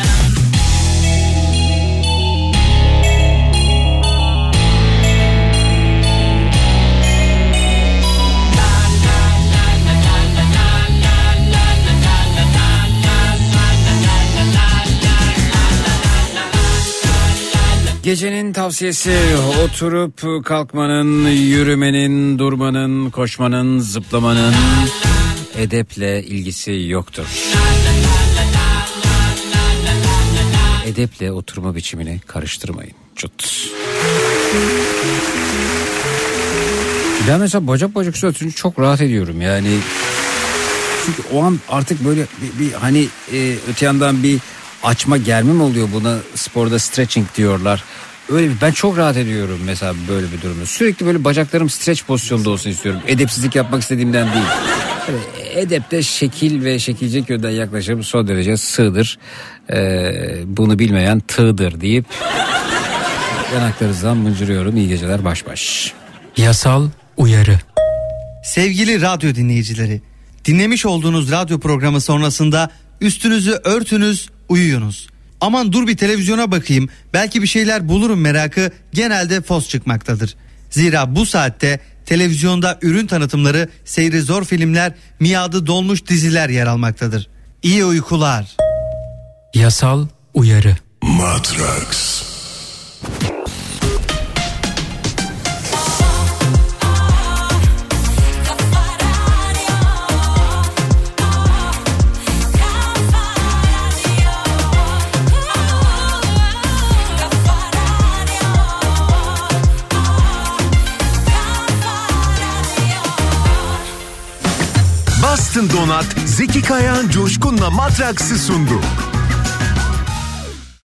Gecenin tavsiyesi, oturup kalkmanın, yürümenin, durmanın, koşmanın, zıplamanın edeple ilgisi yoktur. Edeple oturma biçimini karıştırmayın. Çut. Ben mesela bacak bacak üstü oturunca çok rahat ediyorum yani. Çünkü o an artık böyle bir, bir hani e, öte yandan bir açma germe mi oluyor, buna sporda stretching diyorlar. Öyle bir, ben çok rahat ediyorum mesela böyle bir durumda. Sürekli böyle bacaklarım stretch pozisyonda olsun istiyorum. Edepsizlik yapmak istediğimden değil. Yani edepte şekil ve şekilcilik yönden yaklaşım son derece sığdır. Ee, bunu bilmeyen tığdır deyip yanaklarınızdan mıncırıyorum. İyi geceler, baş baş. Yasal uyarı. Sevgili radyo dinleyicileri, dinlemiş olduğunuz radyo programı sonrasında üstünüzü örtünüz, uyuyunuz. Aman dur bir televizyona bakayım, belki bir şeyler bulurum merakı genelde fos çıkmaktadır. Zira bu saatte televizyonda ürün tanıtımları, seyri zor filmler, miadı dolmuş diziler yer almaktadır. İyi uykular. Yasal uyarı. Matrax. Bastın Donat, Zeki Kayağan Coşkun'la Matraks'ı sundu.